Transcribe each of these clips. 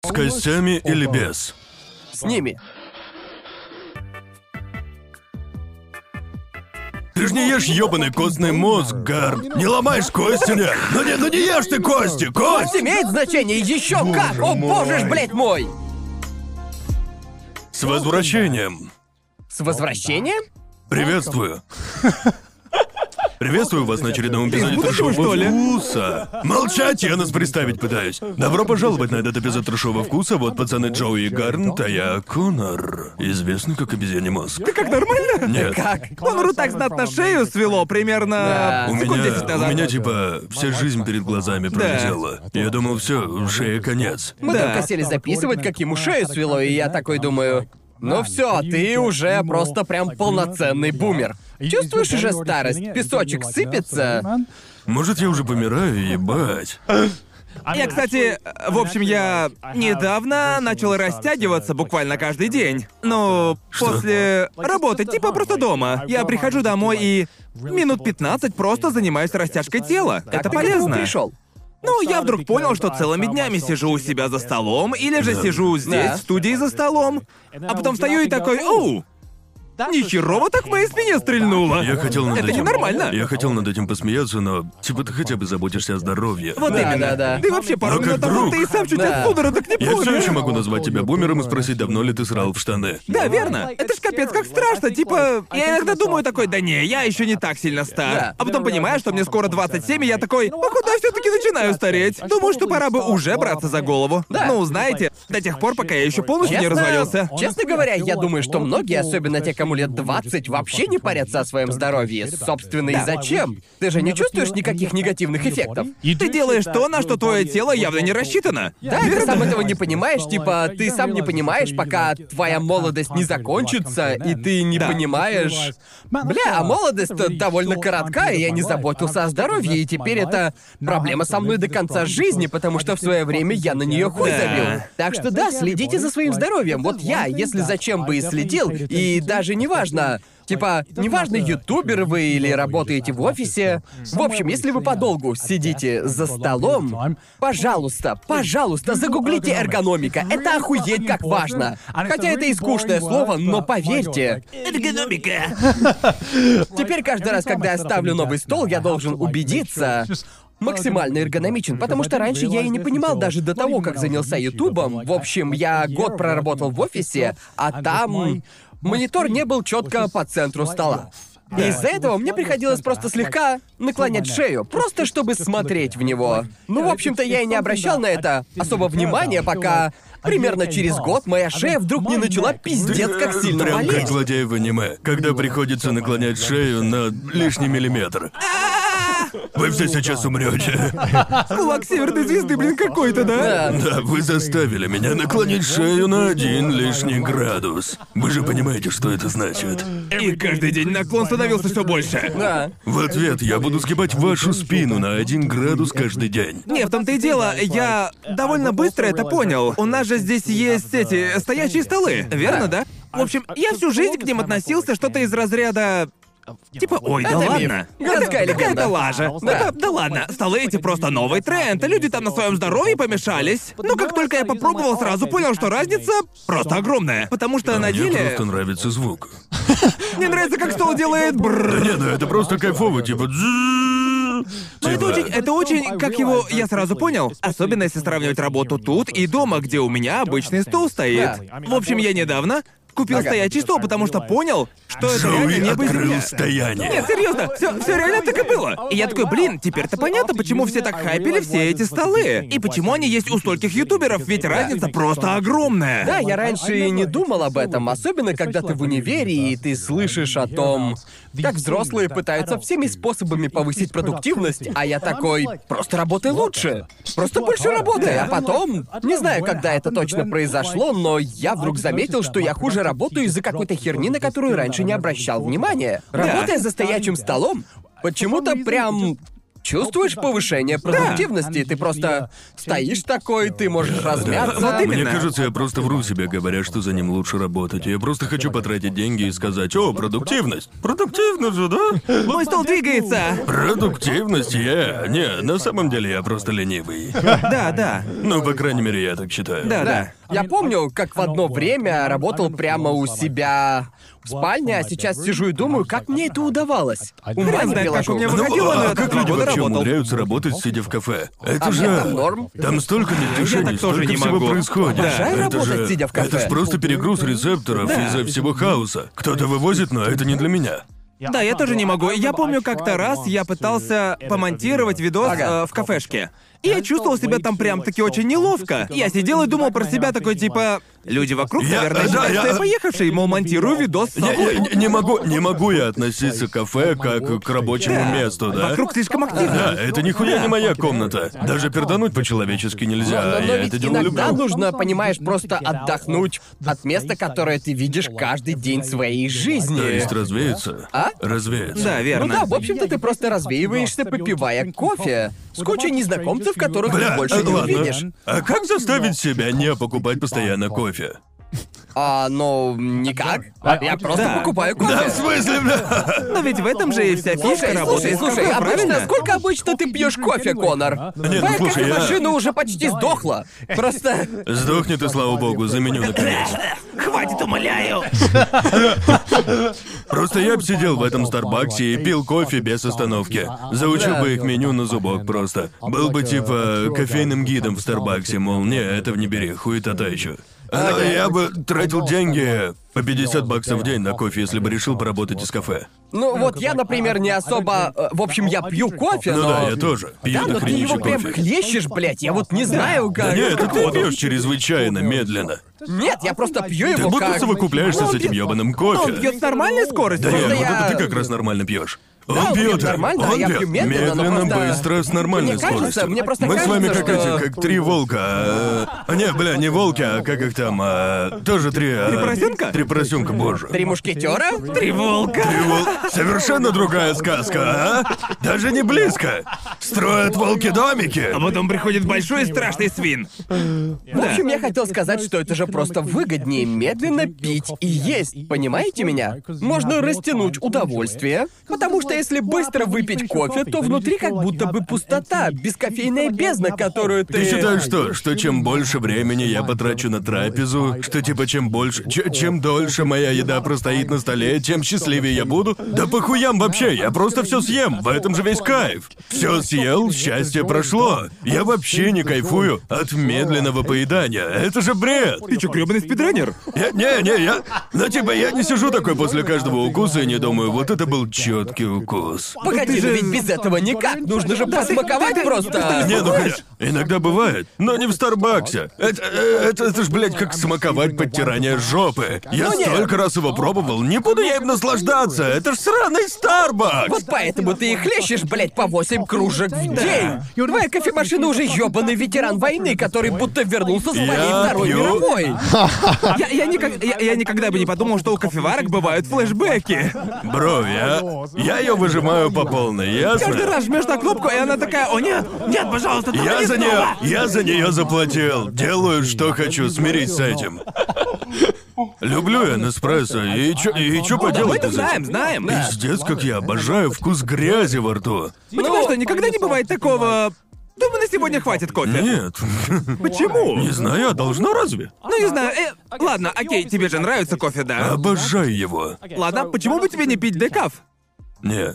С костями или без? С ними. Ты ж не ешь ёбаный костный мозг, Гарн. Не ломаешь кости, нет. Ну не ешь ты кости, кость! Имеет значение еще как! О боже ж, блядь мой! С возвращением. С возвращением? Приветствую. Приветствую вас на очередном эпизоде будущего, трэшового что ли? вкуса. Молчать, я нас представить пытаюсь. Добро пожаловать на этот эпизод трэшового вкуса. Вот пацаны Джоуи и Гарнт, а я Конор. Известный как обезьяний мозг. Ты как, нормально? Нет. Как? Конору так знатно шею свело примерно Да. У секунд 10 меня, назад. у меня типа вся жизнь перед глазами пролетела. Я думал, все, шея конец. Мы Да. только сели записывать, как ему шею свело, и я такой думаю... Ну все, ты уже просто прям полноценный бумер. Чувствуешь уже старость? Песочек сыпется? Может, я уже помираю, ебать. Я, кстати, в общем, я недавно начал растягиваться буквально каждый день. Ну, после работы, типа просто дома. Я прихожу домой и минут 15 просто занимаюсь растяжкой тела. Как Это ты к этому полезно. пришел? Ну, я вдруг понял, что целыми днями сижу у себя за столом, или же сижу здесь, Да. в студии за столом, а потом встаю и такой, оу, нихерово так в моей спине стрельнуло. Я хотел над Это этим... ненормально. Я хотел над этим посмеяться, но типа ты хотя бы заботишься о здоровье. Вот Да, именно. да. Ты вообще пару Ну, как минут тому друг. ты и сам чуть Да. от судорог не Я все помнишь. еще могу назвать тебя бумером и спросить, давно ли ты срал в штаны. Да, верно. Это ж капец как страшно. Типа, я иногда думаю такой, да не, я еще не так сильно стар. Да. А потом понимаю, что мне скоро 27, и я такой, походу, я все-таки начинаю стареть. Думаю, что пора бы уже браться за голову. Да. Ну, знаете, до тех пор, пока я еще полностью не развалился. Честно говоря, я думаю, что многие, особенно те, кому лет 20, вообще не парятся о своем здоровье. Собственно, и зачем? Ты же не чувствуешь никаких негативных эффектов? Ты делаешь то, на что твое тело явно не рассчитано. Да, ты сам этого не понимаешь, типа, ты сам не понимаешь, пока твоя молодость не закончится, и ты не понимаешь... Бля, а молодость-то довольно коротка, и я не заботился о здоровье, и теперь это проблема со мной до конца жизни, потому что в свое время я на нее хуй Да. забил. Так что да, следите за своим здоровьем. Вот я, если зачем бы и следил, и даже неважно... Типа, неважно, ютуберы вы или работаете в офисе. В общем, если вы подолгу сидите за столом, пожалуйста, загуглите эргономика. Это охуеть как важно. Хотя это и скучное слово, но поверьте. Эргономика. Теперь каждый раз, когда я ставлю новый стол, я должен убедиться, максимально эргономичен, потому что раньше я и не понимал даже до того, как занялся ютубом. В общем, я год проработал в офисе, а там монитор не был четко по центру стола. И из-за этого мне приходилось просто слегка наклонять шею, просто чтобы смотреть в него. Ну, в общем-то, я и не обращал на это особо внимания, пока примерно через год моя шея вдруг не начала пиздец как сильно Прям как болеть. злодей в аниме, когда приходится наклонять шею на лишний миллиметр. Вы все сейчас умрете. Кулак северной звезды, блин, какой-то, да? Да, вы заставили меня наклонить шею на 1 лишний градус. Вы же понимаете, что это значит. И каждый день наклон становился все больше. Да. В ответ я буду сгибать вашу спину на 1 градус каждый день. Не, в том-то и дело, я довольно быстро это понял. У нас же здесь есть эти стоячие столы, верно, да? В общем, я всю жизнь к ним относился что-то из разряда... Типа, ой, да Это миф. ладно. Городская Это легенда. какая-то лажа. Да. Да ладно, столы эти просто новый тренд, и люди там на своем здоровье помешались. Но как только я попробовал, сразу понял, что разница просто огромная. Потому что на Мне деле... просто нравится звук. Мне нравится, как стол делает Да брррр. не, ну это просто кайфово, типа... Но Типа, это очень, как его, я сразу понял. Особенно если сравнивать работу тут и дома, где у меня обычный стол стоит. Да. В общем, я недавно купил стоячий стол, потому что понял, что это реально Джоуи небо и открыл земля. стояние. Нет, серьезно, все реально так и было. И я такой, блин, теперь-то понятно, почему все так хайпили все эти столы. И почему они есть у стольких ютуберов, ведь разница просто огромная. Да, я раньше и не думал об этом, особенно когда ты в универе и ты слышишь о том, как взрослые пытаются всеми способами повысить продуктивность, а я такой, просто работай лучше, просто больше работай, а потом, не знаю, когда это точно произошло, но я вдруг заметил, что я хуже работаю из-за какой-то херни, на которую раньше не обращал внимания. Работая за стоячим столом, почему-то прям чувствуешь повышение продуктивности. Ты просто стоишь такой, ты можешь размяться. Вот Мне именно. кажется, я просто вру себе, говоря, что за ним лучше работать. Я просто хочу потратить деньги и сказать: о, продуктивность. Продуктивно же, да? Мой стол двигается. Продуктивность, Не, на самом деле я просто ленивый. Да. Ну, по крайней мере, я так считаю. Да. Я помню, как в одно время работал прямо у себя в спальне, а сейчас сижу и думаю, как мне это удавалось. Ума Хрен не знает, как у приложу. меня Ну, выходило, но а я как так люди много вообще работал. умудряются работать, сидя в кафе? Это мне же... там норм. Там столько недвижений, так тоже столько не всего могу. происходит. Да. Обожаю Это работать, же... сидя в кафе. Это ж просто перегруз рецепторов из-за всего хаоса. Кто-то вывозит, но это не для меня. Да, я тоже не могу. Я помню, как-то раз я пытался помонтировать видос Ага. в кафешке. И я чувствовал себя там прям-таки очень неловко. Я сидел и думал про себя такой, типа... Люди вокруг, наверное, считают, что я поехавший, мол, монтирую видос с собой. Не могу я относиться к кафе как к рабочему месту, да? Вокруг слишком активно. Да, это нихуя не моя комната. Даже пердануть по-человечески нельзя. Но Я ведь это дело иногда люблю. нужно, понимаешь, просто отдохнуть от места, которое ты видишь каждый день своей жизни. То есть развеяться? А? Развеяться. Да, Ну верно. да, в общем-то, ты просто развеиваешься, попивая кофе с кучей незнакомцев, которых ты Бля, больше не ладно. увидишь. А как заставить себя не покупать постоянно кофе? Ну, никак. Я просто Да. покупаю кофе. Да, в смысле, бля? Но ведь в этом же и вся фишка работы. Слушай, обычно, сколько обычно ты пьешь кофе, Конор? Нет, ну, Твоя слушай, я- кофемашина уже почти сдохла. Просто... Сдохнет и слава богу, заменю наконец. Хватит, умоляю. Просто я б сидел в этом Старбаксе и пил кофе без остановки. Заучил бы их меню на зубок просто. Был бы типа кофейным гидом в Старбаксе, мол, не, этого не бери, хуета та еще. Я бы тратил деньги по $50 в день на кофе, если бы решил поработать из кафе. Ну вот я, например, не особо... В общем, я пью кофе, Ну но... да, я тоже. Пью Да, но ты дохренища его прям кофе. хлещешь, блядь. Я вот не знаю, как... Нет, это ты пьешь чрезвычайно медленно. Нет, я просто пью Ты его будто как... совокупляешься с Он этим пьет- ёбаным Он кофе. пьет с нормальной скоростью. Да нет, Просто вот я- это ты как раз нормально пьешь. он пьет нормально, а я пью медленно, но медленно, просто- быстро, с нормальной Мне кажется, скоростью. мне просто Мы с вами кажется, как что- эти, как три волка. Не, бля, не волки, а как их там, тоже три. Три поросенка? Три поросенка, боже. Три мушкетера? Три волка. Совершенно другая сказка, а? Даже не близко. Строят волки домики. А потом приходит большой и страшный свин. В общем, я хотел сказать, что это же просто выгоднее медленно пить и есть. Понимаете меня? Можно растянуть удовольствие, потому что если быстро выпить кофе, то внутри как будто бы пустота, бескофейная бездна, которую ты... Ты считаешь, что чем больше времени я потрачу на трапезу, что типа чем больше, чем дольше моя еда простоит на столе, тем счастливее я буду? Да похуям вообще, я просто все съем, в этом же весь кайф. Все съел, счастье прошло. Я вообще не кайфую от медленного поедания. Это же бред. Ты чё, грёбаный спидранер? Ну типа я не сижу такой после каждого укуса и не думаю, вот это был четкий укус. Погоди, но ведь без этого никак. Нужно же посмаковать просто. Не, ну конечно, иногда бывает, но не в Старбаксе. Это ж, блядь, как смаковать подтирание жопы. Я Ну нет. столько раз его пробовал, не буду я им наслаждаться. Это ж сраный Старбакс. Вот поэтому ты и хлещешь, блядь, по 8 кружек в день. Твоя кофемашина уже ёбаный ветеран войны, который будто вернулся с своей Я Второй пью. мировой. Я никогда бы не подумал, что у кофеварок бывают флешбеки. Бро, я ее выжимаю по полной, ясно? Каждый раз жмешь на кнопку, и она такая: о нет, нет, пожалуйста, только Я не снова!» за нее заплатил. Делаю, что хочу, смирись с этим. Люблю я Неспрессо, и чё Мы поделать это из знаем. Пиздец, как я обожаю вкус грязи во рту. У тебя что, никогда не бывает такого... Думаю, на сегодня хватит кофе. Нет. Почему? Не знаю, а должно разве? Ну, не знаю. Ладно, окей, тебе же нравится кофе, да? Обожаю его. Ладно, почему бы тебе не пить декаф? Не,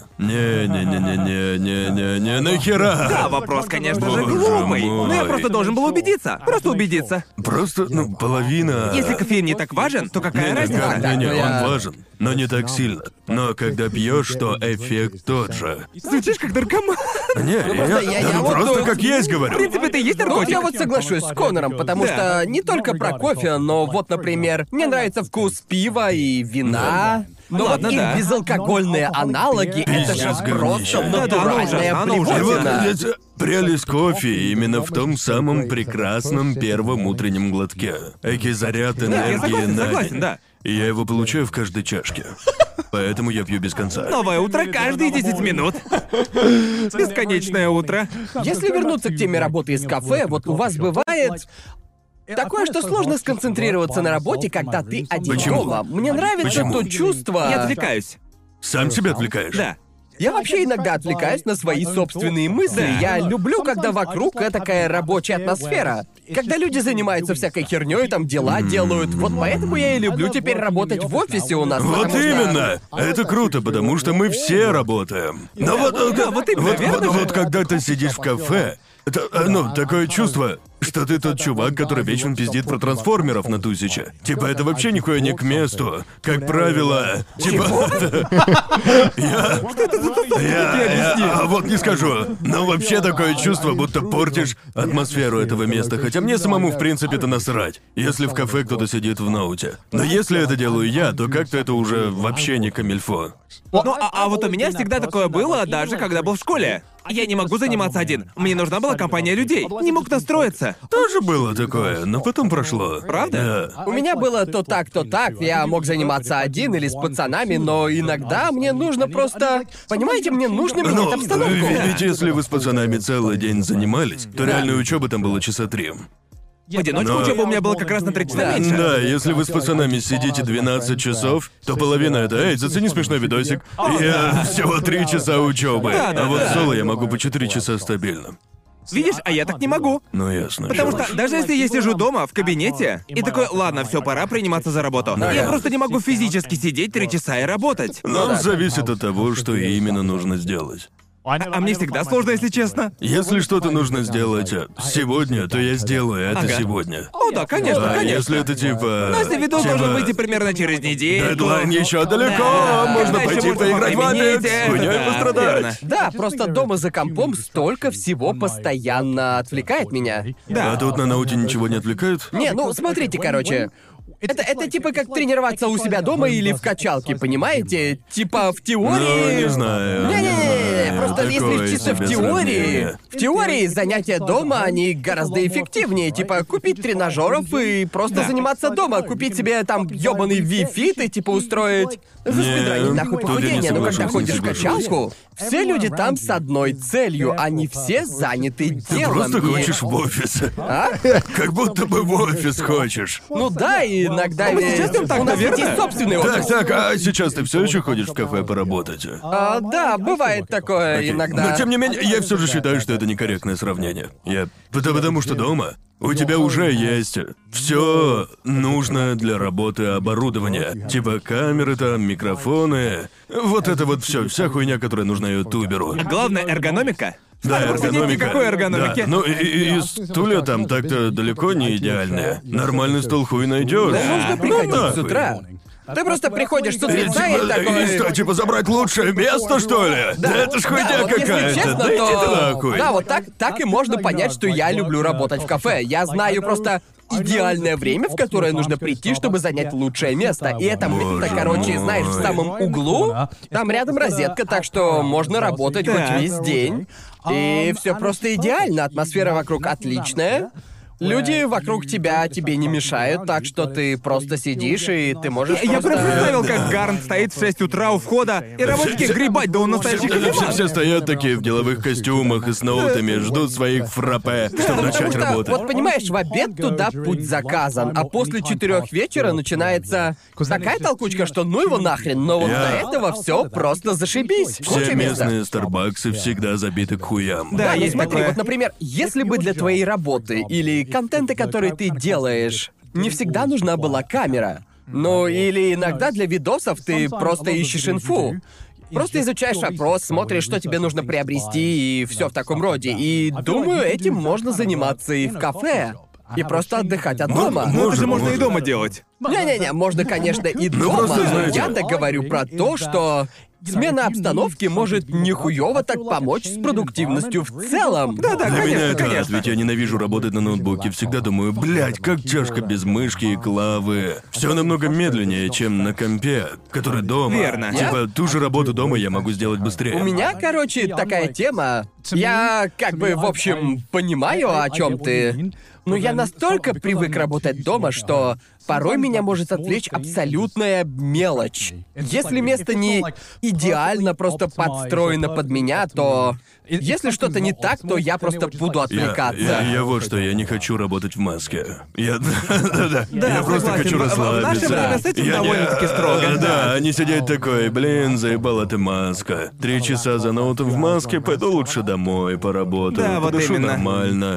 нахера? Да, вопрос, конечно же, Боже глупый. мой. Но я просто должен был убедиться. Просто убедиться. Просто, половина... Если кофеин не так важен, то какая Не, разница? не, но я- он важен, но не так сильно. Но когда пьешь, то эффект тот же. Звучишь как наркоман. Не, я вот, просто ну, как есть В говорю. принципе, ты и есть Ну, наркотик. я вот соглашусь с Конором, потому Да. что не только про кофе, но вот, например, мне нравится вкус пива и вина. Но Ладно, вот их да. безалкогольные аналоги, это же Пиздец, просто говнище. Да-да, оно натуральная ужасно, оно И вот блевотина. эта прелесть кофе именно в том самом прекрасном первом утреннем глотке. Экий заряд Да, я энергии согласен, на согласен, день. да. И я его получаю в каждой чашке. Поэтому я пью без конца. Новое утро каждые 10 минут. Бесконечное утро. Если вернуться к теме работы из кафе, вот у вас бывает такое, что сложно сконцентрироваться на работе, когда ты один Почему? дома. Мне нравится Почему? то чувство... Я отвлекаюсь. Сам себя отвлекаешь? Да. Я вообще иногда отвлекаюсь на свои собственные мысли. Да. Я люблю, когда вокруг такая рабочая атмосфера. Когда люди занимаются всякой херней, там дела делают. Вот поэтому я и люблю теперь работать в офисе у нас. Вот потому что- именно! Это круто, потому что мы все работаем. Но вот, Да, вот именно, верно же? вот когда ты сидишь в кафе, такое чувство, что ты тот чувак, который вечно пиздит про трансформеров на тысяче. Типа, это вообще нихуя не к месту. Как правило, типа... Вот не скажу. Но вообще такое чувство, будто портишь атмосферу этого места. Хотя мне самому, в принципе, это насрать. Если в кафе кто-то сидит в ноуте. Но если это делаю я, то как-то это уже вообще не камильфо. Ну, а вот у меня всегда такое было, даже когда был в школе. Я не могу заниматься один. Мне нужна была компания людей. Не мог настроиться. Тоже было такое, но потом прошло. Правда? Да. У меня было то так, то так. Я мог заниматься один или с пацанами, но иногда мне нужно просто... Понимаете, мне нужно менять Ну, обстановку. ведь если вы с пацанами целый день занимались, то реальной учебы там было часа 3. В одиночку Но- учеба у меня была как раз на 3 часа Да. меньше. Да, если вы с пацанами сидите 12 часов, то половина это «Эй, зацени смешной видосик». И всего 3 часа учебы. Да, да, А вот да. в соло я могу по 4 часа стабильно. Видишь, а я так не могу. Ну ясно. Потому чё что уж. даже если я сижу дома, в кабинете, и такой, ладно, все, пора приниматься за работу. Я просто не могу физически сидеть 3 часа и работать. Но зависит от того, что именно нужно сделать. А мне всегда сложно, если честно. Если что-то нужно сделать сегодня, то я сделаю это Ага. сегодня. О, да, конечно, А конечно. если это типа... Но если видос типа, должен выйти примерно через неделю. Дедлайн еще далеко, Да, можно когда ещё пойти можно поиграть в повременить, Apex, это хуйнёй да, пострадать. верно. Да, просто дома за компом столько всего постоянно отвлекает меня. Да. А тут на ноуте ничего не отвлекают? Не, ну смотрите, короче. Это типа как тренироваться у себя дома или в качалке, понимаете? Типа в теории... Ну, не знаю. Не-не-не, просто Такое если чисто в себе теории... сравнение. В теории занятия дома, они гораздо эффективнее. Типа купить тренажеров и просто Да. заниматься дома. Купить себе там ёбаный Wii-Fit и типа устроить... Заспидранить нахуй тут я не похудение. Но когда соглашусь, не ходишь в соглашусь. качалку, все люди там с одной целью. Они все заняты Ты делом. просто и- хочешь в офис. А? Как будто бы в офис хочешь. Ну да, и иногда мы ведь сейчас идём так, у нас ведь наверное? есть собственный офис. Так, а сейчас ты все еще ходишь в кафе поработать? Да, бывает такое Окей. иногда. Но тем не менее, я все же считаю, что это некорректное сравнение. Потому что дома у тебя уже есть все нужное для работы оборудование. Типа камеры там, микрофоны. Вот это вот все, вся хуйня, которая нужна ютуберу. Главное, эргономика. Да, Просто нет эргономика. никакой эргономики. Да. Ну и стулья там так-то далеко не идеальные. Нормальный стол хуй найдешь. Да, нужно приходить с нахуй. утра. Ты просто приходишь с утреца и И такой... что, типа забрать лучшее место, что ли? Да это ж хуйня Да, вот если какая-то. честно, Да иди ты то... нахуй. Да, вот так и можно понять, что я люблю работать в кафе. Я знаю просто идеальное время, в которое нужно прийти, чтобы занять лучшее место. И это место, короче, знаешь, в самом углу. Там рядом розетка, так что можно работать хоть Так. весь день. И все просто идеально. Атмосфера вокруг отличная. Люди вокруг тебя тебе не мешают, так что ты просто сидишь и ты можешь Я просто... прям представил, как Гарнт стоит в 6 утра у входа, и работники гребать, да он настоящий кофеман. Все стоят такие в деловых костюмах и с ноутами, ждут своих фраппе, чтобы Потому начать что, работать. вот понимаешь, в обед туда путь заказан, а после 4 вечера начинается такая толкучка, что ну его нахрен, но вот Я- до этого все просто зашибись. Все Куча места. местные Старбаксы всегда забиты к хуям. Да, Да, ну есть смотри, такое. вот, например, если бы для твоей работы или контента, который ты делаешь, не всегда нужна была камера, ну или иногда для видосов ты просто ищешь инфу. Просто изучаешь вопрос, смотришь, что тебе нужно приобрести и все в таком роде. И думаю, этим можно заниматься и в кафе. И просто отдыхать от дома. Ну это же можно и можно. дома делать. Не-не-не, можно, конечно, и дома. просто, знаете- Я-то говорю про то, что смена обстановки может нихуёво так помочь с продуктивностью в целом. Да-да, Для меня конечно, это ад, конечно. ведь я ненавижу работать на ноутбуке. Всегда думаю, блядь, как тяжко без мышки и клавы. Все намного медленнее, чем на компе, который дома. Верно. Типа, ту же работу дома я могу сделать быстрее. У меня, короче, такая тема. Я как бы, в общем, понимаю, о чем ты. Но я настолько привык работать дома, что порой меня может отвлечь абсолютная мелочь. Если место не идеально просто подстроено под меня, то если что-то не так, то я просто буду отвлекаться. Я вот что, я не хочу работать в маске. Я просто согласен. хочу В наше расслабиться. время с этим Я не- довольно-таки строго. Да, не сидеть такой, блин, заебала ты маска. 3 часа за ноутом в маске, пойду лучше домой поработаю. Да, вот подышу именно. нормально.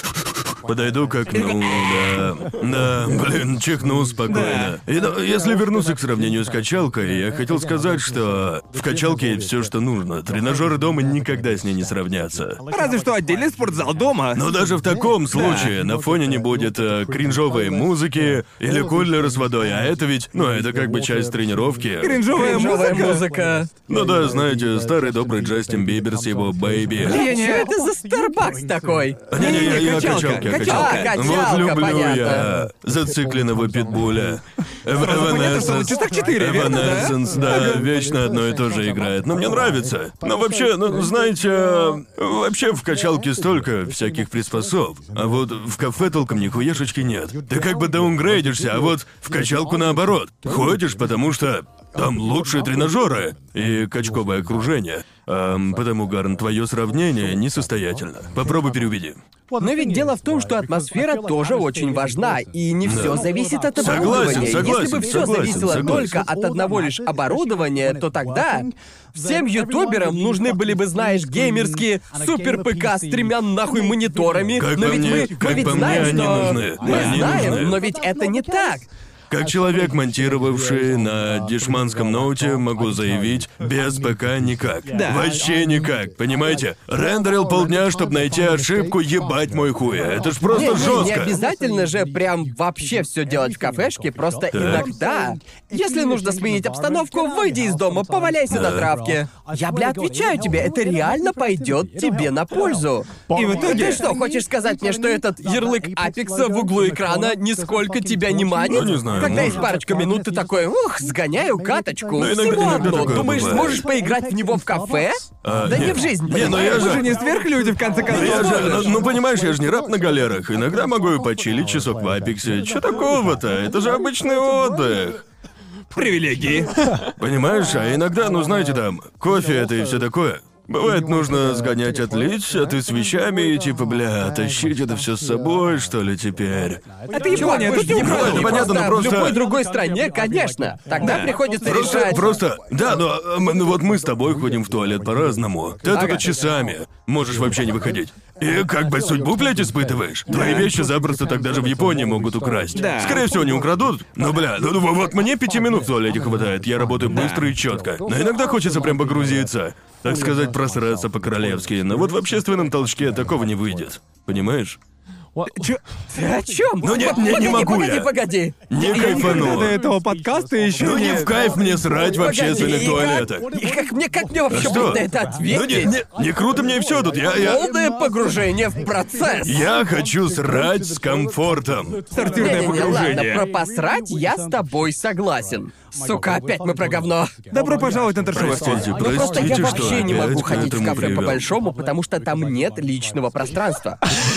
Подойду к окну, да. Да, блин, чихну спокойно. И, ну, если вернуться к сравнению с качалкой, я хотел сказать, что в качалке есть все, что нужно. Тренажеры дома никогда с ней не сравнятся. Разве что отдельный спортзал дома. Но даже в таком случае на фоне не будет кринжовой музыки или кулера с водой, а это ведь, ну, это как бы часть тренировки. Кринжовая Кринжовая музыка. музыка. Ну да, знаете, старый добрый Джастин Бибер с его «Бэйби». Что это за Starbucks такой? Не-не-не, я качалка. качалки. А, качалка, Вот люблю понятно. я зацикленного питбуля. понятно, что на часах 4, верно, да? Эванессенс, да, вечно одно и то же играет. Но мне нравится. Но вообще, ну, знаете, вообще в качалке столько всяких приспособ. А вот в кафе толком нихуешечки нет. Ты как бы даунгрейдишься, а вот в качалку наоборот. Ходишь, потому что там лучшие тренажеры и качковое окружение. Потому, Гарн, твое сравнение несостоятельно. Попробуй переубеди. Но ведь дело в том, что атмосфера тоже очень важна, и не все зависит от оборудования. Согласен, Если бы все согласен, зависело согласен. только от одного лишь оборудования, то тогда всем ютуберам нужны были бы, знаешь, геймерские супер ПК с 3 нахуй мониторами. Как Но по ведь мне- мы как ведь по мне, знаем, они что нужны. мы Они знаем, нужны. но ведь это не так. Как человек, монтировавший на дешманском ноуте, могу заявить, без ПК никак. Да. Вообще никак, понимаете? Рендерил полдня, чтобы найти ошибку, ебать мой хуй. Это ж просто Не жестко. обязательно же прям вообще все делать в кафешке, просто иногда. Если нужно сменить обстановку, выйди из дома, поваляйся на травке. Я, бля, отвечаю тебе, это реально пойдет тебе на пользу. И в итоге... Ты что, хочешь сказать мне, что этот ярлык Апекса в углу экрана нисколько тебя не манит? Ну, не знаю, Когда может. есть парочка минут, ты такой, сгоняю каточку. Ну, иногда- Всего иногда одно. такое Думаешь, бывает. сможешь поиграть в него в кафе? Да не нет. в жизнь, Не, ну я понимаешь? Мы же же... не сверхлюди, в конце концов. Я же, ну понимаешь, я же не раб на галерах. Иногда могу и почилить часок в Апексе. Чё такого-то? Это же обычный отдых. Привилегии. Понимаешь, а иногда, ну знаете, там, кофе это и все такое. Бывает, нужно сгонять отлить, а ты с вещами и типа, бля, тащить это все с собой, что ли, теперь? Это Япония, тут не Япония, украдут. Ну, понятно, но В просто- любой другой стране, конечно. Тогда приходится решать. Да, ну вот мы с тобой ходим в туалет по-разному. Ты Ага. туда часами. Можешь вообще не выходить. И как бы судьбу, блядь, испытываешь. Твои вещи запросто так даже в Японии могут украсть. Да. Скорее всего, не украдут. Но, бля, ну вот мне 5 минут в туалете хватает. Я работаю быстро и четко. Но иногда хочется прям погрузиться. Так сказать, просраться по-королевски. Но вот в общественном толчке такого не выйдет. Понимаешь? Чё? Ты о чем? Ну нет, не могу погоди, я. погоди. Не Я никогда кайфану. до этого подкаста еще Ну не в кайф мне срать в общественных Погоди, туалетах. И как мне вообще Что? будет на это Ну ответить? не круто мне и все тут. Я Полное погружение в процесс. Я хочу срать с комфортом. Сортирное Не-не-не, ладно, погружение. про посрать я с тобой согласен. Сука, опять мы про говно. Добро пожаловать на трешовый Простите, стол. Ну просто я простите, что вообще не могу опять к ходить в этому кафе привел. по-большому, потому что там нет личного пространства.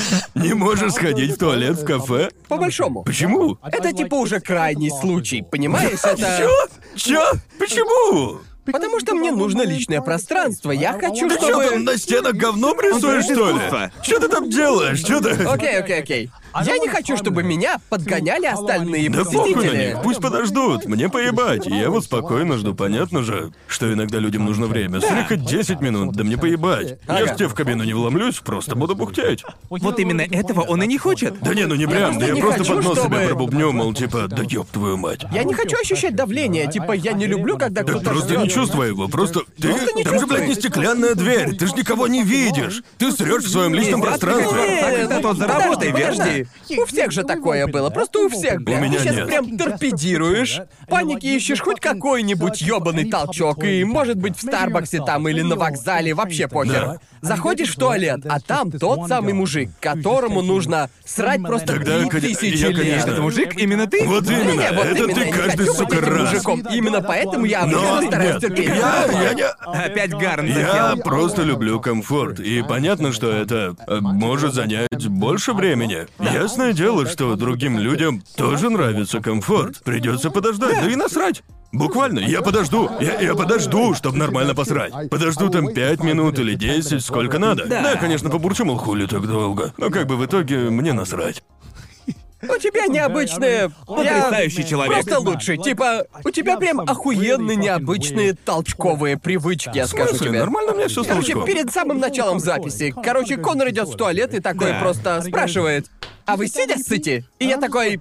Не можешь сходить в туалет в кафе? По-большому. Почему? Это типа уже крайний случай, понимаешь? Это... Чё? Почему? Потому что мне нужно личное пространство. Я хочу, Ты чё там чтобы... на стенах говном рисуешь, что ли? искусство. Что ты там делаешь? Что ты? Окей. Я не хочу, чтобы меня подгоняли остальные Да похуй на посетители. них, пусть подождут, мне поебать. Я вот спокойно жду, понятно же, что иногда людям нужно время. Сри хоть 10 минут, да мне поебать. Я Ага. ж тебе в кабину не вломлюсь, просто буду бухтеть. Вот именно этого он и не хочет. Да не, ну не прям, да я не просто хочу, под нос чтобы- себе пробубню, мол, типа, да ёб твою мать. Я не хочу ощущать давление, типа я не люблю, когда Да кто-то просто не жрёт. чувствуй его, просто ты. Просто не Там же, чувствуй. блядь, не стеклянная дверь, ты ж никого не видишь. Ты срёшь в своем личном Нет, пространстве. Так, когда тот заработай, Подожди, верно? паники. У всех же такое было, просто у всех, блядь. У меня Ты сейчас нет. прям торпедируешь. Паники ищешь хоть какой-нибудь ёбаный толчок, и, может быть, в Старбаксе там или на вокзале, вообще похер. Да. Заходишь в туалет, а там тот самый мужик, которому нужно срать просто Тогда, 3000 я, лет. конечно, Это мужик? Именно ты? Вот именно, Не-не, вот это именно, ты я не каждый, хочу сука, быть этим раз. мужиком. Именно поэтому я Но обычно стараюсь нет, терпеть. я Опять Гарн Я засел. просто люблю комфорт, и понятно, что это может занять больше времени. Ясное дело, что другим людям тоже нравится комфорт. Придется подождать, да и насрать. Буквально, я подожду. Я подожду, чтобы нормально посрать. Подожду там 5 минут или 10, сколько надо. Да, конечно, побурчу, мол, хули так долго. Но как бы в итоге мне насрать. У тебя необычные... Потрясающий человек. Просто лучше. Типа, у тебя прям охуенно необычные толчковые привычки, я В скажу смысле? тебе. Нормально мне все с Короче, толчком. перед самым началом записи, Конор идет в туалет и такой Да. просто спрашивает: а вы сидя ссыте? И я такой...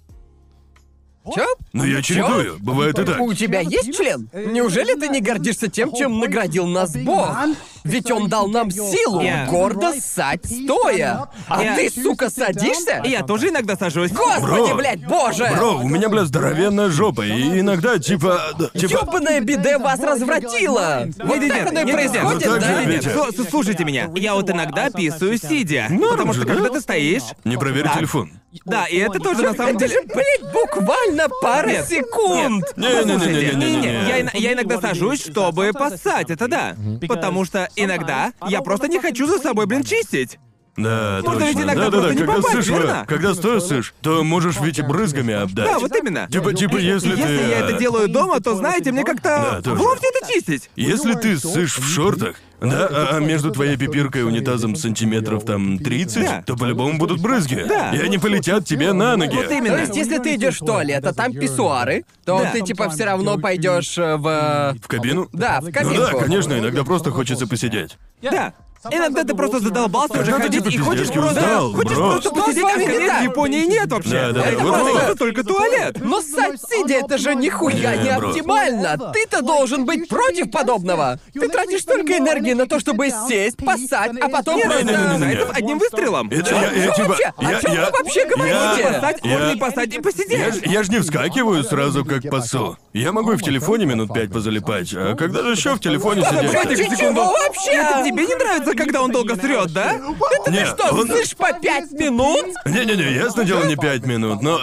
Чё? Но я чередую, бывает и так. У тебя есть член? Неужели ты не гордишься тем, чем наградил нас Бог? Ведь он дал нам силу Я- гордо ссать стоя. А Я- ты, сука, садишься? Я тоже иногда сажусь. Господи, Бро. блядь, боже! Бро, у меня, бля, здоровенная жопа, и иногда, типа... Ёбаное биде вас развратило! Вот так оно и происходит, Ну так да? же, Витя. Слушайте меня. Я вот иногда писаю сидя. Норм Потому же, что да? когда ты стоишь... Не проверь Так. телефон. Да, и это тоже на самом Это деле... же, блядь, буквально пара Нет. секунд! Не-не-не-не-не-не-не. Я иногда сажусь, чтобы поссать, это да. Потому что иногда я просто не хочу за собой, блин, чистить. Да, Можно ведь точно. иногда Да-да-да, просто не когда попасть, ссышь, верно? когда стоя ссышь, то можешь ведь и брызгами обдать. Да, вот именно. Типа, если ты... Если я это делаю дома, то, знаете, мне Да, как-то тоже. в лофте это чистить. Если ты ссышь в шортах, да, а между твоей пипиркой и унитазом сантиметров там 30, Да. то по-любому будут брызги. Да. И они полетят тебе на ноги. Вот именно. То есть, если ты идешь в туалет, а там писсуары, то Да. ты типа все равно пойдешь в... В кабину? Да, в Ну кабинку. да, конечно, иногда просто хочется посидеть. Да. Иногда ты просто задолбался уже Когда ты ходить типа и хочешь пиздецки просто... устал, Хочешь бро. просто Что с посидеть, а вами не конец так? Японии нет вообще. Да-да-да, Это вот просто вот. только туалет. Но ссать сидя, это же нихуя не бро. оптимально. Ты-то должен быть против подобного. Ты тратишь столько энергии на то, чтобы сесть, поссать, а потом просто... Не-не-не-не-не. Это одним выстрелом. Это я Что типа... вообще? О чем вы вообще говорите? Поссать, я- можно и поссать, и посидеть. Я ж не вскакиваю сразу, как пасу. Я могу и в телефоне минут 5 позалипать, а когда же еще в телефоне сидеть? Братик, Чего вообще? Это тебе не нравится, когда он долго срет, да? Нет, Что, он... слышь, по 5 минут? Не-не-не, ясно дело, не 5 минут, но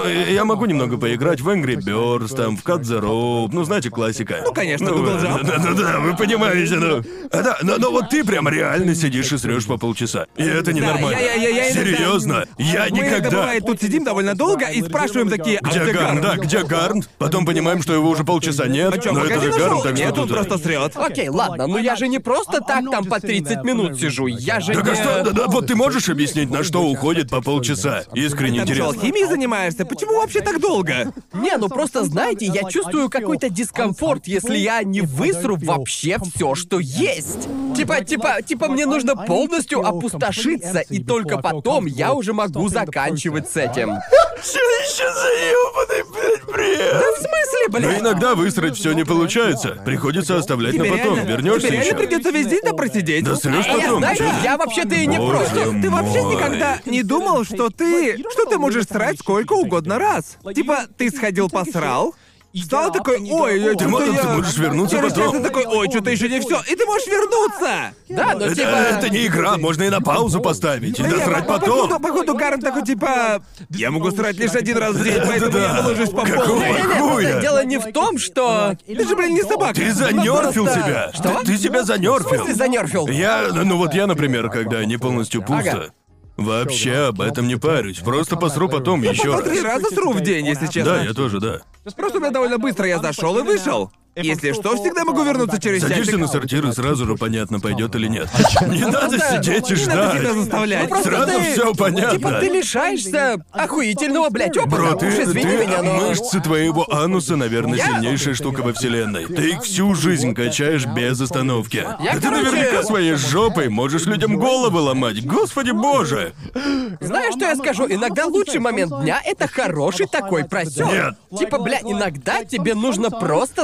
я могу немного поиграть в Angry Birds, там, в Cut the Rope, ну, знаете, классика. Ну, конечно, Google Jump. Да-да-да, вы понимаете, ну. Да, но вот ты прям реально сидишь и срешь по полчаса. И это ненормально. я иногда- Серьезно, я Мы иногда, никогда... бывает, тут сидим довольно долго и спрашиваем такие, а Где Гарн? Да, где Гарн? Потом понимаем, что его уже полчаса нет, А чё, но это магазин же Гарн, нашёл? так что Нет, он тут... просто срет. Окей, ладно, но я же не просто так там по 30 минут сижу. Я же Так а что, не... да, вот ты можешь объяснить, на что уходит по полчаса? Искренне Там что, интересно. алхимией занимаешься? Почему вообще так долго? Не, ну просто знаете, я чувствую какой-то дискомфорт, если я не высру вообще все, что есть. Типа, мне нужно полностью опустошиться, и только потом я уже могу заканчивать с этим. Что еще за ёбаный, блядь, бред? В смысле, Но блядь? иногда высрать все не получается. Приходится оставлять на потом. Вернешься тебе реально еще. придется весь день там просидеть. Да срёшь Я, потом. знаешь, чё? я вообще-то и не Боже против. Ты вообще мой. никогда не думал, что ты можешь срать сколько угодно раз? Типа, ты сходил посрал, встал такой, ой, Ты можешь вернуться Через час потом. ты такой, ой, что-то еще не все, и ты можешь вернуться. Да, но типа... Это не игра, можно и на паузу поставить, и досрать потом. Походу, Гарн такой, типа, я могу срать лишь один раз в день, поэтому я Да-да-да. выложусь по Какого полной. Не-не-не, просто хуя? дело не в том, что... Ты же, блин, не собака. Ты занерфил Просто- себя. Что? Ты себя занерфил. Ты занерфил. Ну вот я, например, когда не полностью пусто, Ага. вообще об этом не парюсь. Просто посру потом еще По 3 раз. раза сру в день, если честно. Да, я тоже, да. Просто у меня довольно быстро я зашел и вышел. Если что, всегда могу вернуться через Садишься часик. на сортир и сразу же понятно, пойдет или нет. Не надо сидеть и Не надо себя ждать. заставлять. Просто Сразу ты- все понятно. Типа ты лишаешься охуительного, блядь, опыта. Бро, Уж извини меня, но... мышцы твоего ануса, наверное, Я? сильнейшая штука во вселенной. Ты их всю жизнь качаешь без остановки. Я, Да ты короче- наверняка своей жопой можешь людям головы ломать. Господи боже! Знаешь, что я скажу? Иногда лучший момент дня — это хороший такой просёк. Нет. Типа, бля, иногда тебе нужно просто, знаешь,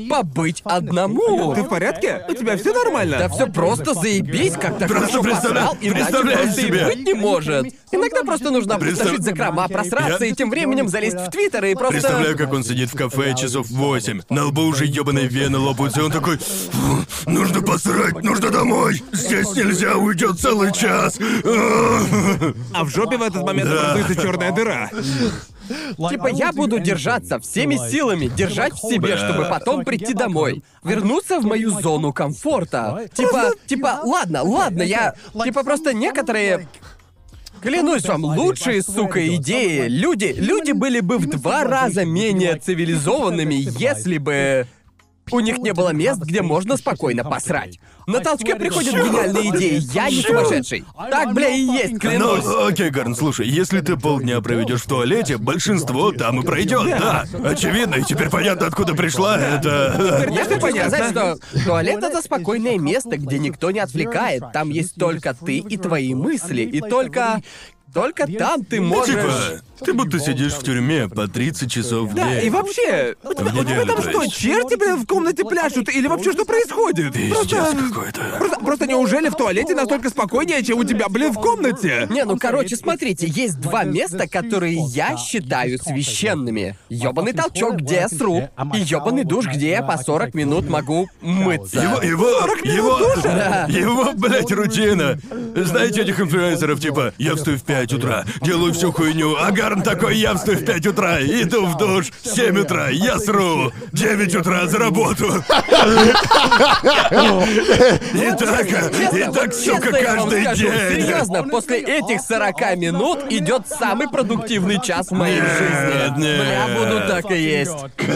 побыть одному. Ты в порядке? У тебя все нормально? Да все просто заебись, как-то хорошо посрал, иначе представляешь просто и себе. быть не может. Иногда просто нужно опустошить закрома, просраться и тем временем залезть в Твиттер и просто... Представляю, как он сидит в кафе часов 8. На лбу уже ёбаные вены лопаются, и он такой: нужно посрать, нужно домой. Здесь нельзя, уйдет целый час. А в жопе в этот момент образуется черная дыра. Типа я буду держаться всеми силами, держать в себе, чтобы потом прийти домой. Вернуться в мою зону комфорта. Типа, ладно, я... Типа просто некоторые... Клянусь вам, лучшие, сука, идеи. Люди были бы в 2 раза менее цивилизованными, если бы... У них не было мест, где можно спокойно посрать. На толчке приходят гениальные идеи, я не сумасшедший. Так, бля, и есть, клянусь. Ну, окей, Гарн, слушай, если ты полдня проведешь в туалете, большинство там и пройдет, да. Очевидно, и теперь понятно, откуда пришла это. Я хочу понятно. сказать, что туалет — это спокойное место, где никто не отвлекает. Там есть только ты и твои мысли, и только там ты можешь... Типа, ты будто сидишь в тюрьме по 30 часов в день. Да, и вообще, у тебя неделю, там то что, есть. черти, блин, в комнате пляшут? Или вообще что происходит? Пиздец какой-то. Просто неужели в туалете настолько спокойнее, чем у тебя, блин, в комнате? Не, ну короче, смотрите, есть 2 места, которые я считаю священными. Ёбаный толчок, где я сру, и ёбаный душ, где я по 40 минут могу мыться. Его, блядь, рутина. Знаете этих инфлюенсеров, типа, я встаю в 5 утра, делаю всю хуйню, а Гарн такой: я встаю в 5 утра, иду в душ, 7 утра, я сру, 9 утра за работу. И так, сука, Честно я вам каждый скажу, день. серьезно, после этих 40 минут идет самый продуктивный час в моей жизни. нет. Бля, буду так и есть.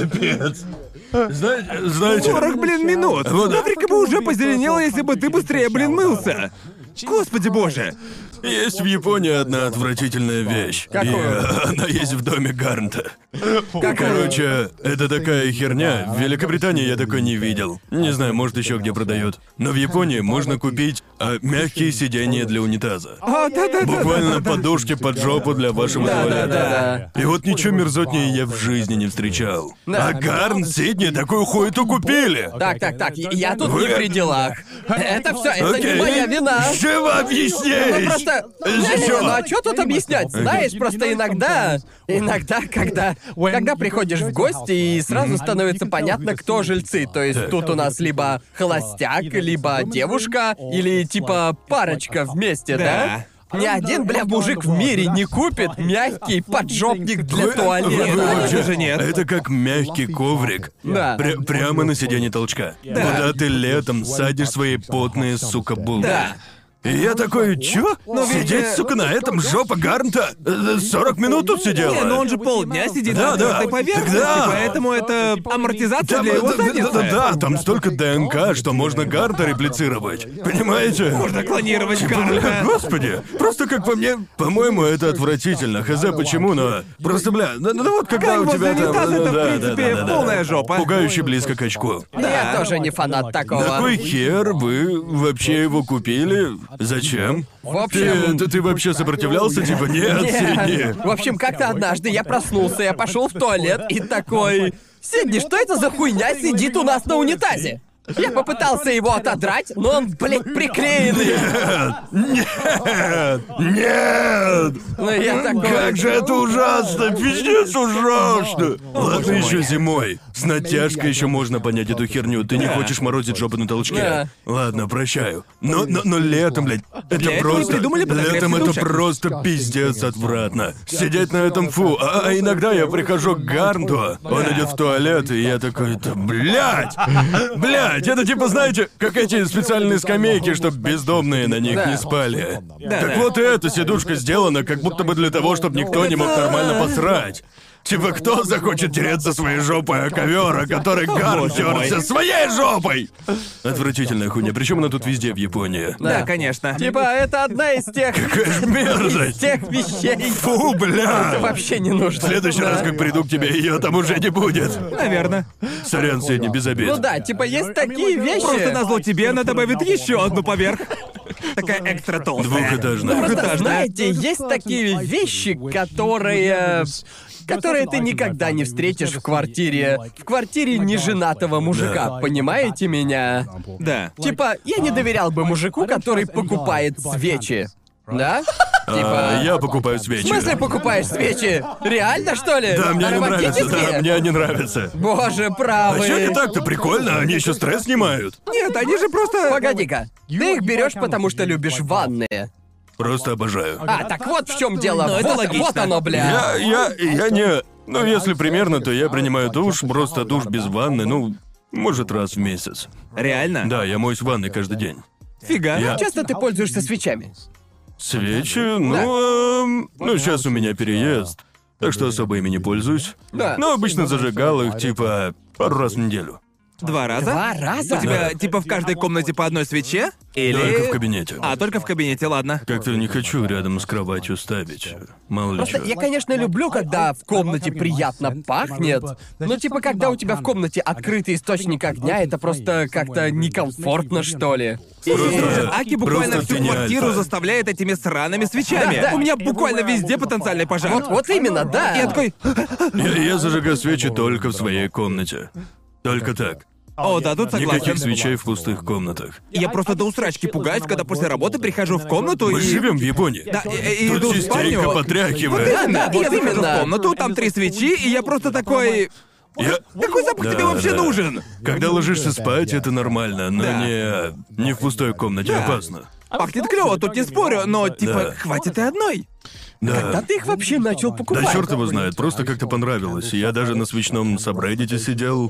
Знаете, 40, блин, минут. Вот. Африка бы уже позеленела, если бы ты быстрее, блин, мылся. Господи боже. есть в Японии одна отвратительная вещь. Какую? И она есть в доме Гарнта. Короче, это такая херня. В Великобритании я такой не видел. Не знаю, может, еще где продают. Но в Японии можно купить мягкие сиденья для унитаза. Да. Буквально подушки под жопу для вашего туалета. Да. И вот ничего мерзотнее я в жизни не встречал. Да. А Гарн, Сидни такую хуету купили. Так, я тут Вы- не при делах. Это все, это не моя вина. Живо Ну объяснись! просто... Не-не-не, ну а что тут объяснять? Знаешь, просто иногда, когда приходишь в гости, и сразу становится понятно, кто жильцы. То есть тут у нас либо холостяк, либо девушка, или типа парочка вместе, да? Ни один, бля, мужик в мире не купит мягкий поджопник для Вы туалета. вообще же нет. Это как мягкий коврик. Да. Прямо на сиденье толчка. Куда ты летом садишь свои потные, сука, булки. Да. И я такой: чё? ведь, Сидеть, сука, на этом жопа Гарнта? 40 минут тут сидела? Не, но он же полдня сидит Да, на да. твердой поверхности, Да. поэтому это амортизация для его задницы. Да, там столько ДНК, что можно Гарнта реплицировать. Понимаете? Можно клонировать Бля, Гарнта. господи, просто как по мне, по-моему, это отвратительно. Хз, почему, но просто, бля, ну вот когда у Как тебя возле там... унитаза, это, в да, принципе, да, да, да. полная жопа. Пугающе близко к очку. Я тоже не фанат такого. Какой хер вы вообще его купили? Зачем? В общем- Ты вообще сопротивлялся? Типа, нет, Сидни. Нет. В общем, как-то однажды я проснулся, я пошел в туалет и такой: Сидни, что это за хуйня сидит у нас на унитазе? Я попытался его отодрать, но он, блядь, приклеенный. Нет! Ну я такой... Как же это ужасно! Пиздец ужасно! Ладно, еще зимой. С натяжкой еще можно понять эту херню. Ты не хочешь морозить жопу на толчке. Да. Ладно, прощаю. Но летом, блядь, это Для этого и просто... придумали подогрев Летом это сидушек. просто пиздец отвратно. Сидеть на этом фу. А иногда я прихожу к Гарнту, он идет в туалет, и я такой: да блядь! Блядь, это типа, знаете, как эти специальные скамейки, чтоб бездомные на них Да. не спали. Так да. вот и эта сидушка сделана как будто бы для того, чтобы никто не мог нормально посрать. Типа, кто захочет тереться своей жопой о ковер, о который Гарн терся своей жопой? Отвратительная хуйня. Причем она тут везде в Японии. Да, конечно. Типа, это одна из тех... Какая ж мерзость! тех вещей. Фу, бля! Вообще не нужно. В следующий раз, как приду к тебе, ее там уже не будет. Наверное. Сорян, Сидни, без обид. Ну да, типа, есть такие вещи. Просто назло тебе она добавит еще одну поверх. Такая экстра толстая. Двухэтажная. Просто, знаете, есть такие вещи, которые ты никогда не встретишь в квартире неженатого мужика, Да. понимаете меня? Да. Типа, я не доверял бы мужику, который покупает свечи. Да? Типа... Я покупаю В свечи. смысле покупаешь свечи? Реально, что ли? Да, мне не нравится, Ароматические? да, мне они нравятся. Боже, А правы. чё не так-то прикольно? Они еще стресс снимают. Нет, они же просто... Погоди-ка. Ты их берешь, потому что любишь ванные. Просто обожаю. А, так вот в чем дело. Ну, это Вот, логично. вот оно, бля. Я не... Ну, если примерно, то я принимаю душ, просто душ без ванны, ну, может, раз в месяц. Реально? Да, я моюсь в ванной каждый день. Фига. Я- Часто ты пользуешься свечами. Свечи, ну, сейчас у меня переезд, так что особо ими не пользуюсь. Да. Но обычно зажигал их, типа, пару раз в неделю. 2 раза? 2 раза? У тебя, типа, в каждой комнате по одной свече? Или... Только в кабинете. А, только в кабинете, ладно. Как-то не хочу рядом с кроватью ставить. Мало ли Просто чё. я, конечно, люблю, когда в комнате приятно пахнет, но типа когда у тебя в комнате открытый источник огня, это просто как-то некомфортно, что ли. Просто- Аки буквально просто всю ты не квартиру альфа. заставляет этими сраными свечами. Да, да. У меня буквально везде потенциальный пожар. Вот именно, да. Я такой, Я зажигаю свечи только в своей комнате. Только так. о, да, тут согласен. Никаких свечей в пустых комнатах. Я просто до усрачки пугаюсь, когда после работы прихожу в комнату Мы и... живем в Японии. Да, и иду Тут в спальню. частенько потряхивает. Да, И я вот захожу в именно. комнату, там 3 свечи, и я просто такой... Я... Какой запах тебе Да, вообще да. нужен? Когда ложишься спать, это нормально, но Да. не в пустой комнате, Да. опасно. Пахнет клево, тут не спорю, но типа Да. хватит и одной. Когда Да. ты их вообще начал покупать? Да черт его знает, просто как-то понравилось. Я даже на свечном сабреддите сидел.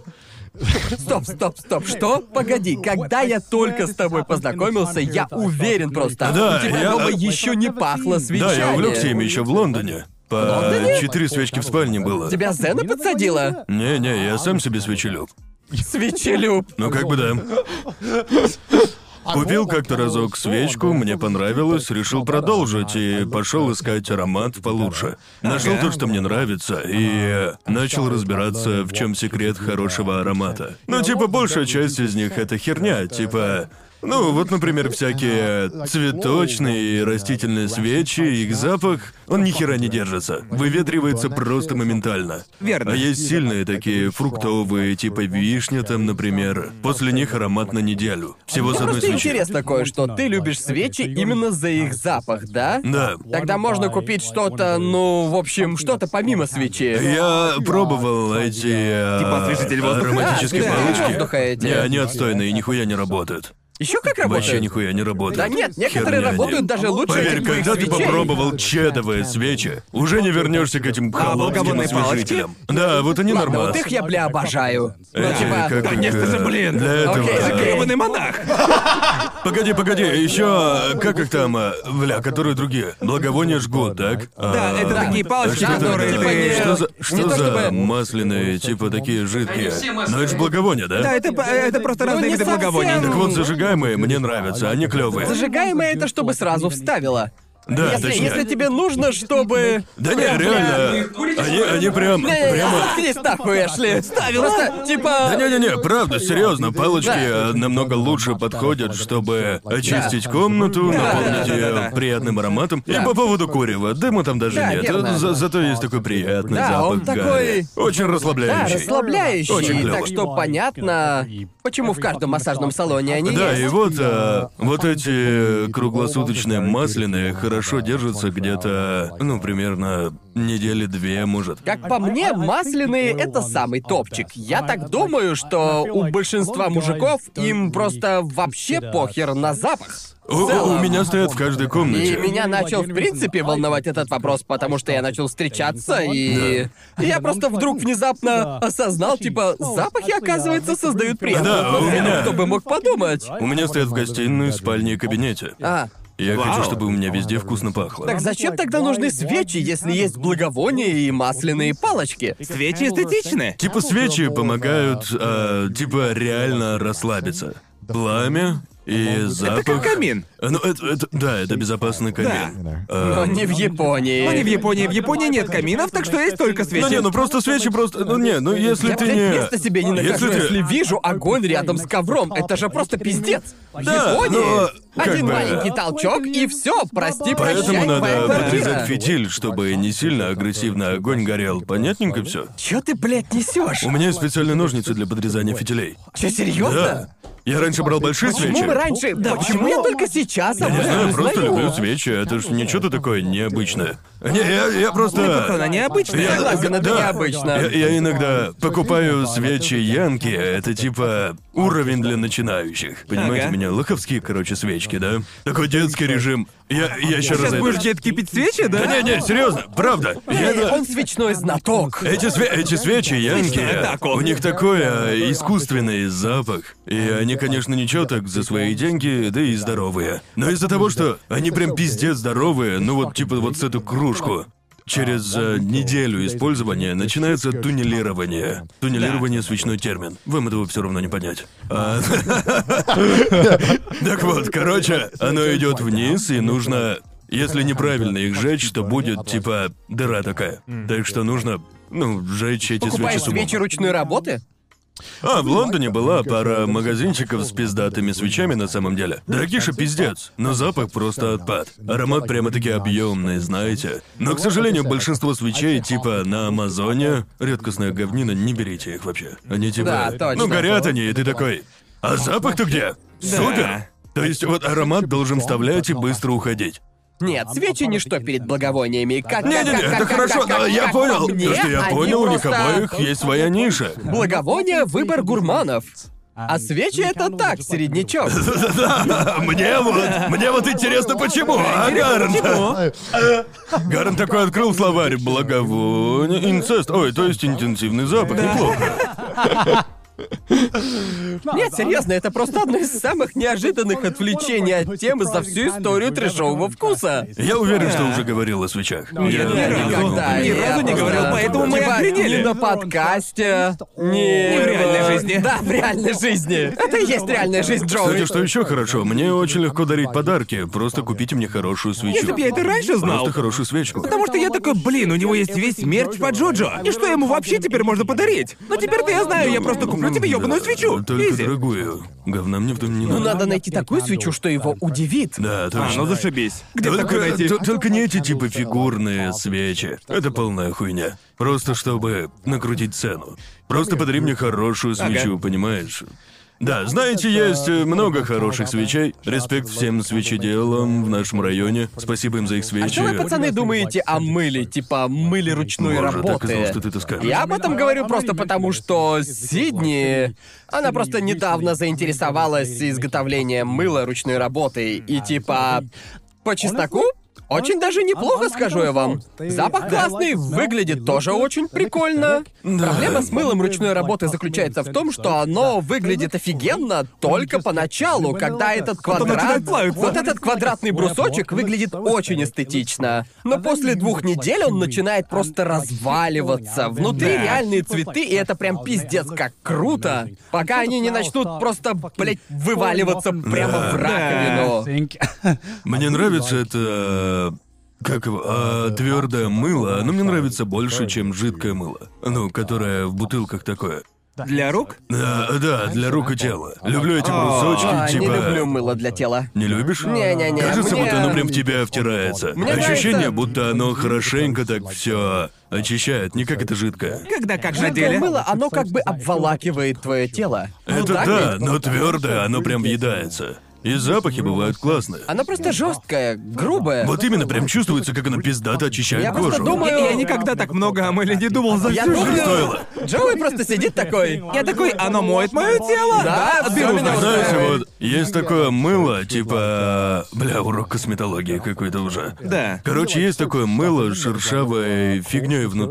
Стоп, что? Погоди, когда я только с тобой познакомился, я уверен просто. Да, у тебя я- дома еще не пахло свечами. Да, я увлекся ими еще в Лондоне. По Лондоне? 4 свечки в спальне было. Тебя Зена подсадила? Не, я сам себе свечелюб. Свечелюб. Ну как бы да. Купил как-то разок свечку, мне понравилось, решил продолжить и пошел искать аромат получше. Нашел Ага. то, что мне нравится, и начал разбираться, в чем секрет хорошего аромата. Ну, типа, большая часть из них это херня, типа. Ну, вот, например, всякие цветочные и растительные свечи, их запах, он ни хера не держится. Выветривается просто моментально. Верно. А есть сильные такие фруктовые, типа вишня там, например. После них аромат на неделю. Всего с одной Просто свечи. интересно кое-что. Ты любишь свечи именно за их запах, да? Да. Тогда можно купить что-то, ну, в общем, что-то помимо свечи. Я пробовал эти Типа освежитель воздуха? ароматические Да, палочки. воздуха эти. Не, они отстойные, нихуя не работают. Еще как работает? Вообще нихуя не работают. Да нет, некоторые Херня работают они. даже лучше Поверь, этих твоих когда ты свечей. попробовал чедовые свечи, уже не вернешься к этим холодным благовонные палочки? освежителям. Да, вот они Ладно, нормально. вот их я, бля, обожаю. Ну, Эти, типа... как Конечно их, же, блин. Для этого. Окей, окей. Гребаный монах. Погоди, еще как их там, бля, которые другие? Благовония жгут, так? Да, это такие палочки, Да, которые типа ты... не- Что за, не что то за чтобы- масляные, типа такие жидкие? все Ну масляные. это же благовония, да? Да, это просто разные не виды совсем. благовоний. Так вот, зажигаемые мне нравятся, они клевые. Зажигаемое это чтобы сразу вставило. Да, Если, точнее. если тебе нужно, чтобы... Да не, реально. Они прям, прямо... Заткнись нахуй, Эшли. Просто, типа... Да не-не-не, правда, серьезно, палочки намного лучше подходят, чтобы очистить комнату, наполнить ее да. приятным ароматом. И по поводу курева, дыма там даже Да, нет. верно. Зато есть такой приятный Да, запах он такой- гари. Очень Да, расслабляющий. расслабляющий, Очень клёво. так что понятно, почему в каждом массажном салоне они Да, есть. и вот эти круглосуточные масляные хорошо держатся где-то, ну, примерно недели 2, может. Как по мне, масляные — это самый топчик. Я так думаю, что у большинства мужиков им просто вообще похер на запах. У меня стоят в каждой И комнате. меня начал, в принципе, волновать этот вопрос, потому что я начал встречаться, и я просто вдруг внезапно осознал, типа, запахи, оказывается, создают приятную Да, у атмосферу. меня- Кто бы мог подумать? У меня стоят в гостиной, спальне и кабинете. Я Вау. хочу, чтобы у меня везде вкусно пахло. Так зачем тогда нужны свечи, если есть благовония и масляные палочки? Свечи эстетичны. Типа свечи помогают, типа реально расслабиться. Пламя И запах... Это как камин. Ну, да, это безопасный камин. Но не в Японии. Но не в Японии. В Японии нет каминов, так что есть только свечи. Ну не, ну просто свечи просто... Ну не, ну если Я, ты блядь, не... места себе не нахожу, Если если, ты- вижу огонь рядом с ковром. Это же просто пиздец. В Да, Японии но как один бы- маленький толчок, и все, прости, Поэтому прощай, надо твоя квартира. подрезать фитиль, чтобы не сильно агрессивно огонь горел. Понятненько все. Чё ты, блядь, несешь? У меня есть специальные ножницы для подрезания фитилей. Чё, серьезно? Да. Я раньше брал большие Почему свечи. мы раньше... Почему я только сейчас об Не этом знаю, просто узнаю? люблю свечи. Это ж не что-то такое необычное. Не, я просто... Она необычная. Согласен, это Да. необычно. Я иногда покупаю свечи Янки, это типа уровень для начинающих. Понимаете Ага. меня? Лоховские, короче, свечки, да? Такой детский режим. Я еще раз Сейчас это... будешь где-то кипить свечи, да? Да не, серьезно, правда. Он свечной знаток. Эти свечи Янки, Тако. у них такой искусственный запах. И они, конечно, ничего так за свои деньги, да и здоровые. Но из-за того, что они прям пиздец здоровые, ну вот типа вот с эту кружку. Через неделю использования начинается туннелирование. Туннелирование — свечной термин. Вам этого все равно не понять. Так вот, короче, оно идет вниз, и нужно... Если неправильно их жечь, то будет типа дыра такая. Так что нужно, сжечь эти Покупаешь свечи с умом. свечи ручной работы? В Лондоне была пара магазинчиков с пиздатыми свечами на самом деле. Дорогиша пиздец, но запах просто отпад. Аромат прямо-таки объемный, знаете. Но, к сожалению, большинство свечей типа на Амазоне, редкостная говнина, не берите их вообще. Они типа... Да, точно. горят они, и ты такой... А запах-то где? Супер! То есть вот аромат должен вставлять и быстро уходить. Нет, свечи ничто перед благовониями. Не-не-не, это хорошо, но я понял. То, что я понял, у них обоих есть своя ниша. Благовония — выбор гурманов. А свечи — это так, середнячок. Мне вот интересно, почему, Гарн? Гарн такой открыл словарь благовоний, инцест, то есть интенсивный запах, неплохо. Нет, серьезно, это просто одно из самых неожиданных отвлечений от темы за всю историю трешового вкуса. Я уверен, что уже говорил о свечах. Я никогда Ни разу не говорил, поэтому мы типа, охренели. Ни на подкасте, ни в реальной жизни. Да, в реальной жизни. Это и есть реальная жизнь, Джоуи. Кстати, что еще хорошо, мне очень легко дарить подарки. Просто купите мне хорошую свечу. Если бы я это раньше знал. Просто хорошую свечку. Потому что я такой, блин, у него есть весь мерч по Джоджо. И что ему вообще теперь можно подарить? Но теперь-то я знаю, я просто куплю тебе ёбаную свечу. Только Изи. дорогую. Говна мне в том не Ну, надо. надо найти такую свечу, что его удивит. Да, точно. Ну зашибись. Где такое найти? Только не эти типа фигурные свечи. Это полная хуйня. Просто чтобы накрутить цену. Просто подари мне хорошую свечу, понимаешь? Да, знаете, есть много хороших свечей. Респект всем свечеделам в нашем районе. Спасибо им за их А свечи. что вы, пацаны, думаете о мыле? Типа мыле ручной Боже, так и работы? знал, что ты это скажешь. Я об этом говорю просто потому, что Сидни... Она просто недавно заинтересовалась изготовлением мыла ручной работы. И типа... По чесноку? Очень даже неплохо, скажу я вам. Запах классный, выглядит тоже очень прикольно. Проблема с мылом ручной работы заключается в том, что оно выглядит офигенно только поначалу, когда этот квадрат... начинает плавиться. Вот этот квадратный брусочек выглядит очень эстетично. Но после 2 недель он начинает просто разваливаться. Внутри реальные цветы, и это прям пиздец как круто. Пока они не начнут просто, блять, вываливаться прямо в раковину. Мне нравится это... Как его? Твердое мыло, оно мне нравится больше, чем жидкое мыло. Ну, которое в бутылках такое. Для рук? Да, для рук и тела. Люблю эти брусочки, типа... Не люблю мыло для тела. Не любишь? Не-не-не, Кажется, мне- будто оно прям в тебя втирается. Мне Ощущение, нравится- будто оно хорошенько так все очищает, не как это жидкое. Когда как на Жидкое деле? мыло, оно как бы обволакивает твое тело. Ну, Это так да, ведь? но твердое, оно прям въедается. И запахи бывают классные. Оно просто жесткое, грубое. Вот именно прям чувствуется, как оно пиздато очищает Я просто кожу. думаю- Я никогда так много о мыле не думал за Я всю жизнь. думаю, Джоуи просто сидит такой. Я такой, оно моет мое тело? Да, всё беру, меня значит. Знаете, вот есть такое мыло, типа... Бля, урок косметологии какой-то уже. Да. Короче, есть такое мыло с шершавой фигней внутри.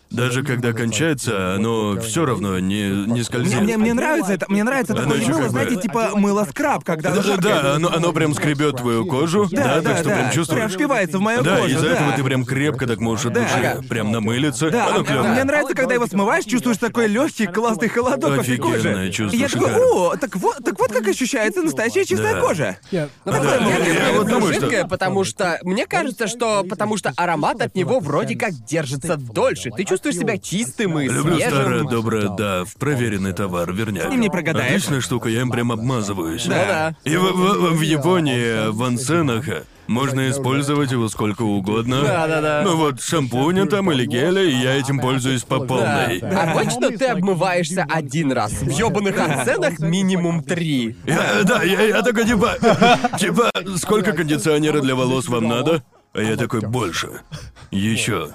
Даже когда кончается, оно все равно не скользит. Мне нравится это. Мне нравится Оно такое ещё мыло, как бы- знаете, типа мыло-скраб, когда оно Да, шаркает. оно прям скребет твою кожу. Да, так что прям чувствуешь. Прям впивается в мою Да, кожу, из-за да. этого ты прям крепко так можешь от души. Ага. Прям намылиться. Да, Оно клёво. мне нравится, когда его смываешь, чувствуешь такой легкий, классный холодок по всей коже. Офигенное чувство, И я такой, шикарно. о, так вот как ощущается настоящая чистая Да. кожа. Я вот думаю, что- жидкое, потому что мне кажется, что потому что аромат от него вроде как держится дольше. Ты чувствуешь себя чистым и Люблю старое свежим. доброе, да, в проверенный товар, верняк. С ним не прогадаешь. Отличная штука, я им прям обмазываюсь. Да. И в Японии, в ансенах, можно использовать его сколько угодно. Да. Ну вот шампуня там или геля, и я этим пользуюсь по полной. Обычно ты обмываешься один раз. В ёбаных ансенах минимум 3. Я такой типа, сколько кондиционера для волос вам надо? А я такой, больше. Еще.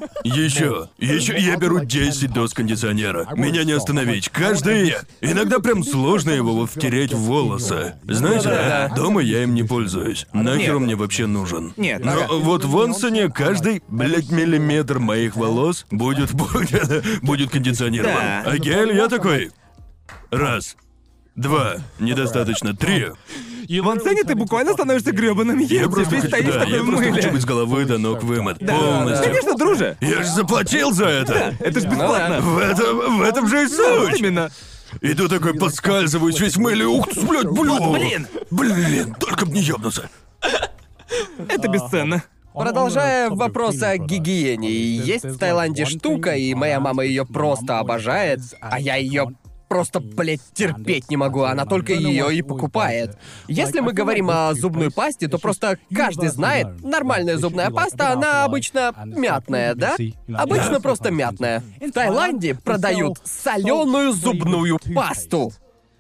Я беру 10 доз кондиционера. Меня не остановить. Каждый. Иногда прям сложно его втереть в волосы. Знаете, Да. дома я им не пользуюсь. Нахер он мне вообще нужен? Нет. Но вот в Онсоне каждый, блядь, миллиметр моих волос будет кондиционирован. Да. А гель я такой. Раз. 2. Недостаточно. 3. В ансене ты буквально становишься грёбаным Я ебцем, просто ты хочу, стоишь да, такой я в просто мыле. хочу быть с головы до ног вымыт. Полностью. Конечно, друже. Я же заплатил за это. Это ж бесплатно. В этом же и суть. Именно. Иду такой, подскальзываюсь весь в мыле. Ух ты, блядь, Блин, только б не ёбнуться. Это бесценно. Продолжая вопрос о гигиене. Есть в Таиланде штука, и моя мама ее просто обожает, а я ее просто, блядь, терпеть не могу, она только ее и покупает. Если мы говорим о зубной пасте, то просто каждый знает, нормальная зубная паста, она обычно мятная, да? Обычно просто мятная. В Таиланде продают соленую зубную пасту.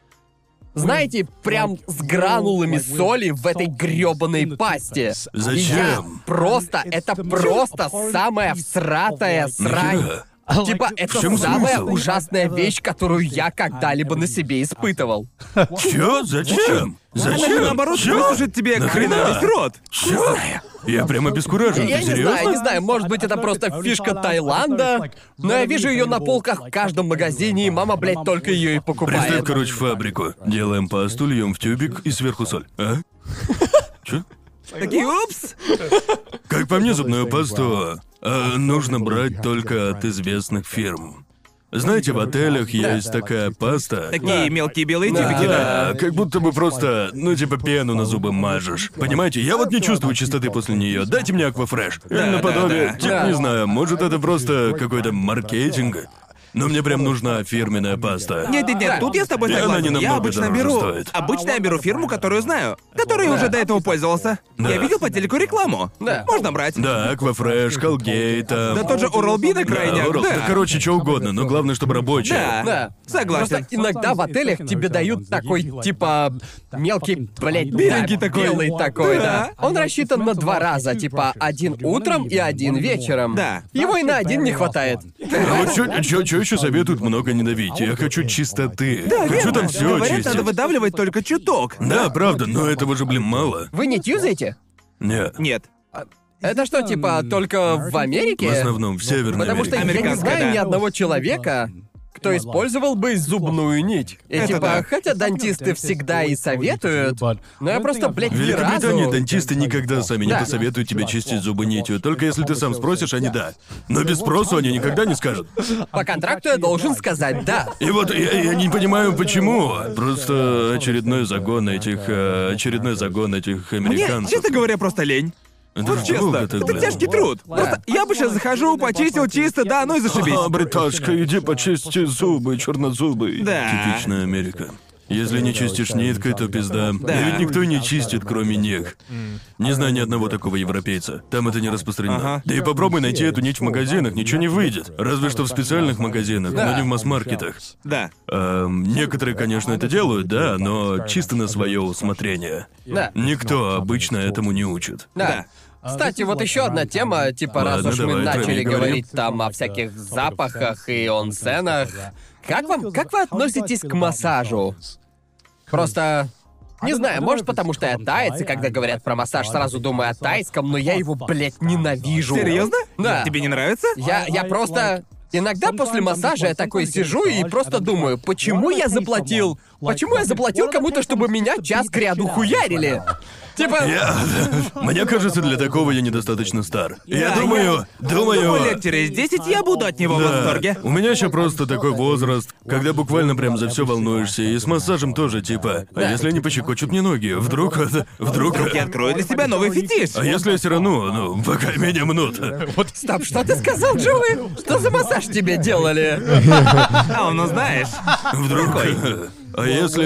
Знаете, прям с гранулами соли в этой грёбаной пасте. Зачем? Это просто самая всратая срань. Нифига. Типа, это чем самая смысл? ужасная вещь, которую я когда-либо на себе испытывал. Чё? Зачем? Она Зачем? наоборот Чё? высушит тебе Нахрена? хрена весь рот. Чё? Я прям обескуражен. Я Ты не серьезно? знаю, может быть, это просто фишка Таиланда, но я вижу ее на полках в каждом магазине, и мама, блядь, только ее и Представь, покупает. короче, фабрику. Делаем пасту, льем в тюбик и сверху соль. А? Чё? Такие, упс. Как по мне, зубную пасту нужно брать только от известных фирм. Знаете, в отелях есть такая паста. Такие мелкие белые тюбики, да. Да, как будто бы просто, ну, типа пену на зубы мажешь. Понимаете, я вот не чувствую чистоты после нее. Дайте мне аквафреш. Или наподобие. да. Типа, Да. не знаю, может это просто какой-то маркетинг. Но мне прям нужна фирменная паста. Нет, тут я с тобой И она согласен. не Я намного обычно дороже беру. стоит. Обычно я беру фирму, которую знаю, которой уже до этого пользовался. Да. Я видел по телеку рекламу. Да. Можно брать. Да, аквафреш, Колгейт, Да тот же Oral-B на крайняк, Oral. да. Да, короче, что угодно, но главное, чтобы рабочее. Да. Да. Согласен. Просто иногда в отелях тебе дают такой, типа, мелкий, блядь, Беленький да, такой. белый такой, Да. да. Он рассчитан на 2 раза, типа, один утром и один вечером. Да. Его и на один не хватает. А вот что еще советуют много не давить? Я хочу чистоты. Хочу Верно. там все Говорят, очистить. надо выдавливать только чуток. Да, правда, но этого же, блин, мало. Вы не тюзаете? Нет. Нет. Это что, типа, только в Америке? В основном в Северной Потому что я Америке. не Американская, знаю да. ни одного человека, кто использовал бы зубную нить. И Это типа, да. хотя дантисты всегда и советуют, но я просто, блядь, В ни Великобритании разу... дантисты никогда сами не Да. посоветуют тебе чистить зубы нитью. Только если ты сам спросишь, они да. Но без спросу они никогда не скажут. По контракту я должен сказать «да». И вот я не понимаю, почему. Просто очередной загон этих Мне, американцев. честно говоря, просто лень. Да Вот честно, долго это ты, блин. тяжкий труд. Просто я бы сейчас захожу, почистил чисто, да, ну и зашибись. Бриташка, иди почисти зубы, чернозубый. Да. Типичная Америка. Если не чистишь ниткой, то пизда. Да. И ведь никто не чистит, кроме них. Не знаю ни одного такого европейца. Там это не распространено. Ага. Да и попробуй найти эту нить в магазинах, ничего не выйдет. Разве что в специальных магазинах, но Да. не в масс-маркетах. Да. Некоторые, конечно, это делают, да, но чисто на свое усмотрение. Да. Никто обычно этому не учит. Да. Кстати, вот еще одна тема, типа, раз Ладно, уж мы давай, начали трави, говори. говорить там о всяких запахах и онсенах. Как вы относитесь к массажу? Просто... Не знаю, может, потому что я таец, и когда говорят про массаж, сразу думаю о тайском, но я его, блядь, ненавижу. Серьезно? Да. Тебе не нравится? Я просто... Иногда после массажа я такой сижу и просто думаю, почему я заплатил кому-то, чтобы меня час кряду хуярили? Типа... Мне кажется, для такого я недостаточно стар. Я Думаю, думаю... лет через 10 я буду от него в Да. восторге. У меня еще просто такой возраст, когда буквально прям за все волнуешься, и с массажем тоже, типа, а если они пощекочут мне ноги? Вдруг... Я открою для себя новый фетиш. А если я все равно, пока меня мнут? Стоп, что ты сказал, Джоуи? Что за массаж тебе делали? Ну знаешь. Вдруг... А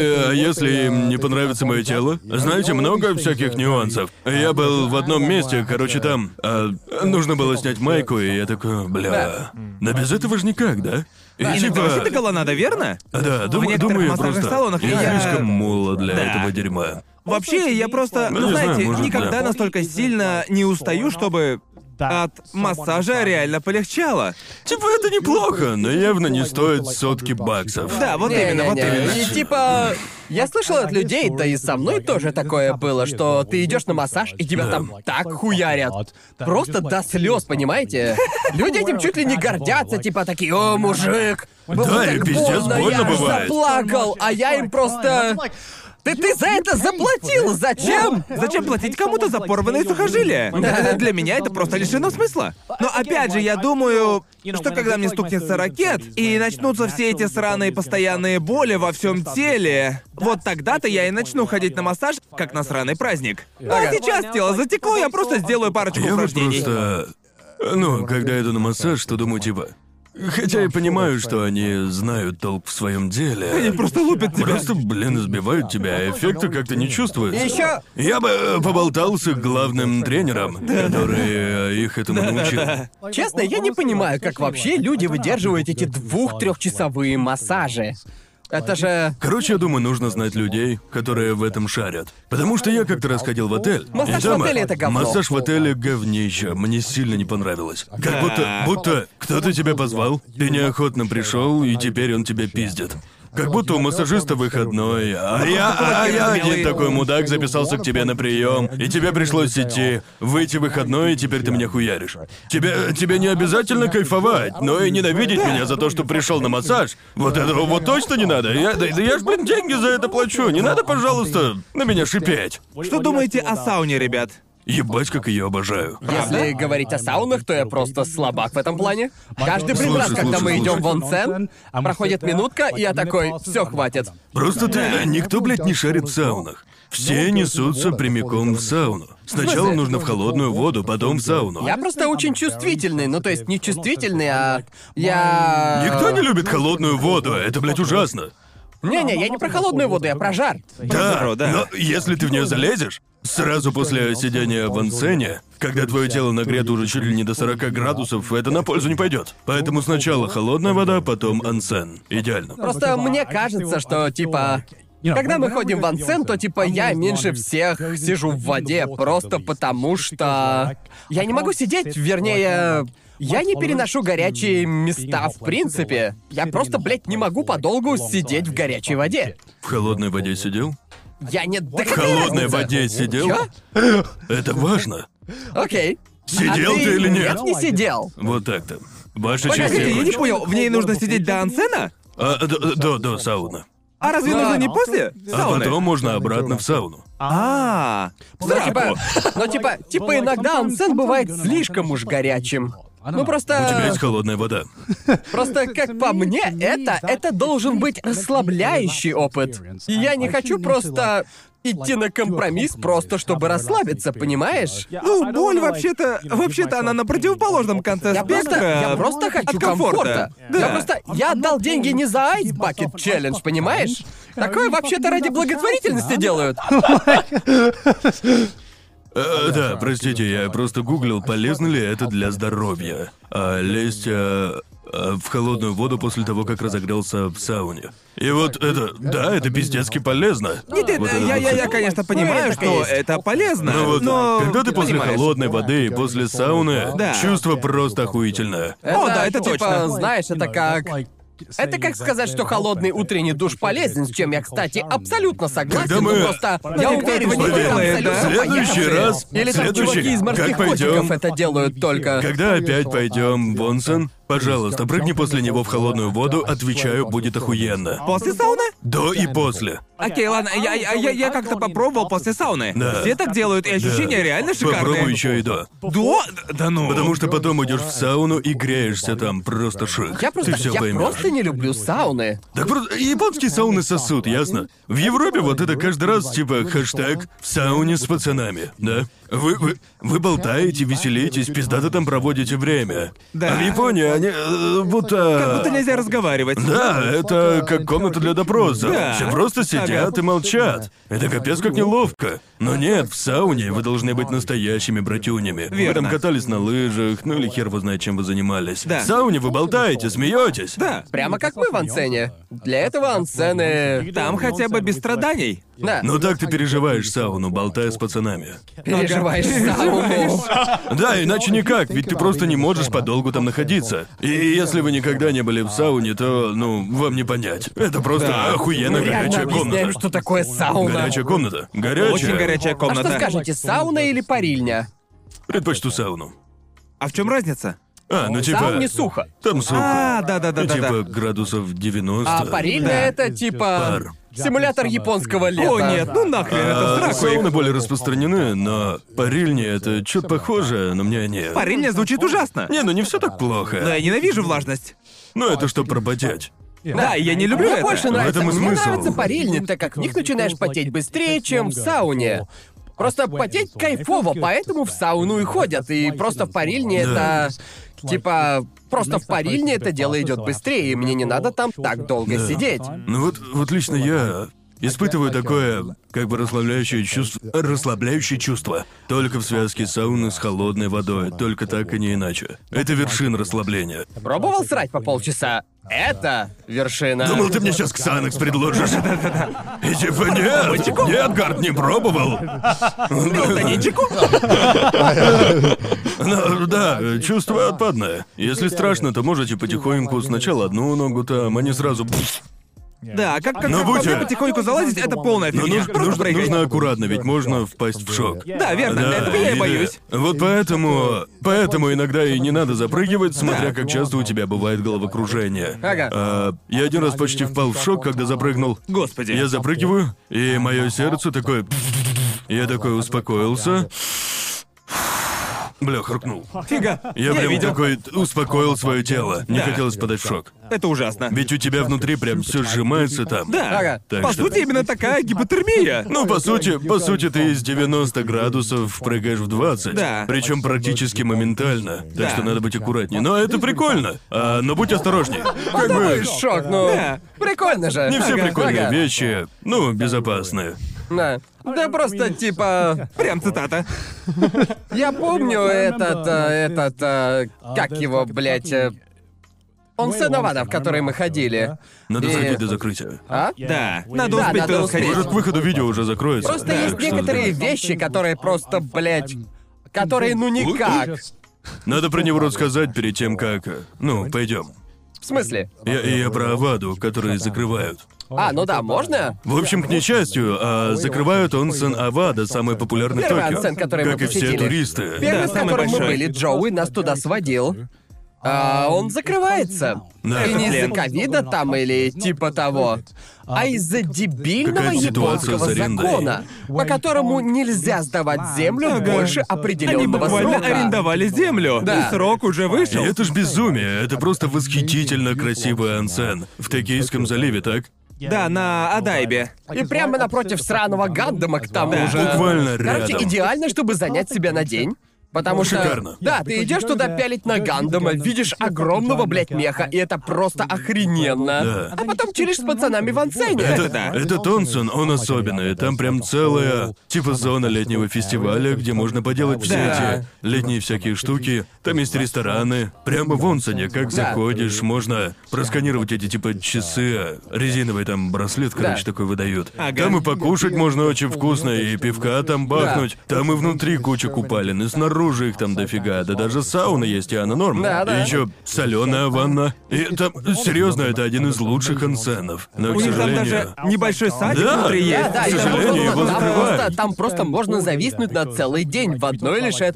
если им не понравится мое тело? Знаете, много всяких нюансов. Я был в одном месте, короче, там... нужно было снять майку, и я такой, бля... Да без этого же никак, да? И Иногда вообще до гола надо, верно? Да, некоторых думаю, массажных просто... салонах я я- слишком молод для Да. этого дерьма. Вообще, я просто, Ну, не знаю, знаете, может, никогда да. настолько сильно не устаю, чтобы от массажа реально полегчало. Типа, это неплохо, но явно не стоит сотки баксов. Да, вот именно, вот Не-не-не. именно. И типа, я слышал от людей, да и со мной тоже такое было, что ты идешь на массаж, и тебя там так хуярят. Просто до слез, понимаете? Люди этим чуть ли не гордятся, типа такие, о, мужик, было Да, и так пиздец больно я аж бывает. заплакал, а я им просто... Ты за это заплатил, зачем? Зачем платить кому-то за порванные сухожилия? Для меня это просто лишено смысла. Но опять же, я думаю, что когда мне стукнется ракет, и начнутся все эти сраные постоянные боли во всем теле, вот тогда-то я и начну ходить на массаж, как на сраный праздник. А сейчас тело затекло, я просто сделаю парочку Я вот упражнений. просто... когда иду на массаж, то думаю, типа... Хотя я понимаю, что они знают толк в своем деле. Они просто лупят тебя. Просто, избивают тебя, а эффекта как-то не чувствуется. Еще Я бы поболтал с их главным тренером, который их этому научил. честно, я не понимаю, как вообще люди выдерживают эти 2-3-часовые массажи. Это же... Короче, я думаю, нужно знать людей, которые в этом шарят. Потому что я как-то раз ходил в отель. Массаж и там, в отеле — это говно. Массаж в отеле говнище. Мне сильно не понравилось. Как будто кто-то тебя позвал, ты неохотно пришел, и теперь он тебя пиздит. Как будто у массажиста выходной, а я один такой мудак записался к тебе на прием, и тебе пришлось идти, выйти в выходной, и теперь ты меня хуяришь. Тебе не обязательно кайфовать, но и ненавидеть меня за то, что пришел на массаж. Вот этого вот точно не надо. Я ж, деньги за это плачу. Не надо, пожалуйста, на меня шипеть. Что думаете о сауне, ребят? Ебать, как ее обожаю. Если говорить о саунах, то я просто слабак в этом плане. Каждый Слушай, раз, когда мы слушай, идем в слушай. онсен, проходит минутка, и я такой, все, хватит. Просто никто, блядь, не шарит в саунах. Все несутся прямиком в сауну. Сначала нужно в холодную воду, потом в сауну. Я просто очень чувствительный, ну то есть не чувствительный, а я... Никто не любит холодную воду, это, блядь, ужасно. Не-не, я не про холодную воду, я про жар. Да, да. но если ты в нее залезешь, сразу после сидения в ансене, когда твое тело нагрето уже чуть ли не до 40 градусов, это на пользу не пойдет. Поэтому сначала холодная вода, потом ансен. Идеально. Просто мне кажется, что типа... Когда мы ходим в ансен, то типа я меньше всех сижу в воде, просто потому что... Я не могу сидеть, вернее... Я не переношу горячие места в принципе. Я просто, блядь, не могу подолгу сидеть в горячей воде. В холодной воде сидел? Я не... Да В какая холодной разница? воде сидел? Чё? Это важно. Окей. Сидел А ты или нет? Нет, не сидел. Вот так-то. Ваша Погоди, честь, Погоди, я не кончил. понял, в ней нужно сидеть до ансена? До сауны. А разве нужно не после А сауны? потом можно обратно в сауну. Ну, типа, иногда ансен бывает слишком уж горячим. Ну У тебя просто... есть холодная вода. Просто, как по мне, это должен быть расслабляющий опыт. И я не хочу просто идти на компромисс просто, чтобы расслабиться, понимаешь? Ну, боль вообще-то она на противоположном конце спектра. Я просто хочу от комфорта. комфорта. Я отдал деньги не за Ice Bucket Challenge, понимаешь? Такое вообще-то ради благотворительности делают. Да, простите, я просто гуглил, полезно ли это для здоровья. Лезть в холодную воду после того, как разогрелся в сауне. И вот это пиздецки полезно. Нет, Вот это вот я, всё. конечно, понимаю, это что есть. это полезно, Ну вот, но... когда ты после понимаешь. холодной воды и после сауны, Да. чувство просто охуительное. да, это типа, точно. знаешь, это как сказать, что холодный утренний душ полезен, с чем я, кстати, абсолютно согласен, Когда мы- но просто я уверен, что Поверь, это да. абсолютно Следующий поехавшие. раз- Или там следующий- чуваки из морских как пойдём? котиков это делают только. Когда опять пойдем в онсен, Пожалуйста, прыгни после него в холодную воду, отвечаю, будет охуенно. После сауны? До и после. Окей, ладно, я как-то попробовал после сауны. Да. Все так делают, и ощущения реально шикарные. Попробуй еще и до. До? Да ну. Потому что потом идешь в сауну и греешься там, просто шик. Я Ты все поймешь. просто не люблю сауны. Так просто японские сауны сосут, ясно? В Европе вот это каждый раз типа хэштег «в сауне с пацанами», да? Вы болтаете, веселитесь, пиздато там проводите время. Да. А в Японии они будто... Как будто нельзя разговаривать. Да, это как комната для допроса. Да. Все просто сидят Ага. и молчат. Это капец как неловко. Но нет, в сауне вы должны быть настоящими братюнями. Вы Верно. там катались на лыжах, ну или хер вы знает, чем вы занимались. Да. В сауне вы болтаете, смеетесь. Да. Прямо как мы в ансене. Для этого ансены... Там хотя бы без страданий. Да. Но так ты переживаешь сауну, болтая с пацанами. Переживаешь сауну. Да, иначе никак, ведь ты просто не можешь подолгу там находиться. И если вы никогда не были в сауне, то, ну, вам не понять. Это просто охуенно Мы реально горячая объясняем, комната. что такое сауна. Горячая комната. Горячая. Очень горячая А комната. что скажете, сауна или парильня? Предпочту сауну. А в чем разница? Ну В типа... сауне сухо. Там сухо. А, да. Ну, типа градусов 90. А парильня это типа... Пар. Симулятор японского лета. О, нет, ну нахрен, это в сраку их. Сауны более распространены, но парильни это что-то похожее, но мне нет. Парильня звучит ужасно. Не, ну не все так плохо. Но я ненавижу влажность. Ну это чтоб пропотеть. Да, я не люблю Мне это. больше нравится, этом и мне смысл. нравятся парильни, так как в них начинаешь потеть быстрее, чем в сауне. Просто потеть кайфово, поэтому в сауну и ходят. И просто в парильне Да. это... Типа, просто в парильне это дело идет быстрее, и мне не надо там так долго сидеть. Ну вот лично я испытываю такое, как бы расслабляющее чувство. Только в связке сауны с холодной водой, только так и не иначе. Это вершина расслабления. Пробовал срать по полчаса? Это вершина. Думал, ты мне сейчас Ксанакс предложишь. И типа, нет, Гард, не пробовал. Ну, да, чувство отпадное. Если страшно, то можете потихоньку сначала одну ногу там, а не сразу... Да, как Но по будь мне я- потихоньку залазить, это полная Но фигня. Просто прыгай. нужно аккуратно, ведь можно впасть в шок. Да, верно, этого я и боюсь. Вот поэтому иногда и не надо запрыгивать, смотря как часто у тебя бывает головокружение. Ага. Я один раз почти впал в шок, когда запрыгнул. Господи. Я запрыгиваю, и мое сердце такое... Я такой успокоился. Бля, харкнул. Фига. Я прям видел. такой успокоил свое тело. Не Да. хотелось подать в шок. Это ужасно. Ведь у тебя внутри прям все сжимается там. Да. Ага. Так По что- сути, именно такая гипотермия. Ну, по сути, ты из 90 градусов прыгаешь в 20. Да. Причем практически моментально. Так Да. что надо быть аккуратнее. Но это прикольно. Но будь осторожней. Как бы Подумаешь, шок, ну... Да. Прикольно же. не все Ага, прикольные ага. вещи, ну, безопасные. Да. Да просто типа... Прям цитата. Я помню как его, блядь... Онсен Авада, в который мы ходили. Надо И- забить до закрытия. А? Да, надо Да, успеть надо туда успеть. сходить. Может, к выходу видео уже закроется. Просто Так есть что некоторые вещи, которые просто, блядь... Которые ну никак. Надо про него рассказать перед тем, как... Ну, пойдем. В смысле? Я про Аваду, которые закрывают. А, ну да, можно? В общем, к несчастью, закрывают Онсен Авада, самый популярный в Первый Токио. онсен, который мы как и все посетили. туристы. Первый, Да, с самый которым мы большой. были, Джоуи нас туда сводил. Он закрывается. Да. И не из-за Блин. ковида там или типа того, а из-за дебильного Какая-то ситуация японского с арендой. закона, по которому нельзя сдавать землю Ага. больше Они определенного буквально срока. арендовали землю. Да. И срок уже И вышел. это ж безумие, это просто восхитительно красивый ансен. В Токийском заливе, так? Да, на Адайбе. И прямо напротив сраного Гандама к тому Да. же. Буквально Короче, рядом. идеально, чтобы занять себя на день. Потому что... Шикарно. Да, ты идешь туда пялить на Гандама, видишь огромного, блядь, меха, и это просто охрененно. Да. А потом чилишь с пацанами в ансене. Этот онсен, он особенный. Там прям целая, типа, зона летнего фестиваля, где можно поделать все Да. эти летние всякие штуки. Там есть рестораны. Прямо в онсене, как Да. заходишь, можно просканировать эти, типа, часы. Резиновый там браслет, короче, Да. такой выдают. Ага. Там и покушать можно очень вкусно, и пивка там бахнуть. Там и внутри куча купалин, и снаружи их там дофига. Да даже сауна есть, и она норм. Да, да. И еще соленая ванна. И там, серьезно, это один из лучших ансенов. Но, к У них там сожалению... даже небольшой садик Да. внутри Да, есть. да, К и там сожалению, можно- его там закрывают. просто можно зависнуть на целый день в одной лишь этой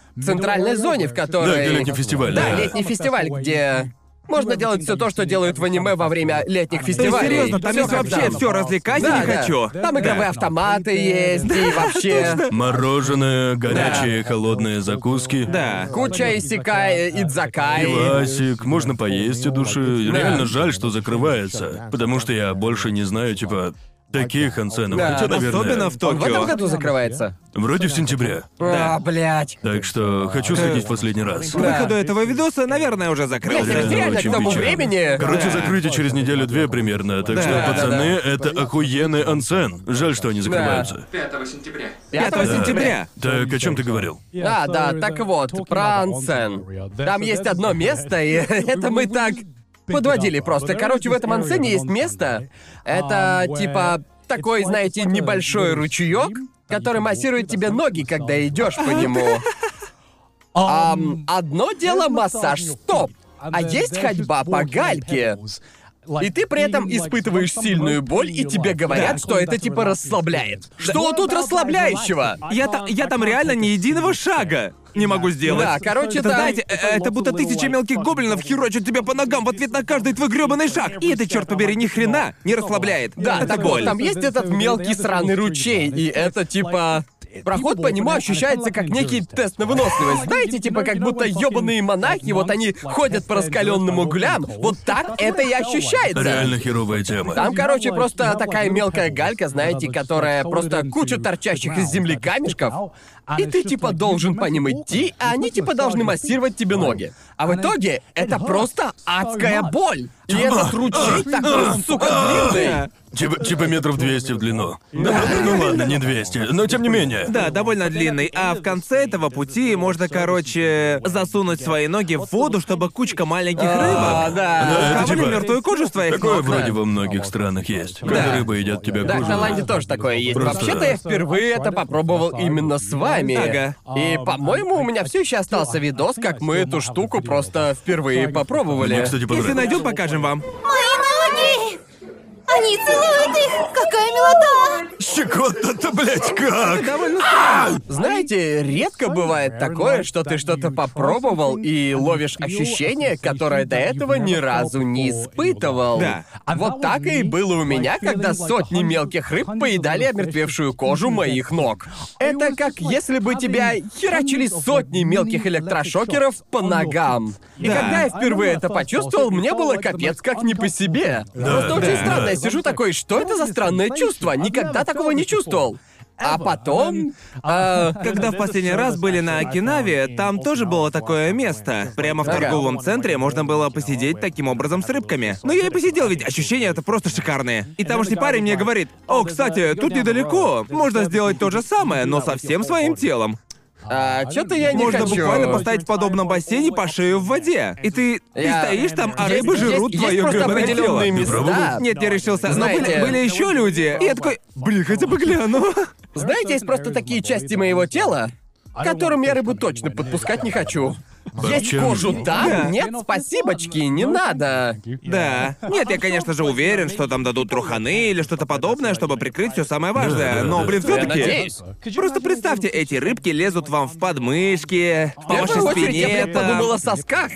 центральной зоне, в которой... Да, где летний фестиваль. Да, летний фестиваль, где можно делать все то, что делают в аниме во время летних фестивалей. Серьезно, там Всё есть как вообще там. все, развлекайся Да, не да. хочу. Там игровые автоматы есть, и вообще Мороженое, горячие, холодные закуски. Да. куча исекай, идзакай. Пивасик, можно поесть от души. Реально жаль, что закрывается. Потому что я больше не знаю, типа, таких ансенов. Да, Хотя, наверное, Особенно в Он в этом Токио. году закрывается? вроде в сентябре. А, блядь. Так что хочу сходить в последний раз. К выходу этого видоса, наверное, уже закрылся. Блядь, Это реально к очень тому печально. времени... Короче, Да. закрытие через неделю-две примерно. Так что, Да, пацаны, это охуенный ансен. Жаль, что они закрываются. 5 сентября. 5 сентября. Так, о чем ты говорил? Да, так вот, про ансен. Там есть одно место, и это мы так подводили просто. Короче, в этом ансене есть место. Это типа такой, знаете, небольшой ручеёк, который массирует тебе ноги, когда идешь по нему. Одно дело массаж стоп, а есть ходьба по гальке. И ты при этом испытываешь сильную боль, и тебе говорят, что это типа расслабляет. Что тут расслабляющего? Я там реально ни единого шага не могу сделать. Да, короче, это, там- знаете, это будто 1000 мелких гоблинов херочат тебя по ногам в ответ на каждый твой грёбаный шаг. И это, черт побери, ни хрена не расслабляет. Да, это так боль. вот, там есть этот мелкий сраный ручей, и это типа... Проход по нему ощущается как некий тест на выносливость. Знаете, типа как будто ёбаные монахи, вот они ходят по раскаленным углям, вот так это и ощущается. Реально херовая тема. Там, короче, просто такая мелкая галька, знаете, которая просто куча торчащих из земли камешков, и ты типа должен по ним идти, а они типа должны массировать тебе ноги. А в итоге это просто адская боль. И этот ручей такой, сука, длинный. Типа метров 200 в длину. Да, ну ладно, не 200, но тем не менее. Да, довольно длинный. А в конце этого пути можно, короче, засунуть свои ноги в воду, чтобы кучка маленьких рыбок Да. это схавали типа- мертвую кожу с твоих Такое ног. вроде во многих странах есть. Когда рыба едят тебя Да, в кожу. Таиланде тоже такое есть. Просто Вообще-то да. я впервые это попробовал именно с вами. Ага. И, по-моему, у меня все еще остался видос, как мы эту штуку просто впервые попробовали. Мне, кстати, Если понравилось. найдем, покажем вам. Мои ноги! Они целуют их! Какая милота! Щекотно-то, блядь, как? Довольно странно. Знаете, редко бывает такое, что ты что-то попробовал и ловишь ощущение, которое до этого ни разу не испытывал. Да. Вот так и было у меня, когда сотни мелких рыб поедали омертвевшую кожу моих ног. Это как если бы тебя херачили сотни мелких электрошокеров по ногам. И Да. когда я впервые это почувствовал, мне было капец как не по себе. Просто очень странно, я сижу такой, что это за странное чувство? Никогда такого не чувствовал. А потом... Когда в последний раз были на Окинаве, там тоже было такое место. Прямо в Ага. торговом центре можно было посидеть таким образом с рыбками. Но я и посидел, ведь ощущения это просто шикарные. И тамошний парень мне говорит: «О, кстати, тут недалеко. Можно сделать то же самое, но со всем своим телом. Что-то я не Можно хочу. буквально поставить в подобном бассейне по шею в воде. И ты стоишь там, а рыбы жрут есть твое просто грёбаное тело». определенные места. пробовал? Нет, не решился. Но Знаете- были еще люди. И я такой: «Блин, хотя бы гляну». Знаете, есть просто такие части моего тела, к которым я рыбу точно подпускать не хочу. Есть Чем? кожу там? Да. Нет, спасибочки, не надо. Да. Нет, я, конечно же, уверен, что там дадут труханы или что-то подобное, чтобы прикрыть все самое важное. Да, Но, да, блин, да. Я все-таки. надеюсь. Просто представьте, эти рыбки лезут вам в подмышки, по В первую вашей очередь спине. я, блядь, там. подумал о сосках.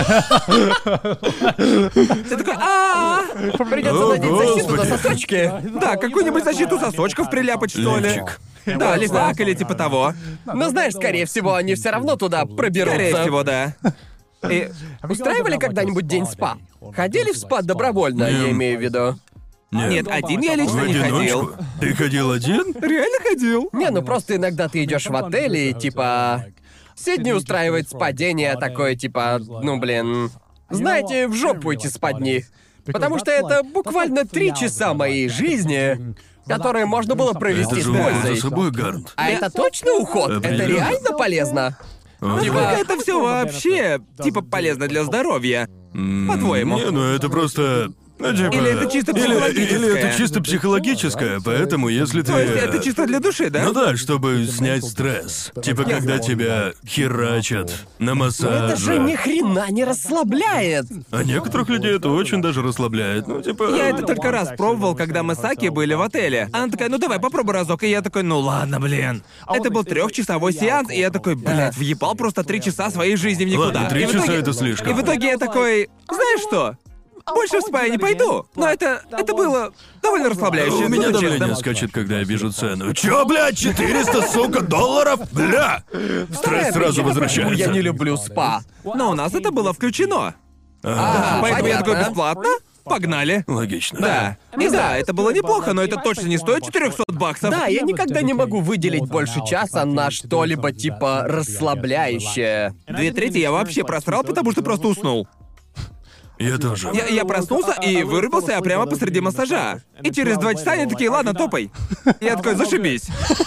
Ты такой: «А, Придется О, надеть защиту на господи. сосочки. да, какую-нибудь защиту сосочков приляпать, что ли?» Лифчик. Да, или так, или типа того. Но знаешь, скорее всего, они все равно туда проберутся. Скорее всего, да. И Устраивали когда-нибудь день спа? Ходили в спа добровольно, я имею в виду. нет, один я В лично не ходил. одиночку? Ты ходил один? Реально ходил. Не, ну просто иногда ты идешь в отель и типа... Сидни устраивает спадение такое, типа, ну блин... Знаете, в жопу эти спадни. Потому что это буквально 3 часа моей жизни, которые можно было провести Это с же уход за пользой. собой, Гарнт. А это точно уход? Это Определенно. реально полезно? Насколько это все вообще, типа, полезно для здоровья? По-твоему? Не, ну это просто... Ну, типа, Или это чисто психологическое? Или это чисто психологическое, поэтому если ты... То есть это чисто для души, да? Ну да, чтобы снять стресс. Типа, когда тебя херачат на массаже. Это же ни хрена не расслабляет. А некоторых людей это очень даже расслабляет. Ну, типа... Я это только раз пробовал, когда мы с Аки были в отеле. Она такая, ну давай, попробуй разок. И я такой, ну ладно, блин. Это был 3-часовой сеанс, и я такой, блядь, въебал просто 3 часа своей жизни в никуда. Ладно, 3 И в часа итоге- это слишком. И в итоге я такой, знаешь что? Больше в спа я не пойду. Но это было довольно расслабляюще. У меня буду давление честным. скачет, когда я вижу цену. Чё, блядь, 400, сука, долларов? Бля! Стресс сразу возвращается. Я не люблю спа. Но у нас это было включено. Поэтому я такой, понятно. бесплатно? Погнали. Логично. Да. И да, это было неплохо, но это точно не стоит 400 баксов. Да, я никогда не могу выделить больше часа на что-либо типа расслабляющее. 2/3 я вообще просрал, потому что просто уснул. Я тоже. Я проснулся и вырубился я прямо посреди массажа. И через 2 часа они такие, ладно, топай. Я такой, зашибись.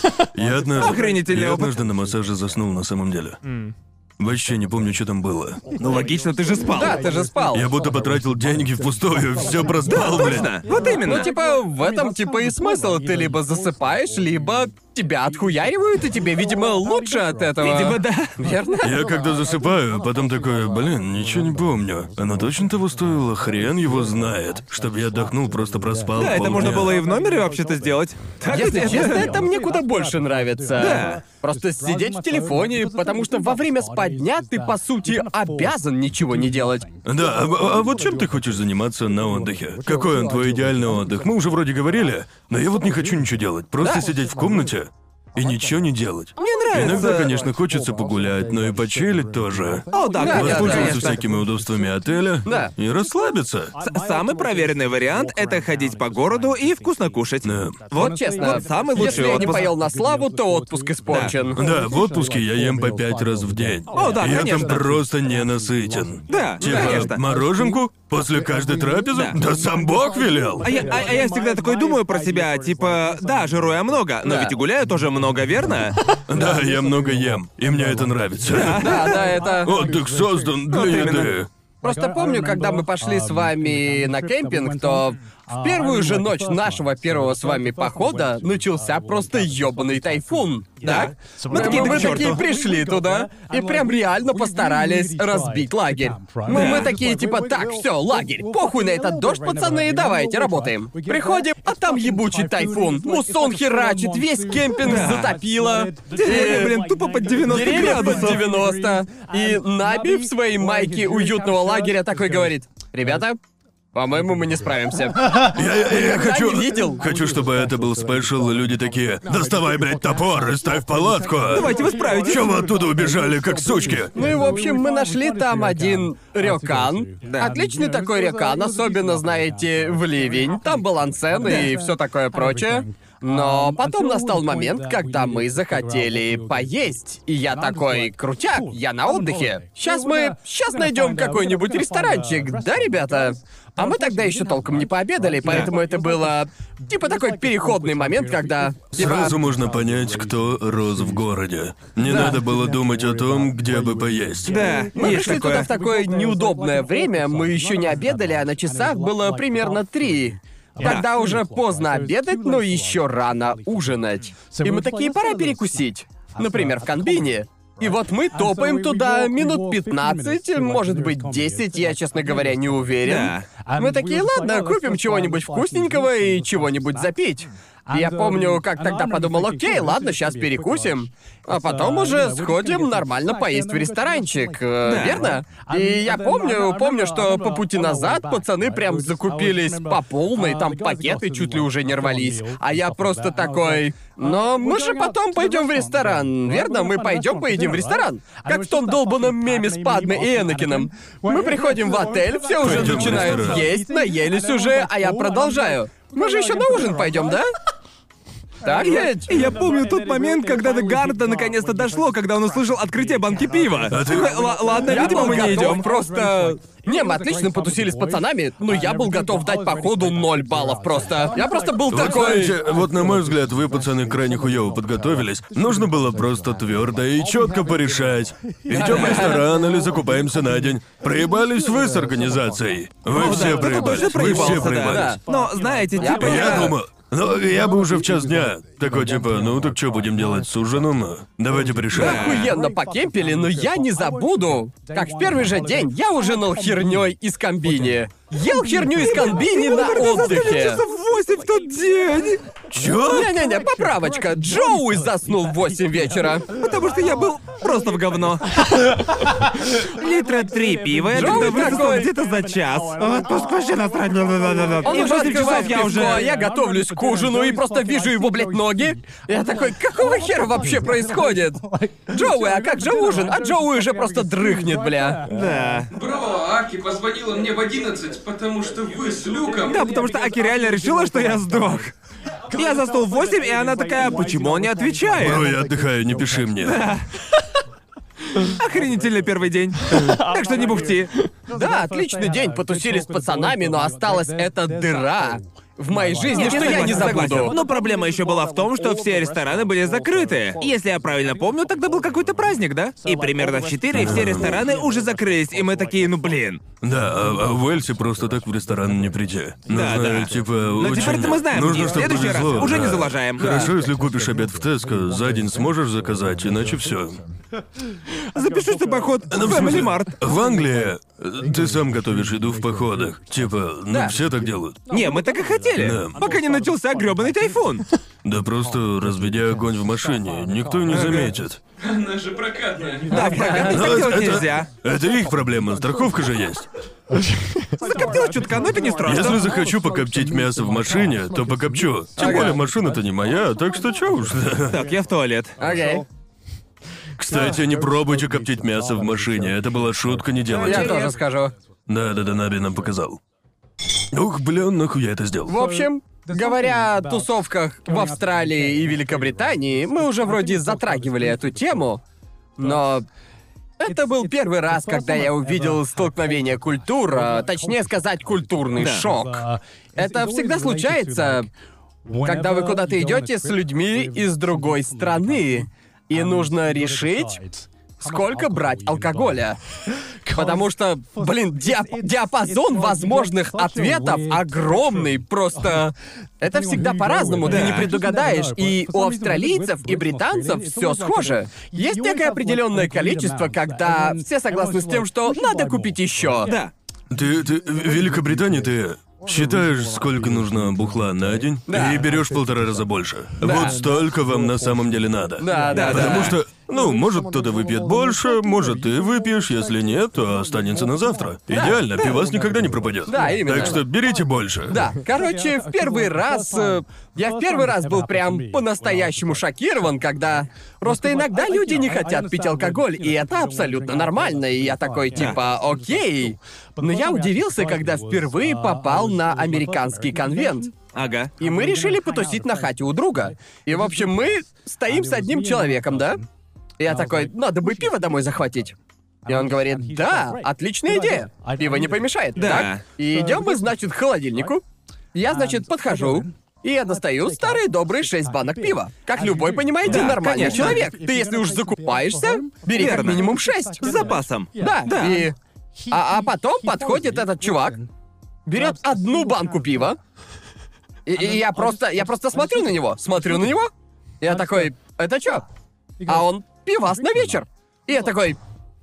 Я однажды... Охренительный Я опыт. однажды на массаже заснул на самом деле. Вообще не помню, что там было. Ну логично, ты же спал. Да, ты же спал. Я будто потратил деньги впустую, все проспал, блин. Точно, вот именно. Ну, типа, в этом, типа, и смысл. Ты либо засыпаешь, либо тебя отхуяривают, и тебе, видимо, лучше от этого. Видимо, да. Верно? Я когда засыпаю, потом такой, блин, ничего не помню. Оно точно того стоило, хрен его знает. Чтобы я отдохнул, просто проспал Да, это можно полдня. было и в номере вообще-то сделать. Так Если ведь? честно, это мне куда больше нравится. Да. Просто сидеть в телефоне, потому что во время спа дня ты, по сути, обязан ничего не делать. Да, а вот чем ты хочешь заниматься на отдыхе? Какой он твой идеальный отдых? Мы уже вроде говорили, но я вот не хочу ничего делать. Просто сидеть в комнате и ничего не делать. Мне нравится. Иногда, конечно, хочется погулять, но и почилить тоже. О, да, Да, Воспользоваться конечно. всякими удобствами отеля Да. и расслабиться. Самый проверенный вариант — это ходить по городу и вкусно кушать. Да. Вот честно, Вот самый лучший если я не отпуск. поел на славу, то отпуск испорчен. Да, в отпуске я ем по 5 раз в день. О, да, Я конечно. там просто ненасытен. Да, Типа, конечно. мороженку? После каждой трапезы? Да сам Бог велел. А я всегда такой думаю про себя, типа, да, жру я много, но Да. ведь и гуляю тоже много, верно? Да, я много ем, и мне это нравится. Да, это... Отдых создан для еды. Просто помню, когда мы пошли с вами на кемпинг, то в первую же ночь нашего первого с вами похода начался просто ёбаный тайфун. Так? Мы такие, да мы к чёрту. такие пришли туда и прям реально постарались разбить лагерь. Мы такие типа, так, все, лагерь, похуй на этот дождь, пацаны, давайте работаем. Приходим, а там ебучий тайфун, муссон херачит, весь кемпинг затопило. Деревья, блин, тупо под 90 Деревья под градусов. 90. И Наби в своей майке уютного лагеря такой говорит: ребята, по-моему, мы не справимся. Я хочу... не видел. Хочу, чтобы это был спешл, и люди такие: доставай, блядь, топор и ставь палатку. Давайте вы справитесь. Чё вы оттуда убежали, как сучки? Ну и, в общем, мы нашли там один рёкан. Отличный такой рёкан, особенно, знаете, в ливень. Там был ансен и все такое прочее. Но потом настал момент, когда мы захотели поесть. И я такой, крутяк, я на отдыхе. Сейчас найдем какой-нибудь ресторанчик, да, ребята? А мы тогда еще толком не пообедали, поэтому это было типа такой переходный момент, когда... типа, Сразу можно понять, кто рос в городе. Не надо было думать о том, где бы поесть. Да, Мы есть пришли туда такое. в такое неудобное время, мы еще не обедали, а на часах было примерно 3. Тогда уже поздно обедать, но еще рано ужинать. И мы такие, пора перекусить. Например, в Канбине. И вот мы топаем туда минут 15, может быть 10, я, честно говоря, не уверен. Мы такие, ладно, купим чего-нибудь вкусненького и чего-нибудь запить. И я помню, как тогда подумал, окей, ладно, сейчас перекусим, а потом уже сходим нормально поесть в ресторанчик, верно? И я помню, что по пути назад пацаны прям закупились по полной, там пакеты чуть ли уже не рвались. А я просто такой, но мы же потом пойдем в ресторан, верно? Мы пойдем поедим в ресторан. Как в том долбанном меме с Падме и Энакином. Мы приходим в отель, все уже Пойдем в начинают ресторан. есть, наелись уже, а я продолжаю. Мы же еще на ужин пойдем, да? Так ведь? И я помню тот момент, когда до Гарта наконец-то дошло, когда он услышал открытие банки пива. Ладно, Я видимо, был мы не готов идем. просто... Не, мы отлично потусили с пацанами, но я был готов дать походу 0 баллов просто. Я просто был Вот такой... знаете, вот на мой взгляд, вы, пацаны, крайне хуёво подготовились. Нужно было просто твердо и четко порешать. Идем в ресторан или закупаемся на день. Проебались вы с организацией. Вы все Кто-то проебались. точно Вы все проебался, да. проебались. Но, знаете, типа... Я думал, ну, я бы уже в час дня. Такой типа, ну так что будем делать с ужином? Давайте порешаем. Охуенно покемпили, но я не забуду, как в первый же день я ужинал херней из комбини. Ел херню из комбини на отдыхе. Часов 8 в тот день. Чё? Не-не-не, поправочка. Джоуи заснул в 8 вечера. Потому что я был просто в говно. Литра 3 пива, я Джоуи тогда высосал такой. где-то за час. Отпуск вообще насрать. Он И в уже 8 часов открывает я пивко, уже... а я готовлюсь к ужину и просто вижу его, блядь, ноги. Я такой, какого хера вообще происходит? Джоуи, а как же ужин? А Джоуи уже просто дрыхнет, бля. Да. Бро, Аки позвонила мне в 11, потому что вы с Люком... Да, потому что Аки реально решила, что я сдох. Я заснул в 8, и она такая, почему он не отвечает? Бро, я отдыхаю, не пиши мне. Охренительный первый день. Так что не бухти. Да, отличный день, потусили с пацанами, но осталась эта дыра в моей жизни, что я не забуду. Но проблема еще была в том, что все рестораны были закрыты. Если я правильно помню, тогда был какой-то праздник, да? И примерно в 4 все рестораны уже закрылись, и мы такие, ну блин. Да, а в Уэльсе просто так в ресторан не прийти. Да, Нужно, да. типа, Но очень... теперь-то мы знаем, Нужно, и в чтобы следующий раз повезло, уже не да. залажаем. Хорошо, если купишь обед в Теско, за день сможешь заказать, иначе все. Запишись на поход в Family Mart. В Англии ты сам готовишь еду в походах. Типа, ну Да. все так делают. Не, мы так и хотели. Да. Пока не начался грёбаный тайфун. Да просто разведи огонь в машине, никто не заметит. Она же прокатная. Да, прокатить Но так делать это- нельзя. Это их проблема, страховка же есть. Закоптила чутка, но это не страшно. Если захочу покоптить мясо в машине, то покопчу. Тем более машина-то не моя, так что чё уж. Так, я в туалет. Окей. Кстати, не пробуйте коптить мясо в машине, это была шутка, не Я делайте. тоже скажу. Да-да-да, Наби нам показал. Ух, блин, нахуй я это сделал. В общем, говоря о тусовках в Австралии и Великобритании, мы уже вроде затрагивали эту тему, но это был первый раз, когда я увидел столкновение культур, точнее сказать, культурный шок. Это всегда случается, когда вы куда-то идете с людьми из другой страны, и нужно решить, сколько брать алкоголя. Потому что, блин, диапазон возможных ответов огромный, просто... Это всегда по-разному, ты не предугадаешь. И у австралийцев и британцев все схоже. Есть некое определенное количество, когда все согласны с тем, что надо купить еще. Да. Ты в Великобритании ты считаешь, сколько нужно бухла на день, Да. и берешь в 1,5 раза больше. Вот столько вам на самом деле надо. Да. Потому что, ну, может кто-то выпьет больше, может ты выпьешь, если нет, то останется на завтра. Идеально, пивас никогда не пропадет. Да, именно. Так что берите больше. Да, короче, в первый раз... Я в первый раз был прям по-настоящему шокирован, когда... Просто иногда люди не хотят пить алкоголь, и это абсолютно нормально, и я такой, типа, окей. Но я удивился, когда впервые попал на американский конвент. Ага. И мы решили потусить на хате у друга. И, в общем, мы стоим с одним человеком, да? И я такой, надо бы пиво домой захватить. И он говорит, да, отличная идея. Пиво не помешает, Да. так? И идем мы, значит, к холодильнику. Я, значит, подхожу, и я достаю старые добрые 6 банок пива. Как любой, понимаете, Да, нормальный конечно. человек. Ты, если уж закупаешься, бери как Верно. минимум 6. С запасом. Да, Да. и... А потом подходит этот чувак, берет одну банку пива, и я просто смотрю на него. Я такой, это чё? А он пивас на вечер. И я такой,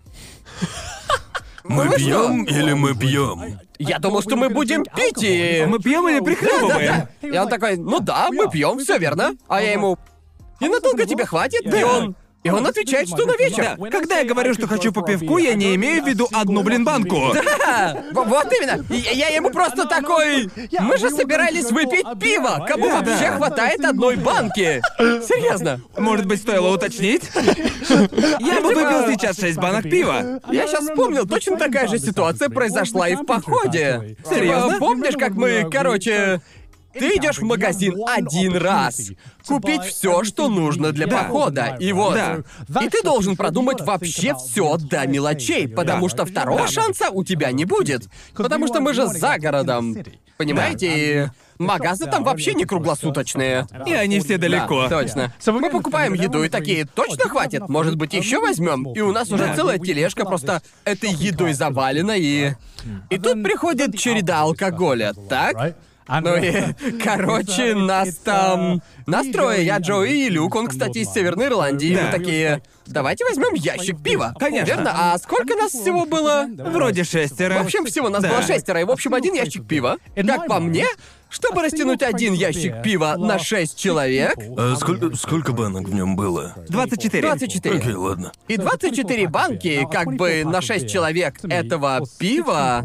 Мы вы пьем или мы пьем? я думал, что мы будем пить, и... Мы пьем или прихлебываем? Да. И он такой, ну да, мы пьем, все верно. А я ему, и надолго тебе хватит? И он отвечает, что на вечер. Да. Когда я говорю, что хочу по пивку, я не имею в виду одну, блин, банку. Вот именно. И я ему просто такой, мы же собирались выпить пиво. Кому Да, вообще да. хватает одной банки? Серьезно. Может быть, стоило уточнить? Я бы выпил сейчас 6 банок пива. Я сейчас вспомнил, точно такая же ситуация произошла и в походе. Серьезно? Помнишь, как мы, короче... Ты идешь в магазин один раз, купить все, что нужно для похода, и вот. Да. И ты должен продумать вообще все до мелочей, потому что второго шанса у тебя не будет. Потому что мы же за городом. Понимаете? И магазы там вообще не круглосуточные. И они все далеко. Да, точно. Мы покупаем еду и такие, точно хватит? Может быть, еще возьмем? И у нас уже целая тележка просто этой едой завалена, и... И тут приходит череда алкоголя, так? Ну и, короче, нас там... Нас трое, я, Джоуи и Люк, он, кстати, из Северной Ирландии. И мы такие, давайте возьмем ящик пива. Конечно. Верно? А сколько нас всего было? Вроде 6. В общем, всего нас было 6, и, в общем, один ящик пива. Как по мне, чтобы растянуть один ящик пива на 6 человек... А сколько банок в нем было? 24. 24. Окей, ладно. И 24 банки, как бы, на 6 человек этого пива...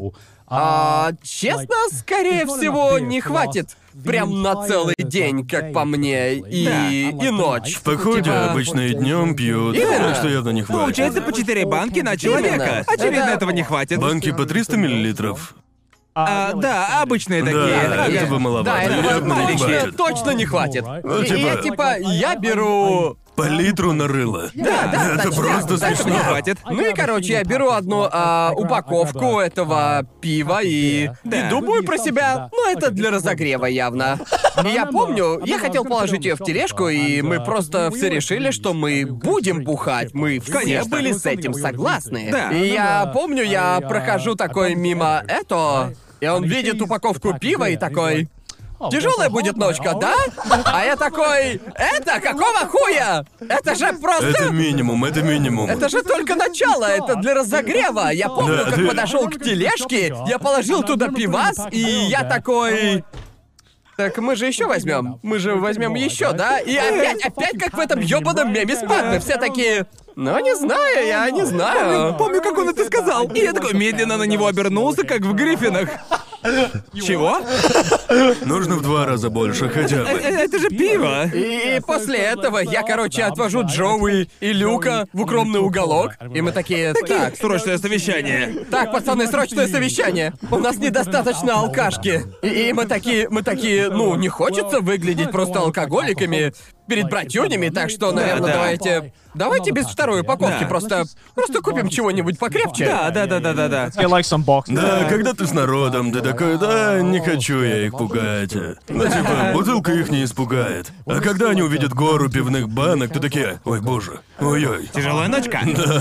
честно, скорее всего, не хватит. Прям на целый день, как по мне, и ночь. В походе Типа- обычно и днем пьют, Именно. так что явно не хватит. Получается по 4 банки на человека. Именно. Очевидно, Это- этого не хватит. Банки по 300 миллилитров? Да, обычные такие. Да, Я- этого маловато. Да, этого Явно не точно, хватит. точно не хватит. Ну, И я я беру... По литру на рыло. Да, Это точно. просто Да, смешно. Не хватит. Ну и, короче, я беру одну упаковку этого пива и думаю про себя, ну это для разогрева явно. И я помню, я хотел положить ее в тележку, и мы просто все решили, что мы будем бухать. Мы все Конечно. были с этим согласны. Да. И я помню, я прохожу такой мимо и он видит упаковку пива и такой... Тяжелая будет ночка, да? А я такой, это какого хуя? Это же просто... Это минимум, это минимум. Это же только начало, это для разогрева. Я помню, Да, как ты- подошел к тележке, я положил туда пивас, и я такой. Так мы же еще возьмем. Мы же возьмем еще, да? И опять как в этом ёбаном меме с Падме. Все такие. Ну, не знаю, я не знаю. Помню, как он это сказал. И я такой медленно на него обернулся, как в Гриффинах. Чего? Нужно в 2 раза больше, хотя бы. Это же пиво. И после этого я, короче, отвожу Джоуи и Люка в укромный уголок. И мы такие, так, Срочное совещание. так, пацаны, срочное совещание. У нас недостаточно алкашки. И мы такие, ну, не хочется выглядеть просто алкоголиками перед братюнями, так что, наверное, да. давайте без второй упаковки, Да. просто купим чего-нибудь покрепче. Да. Да, когда ты с народом, ты такой, да, не хочу я их пугать. Ну, типа, бутылка их не испугает. А когда они увидят гору пивных банок, то такие, ой, боже, ой-ой. Тяжелая ночка.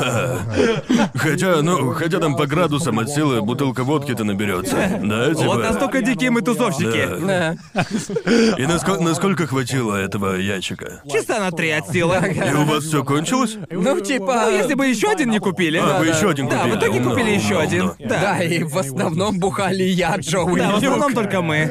Хотя там по градусам от силы бутылка водки-то наберется. Да, типа. Вот настолько дикие мы тусовщики. Да. Да. И насколько хватило этого ящика? Часа на 3 от силы. И у вас все кончилось? Ну, типа... Если бы еще один не купили. Вы еще один Да, купили. в итоге Умно, купили еще умно, один. умно. Да, и в основном бухали я, Джоуи Да, в и основном Люк. только мы.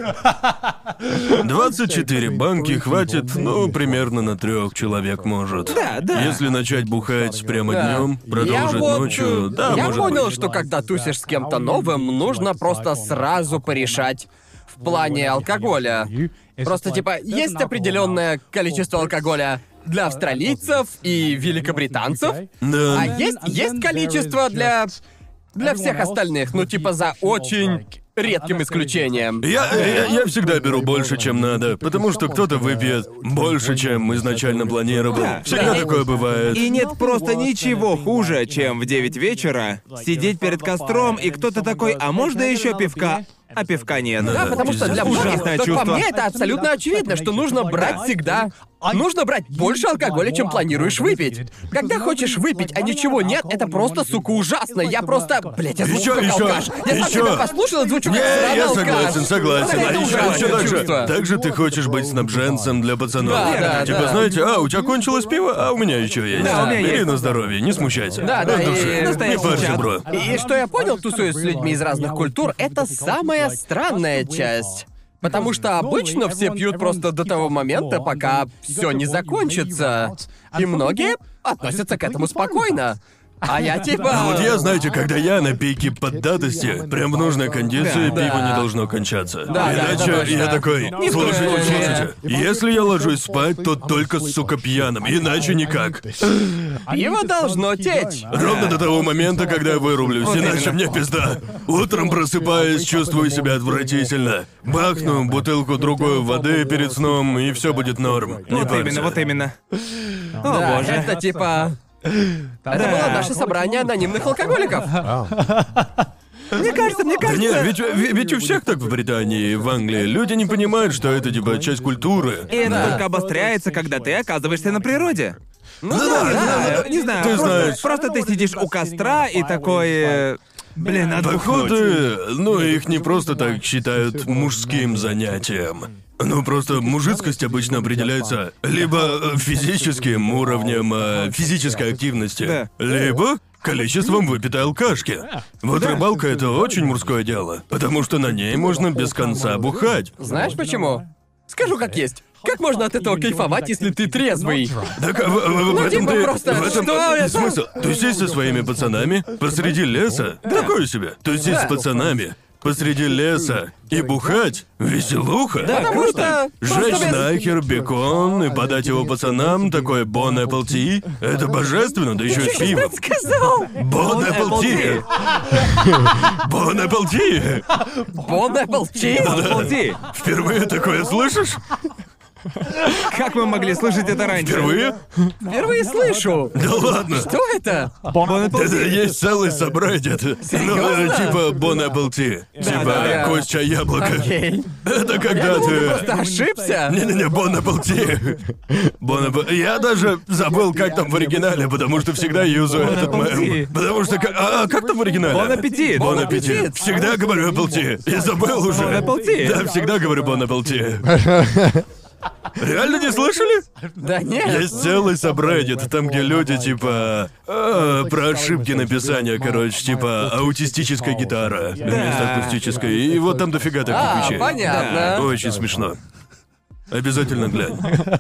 24 банки хватит, ну, примерно на 3 человек может. Да. Если начать бухать прямо Да. днем, продолжить Я вот, ночью, да, я может понял, быть. что когда тусишь с кем-то новым, нужно просто сразу порешать в плане алкоголя. Просто типа есть определенное количество алкоголя для австралийцев и великобританцев, Да. а есть количество для всех остальных, ну типа за очень редким исключением. Я всегда беру больше, чем надо, потому что кто-то выпьет больше, чем изначально планировал. Всегда такое бывает. И нет просто ничего хуже, чем в 9 вечера сидеть перед костром, и кто-то такой, а можно еще пивка? А пивка нет. Да, потому что для многих, Ужасное как по чувство. мне, это абсолютно очевидно, что нужно брать всегда. Нужно брать больше алкоголя, чем планируешь выпить. Когда хочешь выпить, а ничего нет, это просто, сука, ужасно. Я просто... Блять, я звучу как Ещё, алкаш. Я сам ещё. себя послушал и звучу как сраный Я алкаш. согласен. Это А еще ужасное так чувство. же. Также ты хочешь быть снабженцем для пацанов. Да, Типа, да. знаете, у тебя кончилось пиво, а у меня еще есть. Да, у меня Бери есть. на здоровье, не смущайся. Да, От и души. Не настоящий парься, чат. бро. И что я понял, тусуясь с людьми из разных культур, это самая странная часть. Потому что обычно все пьют просто до того момента, пока все не закончится. И многие относятся к этому спокойно. А я типа... А вот я, знаете, когда я на пике поддатости, прям в нужной кондиции, Да, пиво да. не должно кончаться. Да, это Иначе точно. я такой, слушайте, коем слушайте, если я ложусь спать, то только, сука, пьяным, иначе никак. Пиво должно течь. Ровно до того момента, когда я вырублюсь, Вот иначе именно. мне пизда. Утром просыпаюсь, чувствую себя отвратительно. Бахну бутылку-другую воды перед сном, и все будет норм. Не Вот парься. именно, вот именно. О, Да, боже. это типа... Это было наше собрание анонимных алкоголиков. Мне кажется, Да не, ведь у всех так в Британии и в Англии. Люди не понимают, что это типа часть культуры. И это Да. только обостряется, когда ты оказываешься на природе. Ну Не знаю, Ты просто, знаешь. просто ты сидишь у костра и такой... Блин, надо бухнуть. Походы, ну, их не просто так считают мужским занятием. Ну, просто мужицкость обычно определяется либо физическим уровнем физической активности, Да. либо количеством выпитой алкашки. Вот рыбалка — это очень мужское дело, потому что на ней можно без конца бухать. Знаешь почему? Скажу как есть. Как можно от этого кайфовать, если ты трезвый? Так в этом типа ты... просто, в этом что это? смысл. Тусить со своими пацанами посреди леса. Такое себе. Тусить с пацанами посреди леса и бухать — веселуха. Потому что... Жечь просто без- нахер бекон и подать его пацанам, такой Bon Appetit. Это божественно, да еще и с пивом. Сказал! Bon Appetit. Bon Appetit. Bon Appetit? Обалди. Впервые такое слышишь? Как мы могли слышать это раньше? Впервые? Впервые слышу. Да ладно. Что это? Bon Это appetit. есть целый сабреддит. Ну, Серьёзно? типа Bon Appetit. Типа да. кость чай яблоко. Окей. Это когда Ты ты... просто ошибся? Не-не-не, Bon Appetit. Bon Appetit. Я даже забыл, как там в оригинале, потому что всегда юзаю Bon этот Appetit. мем. Потому что... как там в оригинале? Bon appetit. Bon Bon Appetit. appetit. Всегда говорю Appetit. И забыл уже. Bon appetit. Да, всегда говорю Bon Appetit. Реально не слышали? Да нет. Есть целый сабреддит, там, где люди, типа... про ошибки написания, короче, типа аутистическая гитара вместо акустической. И вот там дофига таких вещей. Понятно. Очень смешно. Обязательно глянь.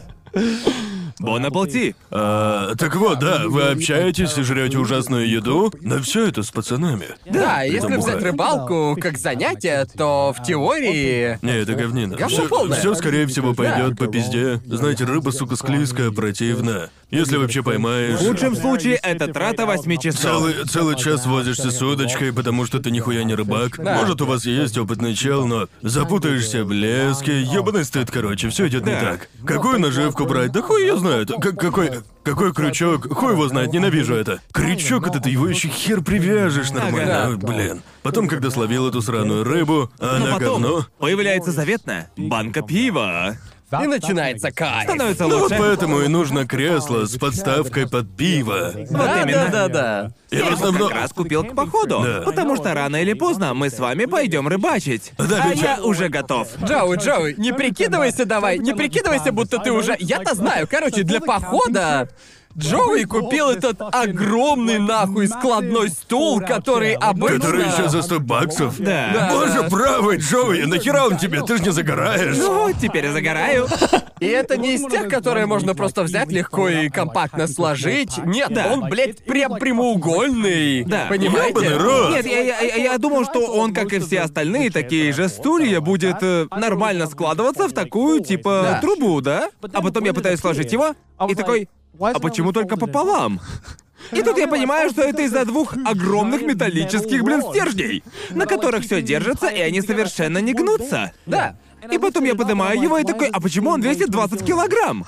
Bon appetit. Так вот, да, вы общаетесь и жрете ужасную еду, но все это с пацанами. Да, При если этом взять бухать. рыбалку как занятие, то в теории... Не, это говнина. Говно полное. Все, скорее всего, пойдет по пизде. Знаете, рыба, сука, склизкая, противная. Если вообще поймаешь... В лучшем случае это трата 8 часов. Целый час возишься с удочкой, потому что ты нихуя не рыбак. Да. Может, у вас есть опытный чел, но запутаешься в леске, ёбаный стыд, короче, все идет не Да. так. Какую наживку брать? Да хуй ее знает. Какой крючок? Хуй его знает, ненавижу это. Крючок этот, его еще хер привяжешь нормально. Ага. Ой, блин. Потом, когда словил эту сраную рыбу, а Но она потом говно. появляется заветная банка пива. И начинается кайф. Становится Ну вот лучше. поэтому и нужно кресло с подставкой под пиво. Да, именно. да. И в Я его основном... как раз купил к походу, Да. потому что рано или поздно мы с вами пойдем рыбачить. Да, а ведь- я уже готов. Джоуи, не прикидывайся давай, не прикидывайся, будто ты уже... Я-то знаю, короче, для похода... Джоуи купил этот огромный нахуй складной стул, который обычно... Который еще за $100. Да. Боже правый, Джоуи, нахера он тебе? Ты ж не загораешь. Ну, теперь я загораю. И это не из тех, которые можно просто взять легко и компактно сложить. Нет, Да. он, блядь, прям прямоугольный. Да. Понимаете? Ёбаный рот. Нет, я думал, что он, как и все остальные такие же стулья, будет нормально складываться в такую, типа, Да. трубу, да? А потом я пытаюсь сложить его, и такой, а почему только пополам? И тут я понимаю, что это из-за двух огромных металлических, стержней, на которых все держится, и они совершенно не гнутся. Да. И потом я поднимаю его и такой, а почему он весит 20 килограмм?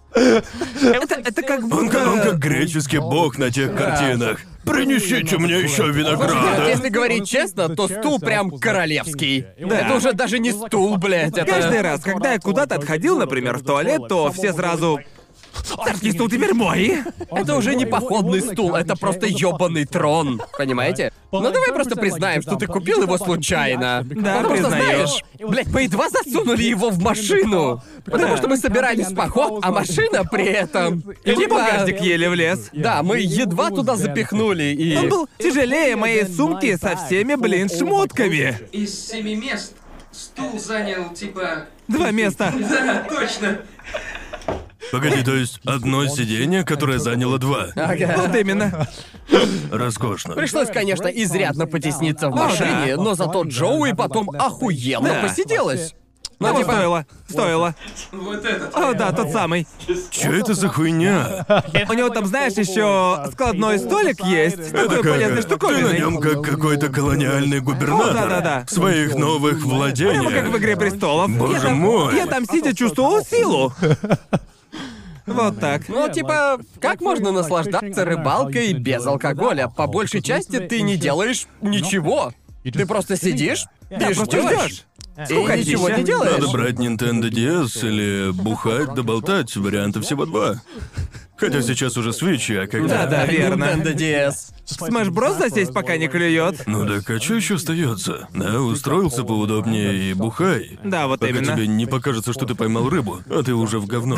Это как Он будто... как греческий бог на тех картинах. Принесите мне еще Нет, винограда. если говорить честно, то стул прям королевский. Да. Это уже даже не стул, блядь, это... Каждый раз, когда я куда-то отходил, например, в туалет, то все сразу... Царский стул теперь мой! Это уже не походный стул, это просто ёбаный трон. Понимаете? Ну давай просто признаем, что ты купил его случайно. Да, Потому что, признаю. знаешь, блядь, мы едва засунули его в машину. Потому что мы собирались в поход, а машина при этом... И типа- багажник еле влез. Да, мы едва туда запихнули и... Он был тяжелее моей сумки со всеми, шмотками. Из 7 мест стул занял, типа... 2 места. Да, точно. Погоди, то есть одно сиденье, которое заняло 2. Ага. Вот именно. Роскошно. Пришлось, конечно, изрядно потесниться в машине, но зато Джоуи потом охуенно Да. посиделась. Ну, Того типа, стоило. Вот этот. О, да, тот самый. Чё это за хуйня? У него там, знаешь, еще складной столик есть. Такой полезной Ты на штуковиной. нем как какой-то колониальный губернатор. О, да-да-да. В своих новых владениях. Прямо как в «Игре престолов». Боже я там, мой. Я там сидя чувствовал силу. Вот так. ну, типа, как можно наслаждаться рыбалкой без алкоголя? По большей части ты не делаешь ничего. Ты просто сидишь, Да, ты просто ждёшь. ждёшь. И Скукотища. ничего не делаешь. Надо брать Nintendo DS или бухать, доболтать. Вариантов всего 2. Хотя сейчас уже Switch, а когда... Да, верно. Nintendo DS. В Smash Bros засесть пока не клюет. Ну так, а чё еще остается? Да, устроился поудобнее и бухай. Да, вот Пока именно. тебе не покажется, что ты поймал рыбу, а ты уже в говно.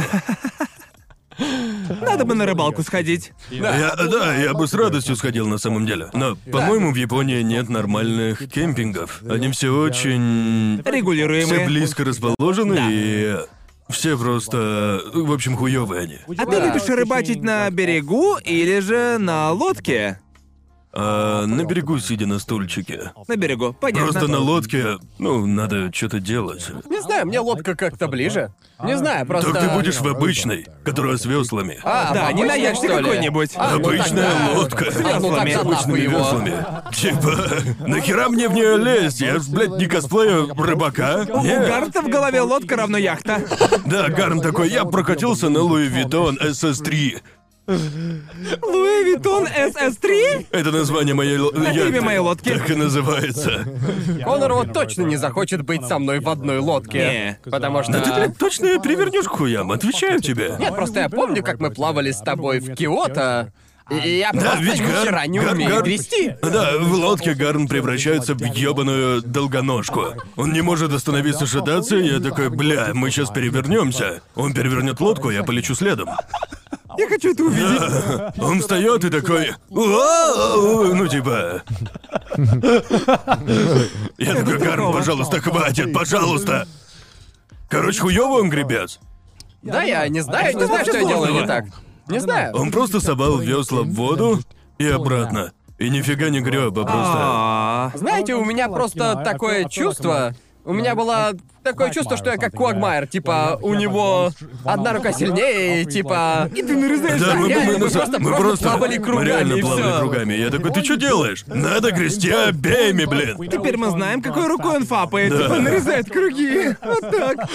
Надо бы на рыбалку сходить. Я бы с радостью сходил на самом деле. Но, по-моему, в Японии нет нормальных кемпингов. Они все очень... Все Регулируемые. близко расположены и... Все просто... В общем, хуёвые они. А ты любишь рыбачить на берегу или же на лодке? А на берегу, сидя на стульчике. На берегу, понятно. Просто на лодке, ну, надо что-то делать. Не знаю, мне лодка как-то ближе. Не знаю, просто... Так ты будешь в обычной, которая с веслами. в Да, не на обычной, яхте что ли? какой-нибудь. Ну Обычная тогда- лодка. Ну тогда веслами. нахуй Обычными его. веслами. Типа, нахера мне в нее лезть? Я ж, блядь, не косплею рыбака. У Не. Гарнта в голове лодка равно яхта. Да, Гарн такой, я прокатился на Луи Виттон SS3. Луи Виттон SS3? Это название моей яхты. имя моей лодки. Так и называется. Конор вот точно не захочет быть со мной в одной лодке. Не. Потому что... Да ты, блядь, точно перевернешь к хуям, отвечаю тебе. Нет, просто я помню, как мы плавали с тобой в Киото, и я Да, просто ведь ни хера не умею грести. Да, в лодке Гарн превращается в ёбаную долгоножку. Он не может остановиться шататься, и я такой, бля, мы сейчас перевернемся. Он перевернет лодку, я полечу следом. Я хочу это увидеть. Он встает и такой, «Уау!» ну типа. Я такой, Гарн, пожалуйста, хватит, пожалуйста. Короче, хуёвый он гребец. Да, я не знаю, что я делаю не так. Не знаю. Он просто совал весла в воду и обратно. И нифига не греб, а просто... А, Знаете, у меня просто такое чувство... У меня было такое чувство, что я как Куагмайер, типа, у него одна рука сильнее, и типа... И ты нарезаешь, Да, мы реально, мы просто плавали мы кругами, реально и плавали всё. кругами. Я такой, ты что делаешь? Надо грести обеими, блин. Теперь мы знаем, какой рукой он фапает. Да. Типа нарезает круги. Вот так.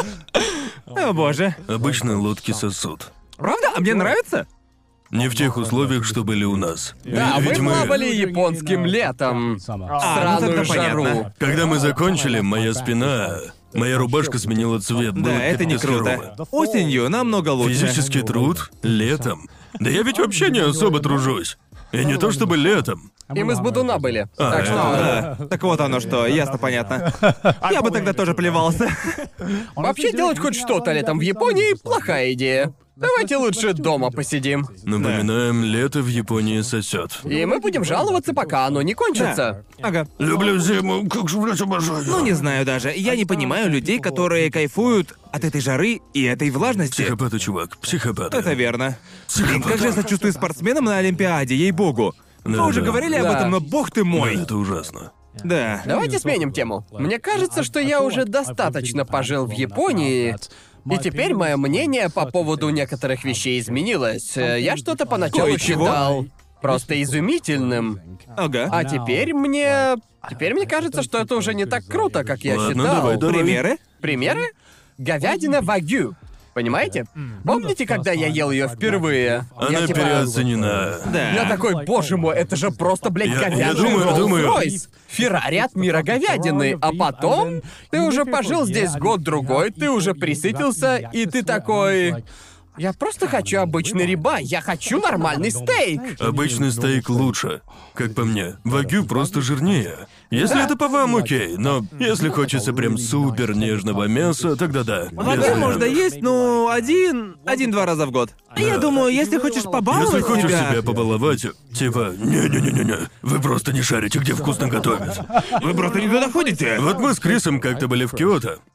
О боже. Обычно лодки сосут. Правда? А мне нравится? Не в тех условиях, что были у нас. Да, мы Ведь плавали японским летом. ну Сраную тогда жару. понятно. Когда мы закончили, моя спина... Моя рубашка сменила цвет. Да, было это не пипец херово. круто. Осенью намного лучше. Физический труд летом. Да я ведь вообще не особо тружусь. И не то чтобы летом. И мы с Будуна были. Так что... Да. Так вот оно что, ясно, понятно. Я бы тогда тоже плевался. Вообще делать хоть что-то летом в Японии — плохая идея. Давайте лучше дома посидим. Напоминаем, лето в Японии сосет. И мы будем жаловаться, пока оно не кончится. Ага. Люблю зиму, как же, блядь, обожаю. Ну, не знаю даже. Я не понимаю людей, которые кайфуют от этой жары и этой влажности. Психопаты, чувак, психопаты. Это верно. Блин, как же я сочувствую спортсменам на Олимпиаде, ей-богу. Мы уже говорили об Да. этом, но бог ты Ой, мой. это ужасно. Да. Давайте сменим тему. Мне кажется, что я уже достаточно пожил в Японии, и теперь мое мнение по поводу некоторых вещей изменилось. Я что-то поначалу Кое-чего? считал просто изумительным, Ага. а теперь мне кажется, что это уже не так круто, как я Ладно, считал. давай. Примеры? Примеры? Говядина вагю. Понимаете? Помните, когда я ел ее впервые? Она Я типа... переоценена. Да. Я такой, боже мой, это же просто, блядь, Я говяжий думаю. Роллс-Ройс. Феррари от мира говядины. А потом ты уже пожил здесь год-другой, ты уже присытился, и ты такой... Я просто хочу обычный риба, я хочу нормальный стейк. Обычный стейк лучше, как по мне. Вагю просто жирнее. Если это по вам, окей, но если хочется прям супер нежного мяса, тогда да. Вагю Если- можно есть, ну, один-два раза в год. Я думаю, если хочешь побаловать Если хочешь себя... себя побаловать, типа, не-не-не-не-не, вы просто не шарите, где вкусно готовить. Вы просто не туда ходите. Вот мы с Крисом как-то были в Киото.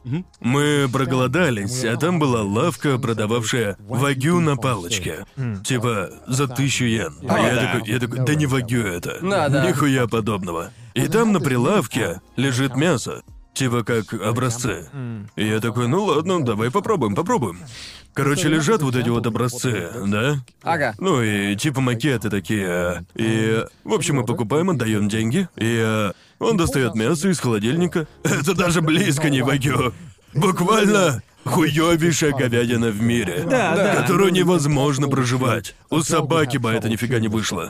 Мы проголодались, а там была лавка, продававшая вагю на палочке. Типа, за 1000 йен. А я такой, да не вагю это. Да. Нихуя подобного. И там на прилавке лежит мясо. Типа как образцы. И я такой, ну ладно, давай попробуем. Короче, лежат вот эти вот образцы, да? Ага. Ну и типа макеты такие. И, в общем, мы покупаем, отдаем деньги. И он достает мясо из холодильника. Это даже близко не вагю. Буквально хуёвейшая говядина в мире, которую невозможно проживать. У собаки бы это нифига не вышло.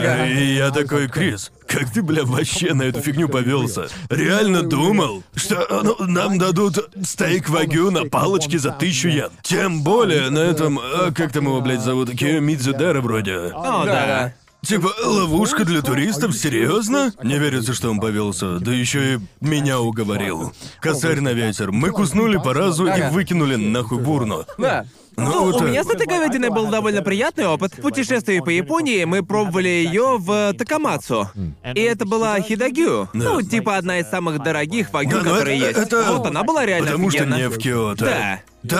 И я такой, Крис, как ты, бля, вообще на эту фигню повелся? Реально думал, что нам дадут стейк вагю на палочке за 1000 йен? Тем более на этом, как там его, блядь, зовут? Киомидзудера вроде. О, да. Типа, ловушка для туристов? Серьезно? Не верится, что он повелся. Да еще и меня уговорил. Косарь на ветер. Мы куснули по разу и выкинули нахуй в урну. Да. Ну, вот у так меня с вот. этой говядиной был довольно приятный опыт. В путешествии по Японии мы пробовали ее в Такамацу. И это была хидагю. Ну, типа одна из самых дорогих вагю, Да, ну которые это- есть. это- Вот она была реально Потому что офигенна. не в Киото. Да.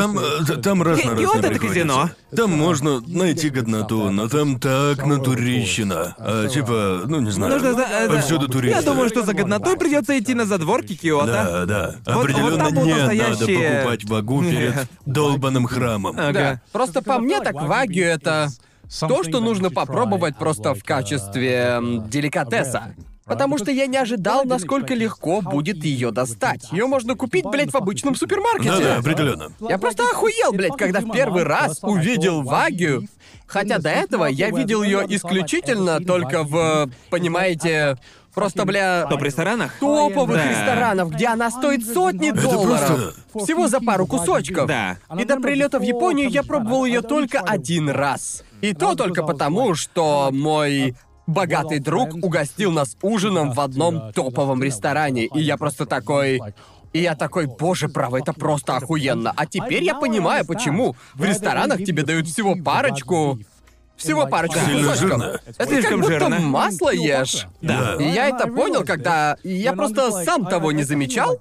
Там раз на раз Киото не это казино. приходится. Там можно найти годноту, но там так натурищина. Типа, ну не знаю, Нужно повсюду туристы. Я думаю, что за годнотой придется идти на задворки Киото. Да. Вот Определенно там будут не надо настоящие- покупать вагу перед долбаным храмом. Ага. Да. Просто по мне так вагю это то, что нужно попробовать просто в качестве деликатеса. Потому что я не ожидал, насколько легко будет ее достать. Ее можно купить, блядь, в обычном супермаркете. Да, определенно. Я просто охуел, блядь, когда в первый раз увидел вагю. Хотя до этого я видел ее исключительно только в, понимаете, просто, бля, В ресторанах? топовых Да. ресторанов, где она стоит сотни долларов. Всего за пару кусочков. Да. И до прилета в Японию я пробовал ее только один раз. И то только потому, что мой богатый друг угостил нас ужином в одном топовом ресторане. И я просто такой... И я такой, боже правый, это просто охуенно. А теперь я понимаю, почему в ресторанах тебе дают всего парочку Сильно кусочков. жирно. Это Слишком как будто жирно. масло ешь. Да. И я это понял, когда... Я просто сам того не замечал.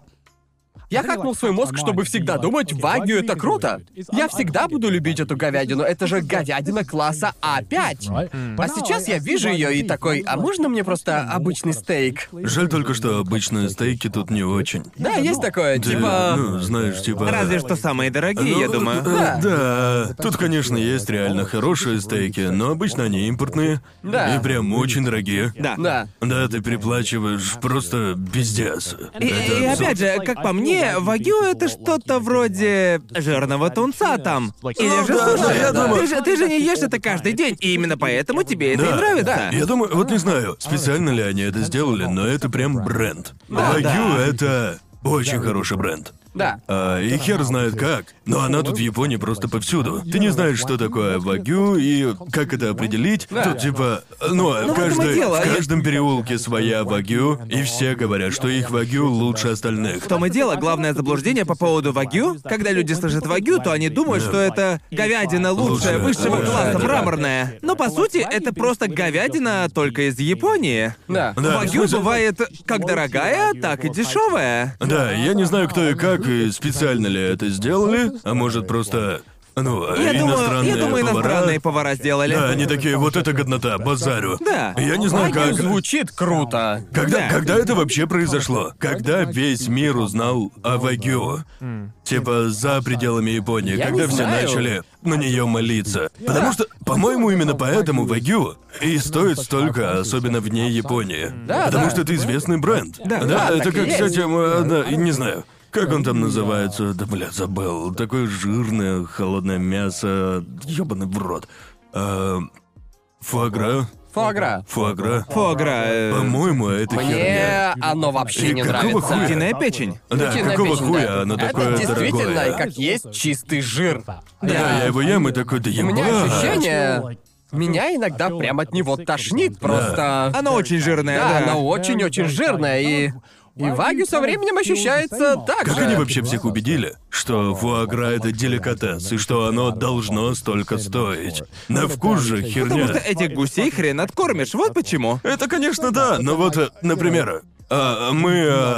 Я хакнул свой мозг, чтобы всегда думать, вагю это круто. Я всегда буду любить эту говядину, это же говядина класса А5. А сейчас я вижу ее и такой, а можно мне просто обычный стейк? Жаль только, что обычные стейки тут не очень. Да, есть такое, Ты, типа... ну, знаешь, типа... Разве что самые дорогие, я Ну, думаю. Да. Тут, конечно, есть реально хорошие стейки, но обычно они импортные. Да. И прям очень дорогие. Да. Да. Да, ты переплачиваешь просто пиздец. И Это опять же, как по мне, вагю это что-то вроде жирного тунца там. Или же, да, слушай, да, я думаю- ты же не ешь это каждый день, и именно поэтому тебе это и Да, нравится. Я думаю, вот не знаю, специально ли они это сделали, но это прям бренд. Вагю это очень хороший бренд. Да. И хер знает как, но она тут в Японии просто повсюду. Ты не знаешь, что такое вагю и как это определить. Тут типа, в этом и дело. в каждом переулке своя вагю, и все говорят, что их вагю лучше остальных. В том и дело, главное заблуждение по поводу вагю. Когда люди слышат вагю, то они думают, что это говядина лучшая, высшего да, класса, да. мраморная. Но по сути, это просто говядина только из Японии. Да. Да, в Вагю смысле- бывает как дорогая, так и дешевая. Да, я не знаю, кто и как, и специально ли это сделали, а может просто, ну, Я иностранные думаю, повара. иностранные повара сделали. Да, они такие, вот это годнота, базарю. Да. Я не знаю, Вагю как... звучит круто. Когда это вообще произошло? Когда весь мир узнал о вагю? Типа, за пределами Японии, Я когда не все знаю. начали на нее молиться. Потому что, по-моему, именно поэтому вагю и стоит столько, особенно вне Японии. Да, Потому да. что это известный бренд. Да, это так и как с есть. этим, да, и не знаю. Как он там называется? Да, бля, забыл. Такое жирное, холодное мясо. Ёбаный в рот. Фуагра? Фуагра. Фуагра? Фуагра. По-моему, это херня. Мне оно вообще И не какого нравится. хуя? Утиная печень. Да, Утиная какого печень, хуя да. оно такое Это действительно, дорогое? как есть чистый жир. Да, я его ем и такой, да У меня ебать. ощущение... Меня иногда прям от него тошнит просто. Она очень жирная, Да, да. она очень-очень жирная, и вагю со временем ощущается так Как же. они вообще всех убедили, что фуагра это деликатес, и что оно должно столько стоить? На вкус же Потому херня. что этих гусей хрен откормишь, вот почему. Это, конечно, да, но вот, например, мы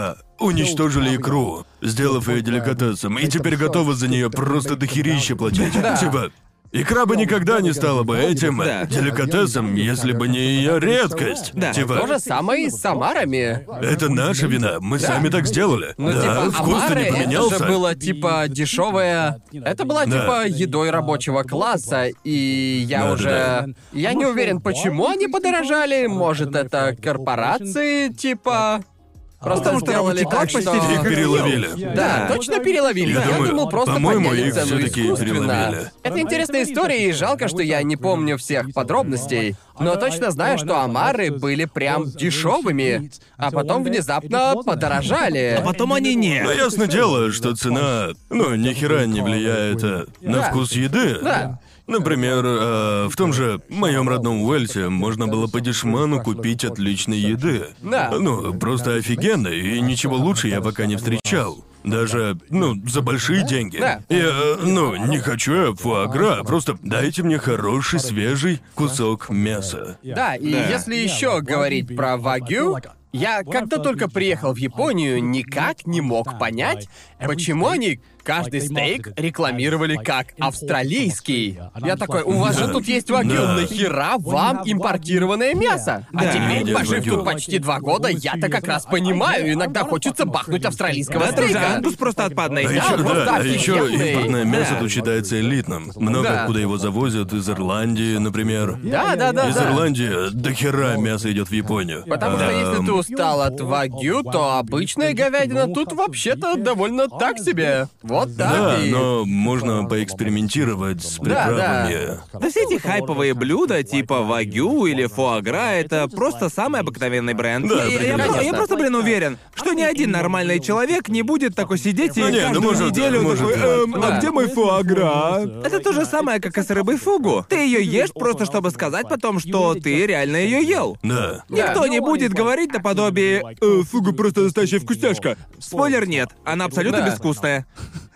уничтожили икру, сделав ее деликатесом, и теперь готовы за нее просто дохерища платить. Типа, икра бы никогда не стала бы этим деликатесом, если бы не ее редкость. Типа, То же самое и с омарами. это наша вина, мы сами так сделали. Ну, да, типа, вкус-то омары, не поменялся. это же было, типа, дешевое. Это была, типа, едой рабочего класса, и я Да, уже... да. Я не уверен, почему они подорожали. Может, это корпорации, типа... Просто Потому что сделали рабочий класс так, что... почти Их переловили. Да, точно переловили. Я думаю, думал, просто по-моему, подняли их цену всё-таки искусственно. переловили. Это интересная история, и жалко, что я не помню всех подробностей. Но точно знаю, что омары были прям дешевыми, а потом внезапно подорожали. А потом они не. Ну, ясно дело, что цена, ни хера не влияет на Да. вкус еды. Да. Например, в том же моем родном Уэльсе можно было по дешману купить отличной еды. Да. Ну, просто офигенно, и ничего лучше я пока не встречал. Даже, за большие деньги. Да. Я, не хочу я фуагра, просто дайте мне хороший, свежий кусок мяса. Да, и если еще говорить про вагю, я когда только приехал в Японию, никак не мог понять, почему они каждый стейк рекламировали как австралийский. Я такой, у вас же тут есть вагю, Да. нахера вам импортированное мясо? А Да. теперь, Нет, пожив вагю. тут почти 2 года, я-то как раз понимаю, иногда хочется бахнуть австралийского Да, друже, стейка. ангус просто отпадный. А еще, просто а еще офигенный. импортное мясо Да. тут считается элитным. Много Да. откуда его завозят, из Ирландии, например. Да. Из Ирландии до хера мясо идет в Японию. Потому что если ты устал от вагю, то обычная говядина тут вообще-то довольно так себе. Вот так Да, и... но можно поэкспериментировать с приправами. Да все эти хайповые блюда, типа вагю или фуагра, это просто самый обыкновенный бренд. Да, Я просто, уверен, что ни один нормальный человек не будет такой сидеть и Ну, не, каждую может, неделю может, такой, да. а где мой фуагра? Это то же самое, как и с рыбой фугу. Ты ее ешь просто, чтобы сказать потом, что ты реально ее ел. Да. Никто не будет говорить наподобие «Фугу просто настоящая вкусняшка». Спойлер, нет, она абсолютно Да. безвкусная.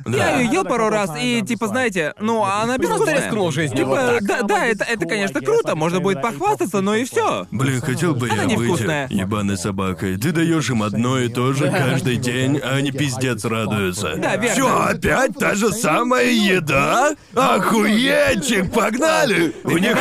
Я ее ел пару раз, и типа, знаете, она безвкусная. рискнул жизнью Типа, вот так. да, это, конечно, круто, можно будет похвастаться, но и все. Блин, хотел бы Она я быть невкусная. ебаной собакой. Ты даешь им одно и то же каждый день, а они пиздец радуются. Да, верно. Чё, опять та же самая еда? Охуетчик, погнали! У них,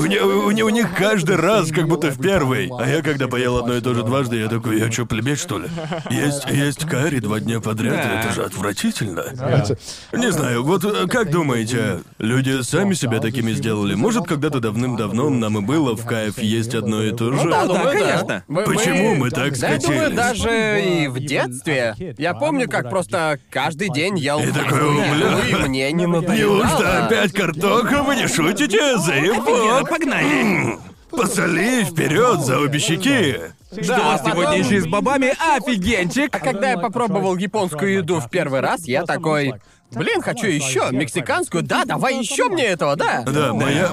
у них каждый раз как будто в первый. А я когда поел одно и то же дважды, я такой, я чё, плебей, что ли? Есть карри 2 дня подряд, Да. это же отвратительно. Не знаю, вот как думаете, люди сами себя такими сделали? Может, когда-то давным-давно нам и было в кайф есть одно и то же? да, думаю, конечно. Почему мы так Да, я думаю, скатились? даже и в детстве. Я помню, как просто каждый день ел И такой, еду, и мне не надоедало. Неужто опять картоха? Вы не шутите? Заебок! Погнали! Посоли вперед за обе щеки! Что у вас потом- сегодня еще и с бобами? Офигенчик! А когда я попробовал японскую еду в первый раз, я такой... Блин, хочу еще мексиканскую, да, давай еще мне этого, да. Да,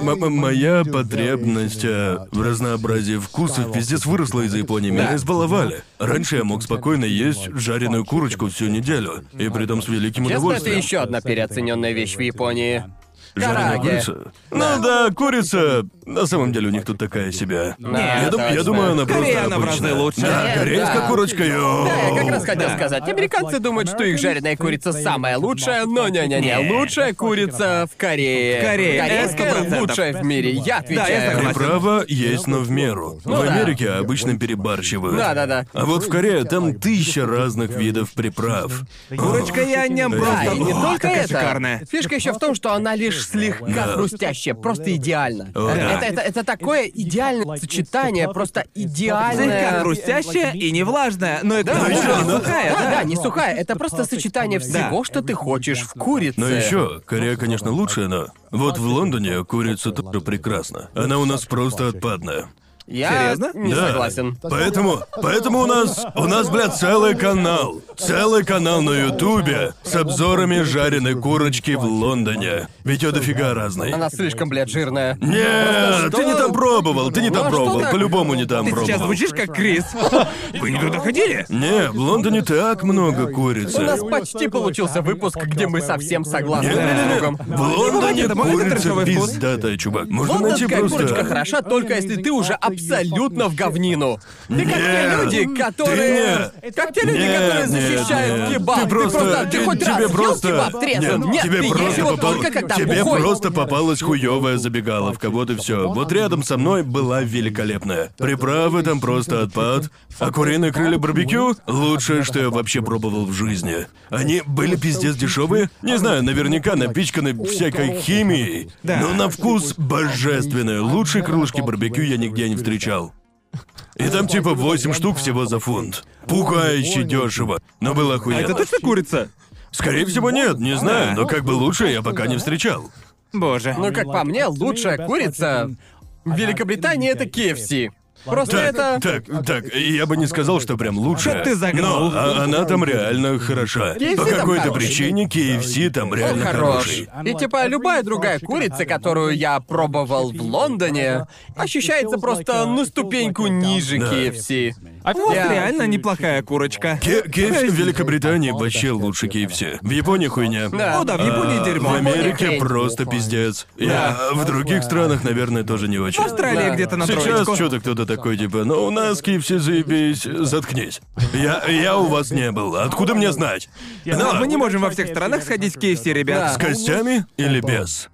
моя потребность в разнообразии вкусов пиздец выросла из-за Японии. Меня избаловали. Раньше я мог спокойно есть жареную курочку всю неделю. И при этом с великим Честно, это удовольствием. еще одна переоцененная вещь в Японии. Жареная Караге. курица? Ну да, курица. На самом деле у них тут такая себе. Да, Я точно. думаю, она просто Корея, она в обычная. разы лучше. Да, Нет, корейская да. курочка, йоу. Да, я как раз хотел сказать. Американцы думают, что их жареная курица самая лучшая, но не-не-не. Лучшая курица в Корее. В Корее, Корейская 100%. лучшая в мире, я отвечаю. я согласен. Приправа есть, но в меру. В да. Америке обычно перебарщивают. Да-да-да. А вот в Корее там 1000 разных видов приправ. Курочка я не Да, просто... и не О, только какая это. шикарная. Фишка еще в том, что она лишь слегка хрустящая, просто идеально. О, да. Это такое идеальное сочетание, просто идеальное. Слегка хрустящая и не влажная, но это Да, точно да, не сухая, да, да? не сухая. Это просто сочетание всего, что ты хочешь в курице. Но еще, Корея, конечно, лучшая, но вот в Лондоне курица тоже прекрасна. Она у нас просто отпадная. Я Серьезно? не Да. согласен. Поэтому у нас, блядь, целый канал. Целый канал на Ютубе с обзорами жареной курочки в Лондоне. Ведь ее дофига разной. Она слишком, блядь, жирная. Нет, Просто ты не что? там пробовал, ты не Ну, там а что пробовал, так? по-любому не там Ты пробовал. сейчас звучишь как Крис. Вы не туда ходили? Не, в Лондоне так много курицы. У нас почти получился выпуск, где мы совсем согласны друг с Не-не-не, другом. в Лондоне это курица трэшовый вкус. пиздатая, чувак. Можно найти Лондонская просто... курочка хороша, только если ты уже абсолютно в говнину. Ты как те Нет, люди, которые... Как те люди, которые защищают кебаб. Ты хоть раз ел кебаб трезвым? Нет, тебе ты ешь просто его попал- только когда тебе бухой. просто попалась хуёвая забегаловка, вот и все. Вот рядом со мной была великолепная. Приправы там просто отпад, а куриные крылья барбекю — лучшее, что я вообще пробовал в жизни. Они были пиздец дешевые, не знаю, наверняка напичканы всякой химией, но на вкус божественные. Лучшие крылышки барбекю я нигде не встречал. И там типа 8 штук всего за фунт. Пугающе дешево, но было охуенно. Это точно курица? Скорее всего, нет, не знаю, но как бы лучше я пока не встречал. Боже. Ну, как по мне, лучшая курица в Великобритании — это KFC. Просто это... Так, я бы не сказал, что прям лучше. Что ты загнул? Но она там реально хороша. KFC По там какой-то хороший. причине KFC там реально Хорош. хороший. И типа любая другая курица, которую я пробовал в Лондоне, ощущается просто на ступеньку ниже KFC. Вот Я- реально неплохая курочка. KFC в Великобритании вообще лучше KFC. В Японии хуйня. Да. О, да, в Японии В дерьмо. Америке хрень. просто пиздец. В других странах, наверное, тоже не очень. Австралия Да. где-то на Сейчас троечку. что-то кто-то такой, типа, ну у нас KFC заебись, заткнись. Я у вас не был, откуда мне знать? Но Мы не можем во всех странах сходить в KFC, ребят. с костями или без?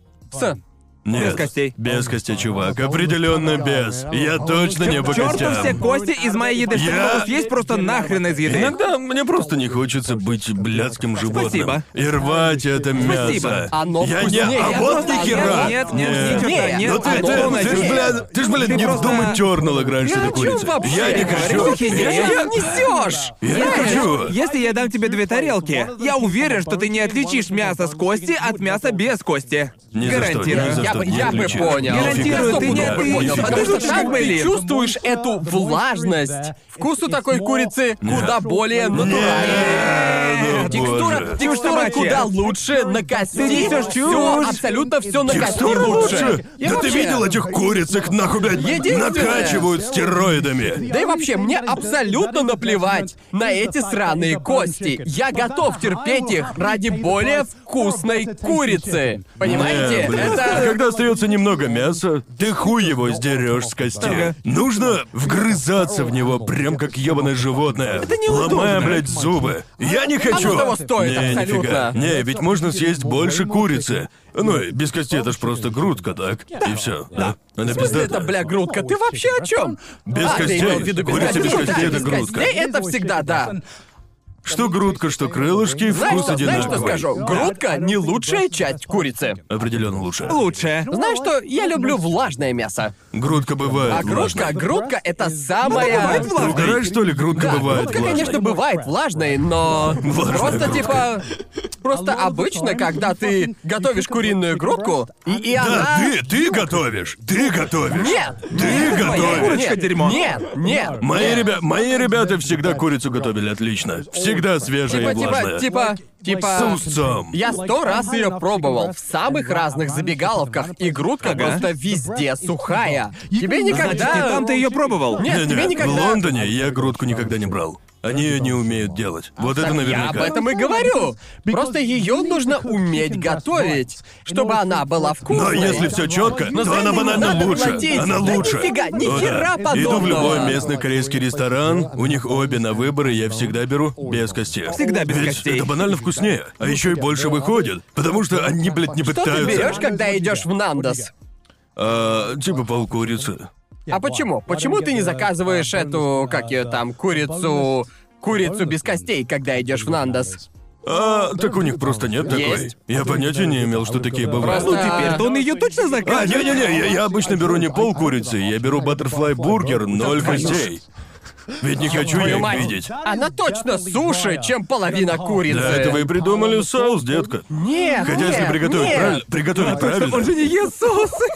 С. Нет, Без костей. Без костей, чувак, определенно без. Я точно не по К чёрту костям. все кости из моей еды, что Я- я могу съесть просто нахрен из еды. Иногда мне просто не хочется быть блядским животным. Спасибо. И рвать это мясо. Оно Я не... вкуснее, А я вот просто- ни хера! Нет, ничего, Нет, нет. Ну ты, оно ты ж, вкуснее. блядь, Ты не просто- вдумай тернул играешь Я на о чём курице. вообще? Я не Говоришь, хочу. ахинея? Я несешь! Я не хочу. Если я дам тебе 2 тарелки, я уверен, что ты не отличишь мясо с кости от мяса без кости. Ни за что, Гарантирую. ни за Я что бы, не я бы отличишь. понял. Гарантирую, Я ты не- стопудово бы ты- понял, ты потому что лучше там были. ты чувствуешь эту влажность. Вкус у такой курицы куда более натуральный. Нет, Текстура, боже. текстура собачья. куда лучше на кости. Ты несёшь Всё, чушь. абсолютно все на кости Текстура лучше? И Да ты вообще- видел этих куриц, их нахуй, блядь, Единственное- накачивают стероидами. Да и вообще, мне абсолютно наплевать на эти сраные кости. Я готов терпеть их ради более вкусной курицы. Понимаете? Не, блядь, Это... когда остается немного мяса, ты хуй его сдерешь с кости. Нужно вгрызаться в него, прям как ебаное животное. Ломая, блядь, зубы. Я не хочу. Оно того стоит, не, абсолютно. нифига. Не, ведь можно съесть больше курицы. Ну, и без кости это ж просто грудка, так? И все. Да. Она В смысле, это, пиздатая. бля, грудка? Ты вообще о чем? Без Ты костей. имел в виду без Курица без костей? костей Да, это без грудка. костей это всегда, да. Что грудка, что крылышки, Знаешь вкус что одинаковый. скажу? Грудка не лучшая часть курицы. Определенно лучше. Лучше. Знаешь что? Я люблю влажное мясо. Грудка бывает А грудка, влажной. грудка это самая... бывает влажной. Ты угораешь, что ли, грудка Да, бывает грудка, влажной? конечно, бывает влажной, но Влажная просто грудка. типа... Просто обычно, когда ты готовишь куриную грудку, и Да, она... ты готовишь. Ты готовишь. Нет! Ты нет, готовишь. Курочка Нет, дерьмо. нет, нет. Мои ребята всегда курицу готовили отлично. Всегда свежая и влажная. Типа... С устцом. Я 100 раз ее пробовал в самых разных забегаловках, и грудка просто везде сухая. Тебе никогда... Значит, не там ты ее пробовал. Нет, Не-не, тебе никогда... в Лондоне я грудку никогда не брал. Они ее не умеют делать. Вот это Я наверняка. об этом и говорю. Просто ее нужно уметь готовить, чтобы она была вкусной. Но если все четко, то она банально надо лучше. платить. Она Да лучше. нифига, ни О, хера да. Иду в подобного. любой местный корейский ресторан, у них обе на выбор, и я всегда беру без костей. Всегда без Ведь костей. это банально вкуснее. А еще и больше выходит. Потому что они, блядь, не Что ты пытаются. берешь, когда идешь в Нандос? Типа полкурицы. А почему? Почему ты не заказываешь эту, как ее там, курицу без костей, когда идешь в Нандос? Так у них просто нет такой. Есть. Я понятия не имел, что такие бывают. Ну теперь-то он ее точно закажет. Не-не-не, я обычно беру не полкурицы, я беру баттерфлай бургер, 0 костей. Ведь не хочу я Твою их мать, видеть. она точно суше, чем половина курицы. Для этого и придумали соус, детка. Нет, Хотя если нет, приготовить нет. правильно, приготовить правильно. Он же не ест соусы.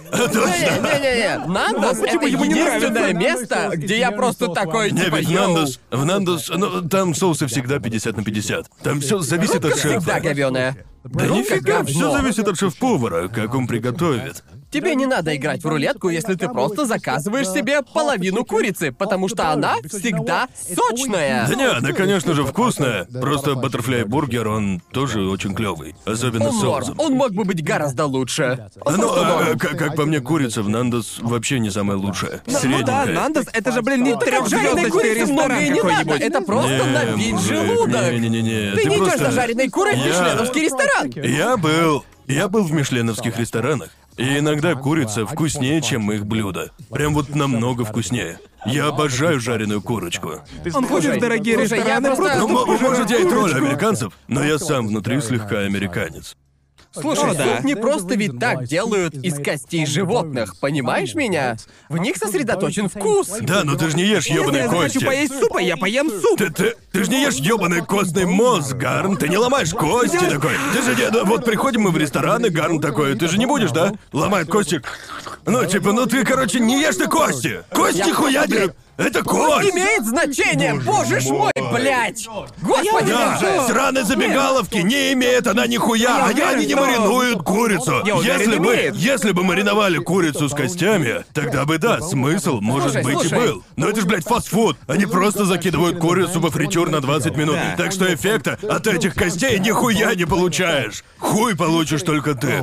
Не-не-не, Нандос — это ему не единственное нравится? место, где я просто такой, Не, типа, ведь йоу. в Нандос, ну, там соусы всегда 50/50. Там все зависит от Всегда шефа. говёная. Да нифига, все зависит от шеф-повара, как он приготовит. тебе не надо играть в рулетку, если ты просто заказываешь себе половину курицы, потому что она всегда сочная. Да не, она, конечно же, вкусная. Просто Баттерфляй бургер, он тоже очень клевый. Особенно с Он норм. соусом. Он мог бы быть гораздо лучше. Он Ну, просто норм. как по мне, курица в Нандос вообще не самая лучшая. Ну да, Средненькая. Нандос, это же, блин, не Жареной трехзвездочный курицы много ресторан и не надо. какой-нибудь. Это просто набить мужик, желудок. Не-не-не. Ты не идешь просто... за жареной курой в мишленовский ресторан. Я был в мишленовских ресторанах. И иногда курица вкуснее, чем их блюдо. Прям вот намного вкуснее. Я обожаю жареную курочку. Он ходит в дорогие слушай, я рестораны, просто- просто Ну, чтобы может, я и пожрать тролль курочку. американцев, но я сам внутри слегка американец. Слушай, О, да. суп не просто ведь так делают из костей животных, понимаешь меня? В них сосредоточен вкус. Да, но ты же не ешь Если ёбаные я захочу кости. поесть супа, я поем суп. Ты же не ешь ёбаный костный мозг, Гарн. Ты не ломаешь кости такой. Ты же не... Вот приходим мы в ресторан, и Гарн такой, ты же не будешь, да? Ломает кости. Ну, типа, ты, короче, не ешь ты кости. Кости хуяди. Это кость. Имеет значение, боже ж мой, блядь! Господи, Да, боже! сраные забегаловки не имеет она нихуя. Они не что- маринуют курицу. Я уверен, имеет. Если бы мариновали курицу с костями, тогда бы да, смысл, может Слушай, быть, и слушай. был. Но это ж, блядь, фастфуд. Они просто закидывают курицу во фритюр на 20 минут. Да. Так что эффекта от этих костей нихуя не получаешь. Хуй получишь только ты.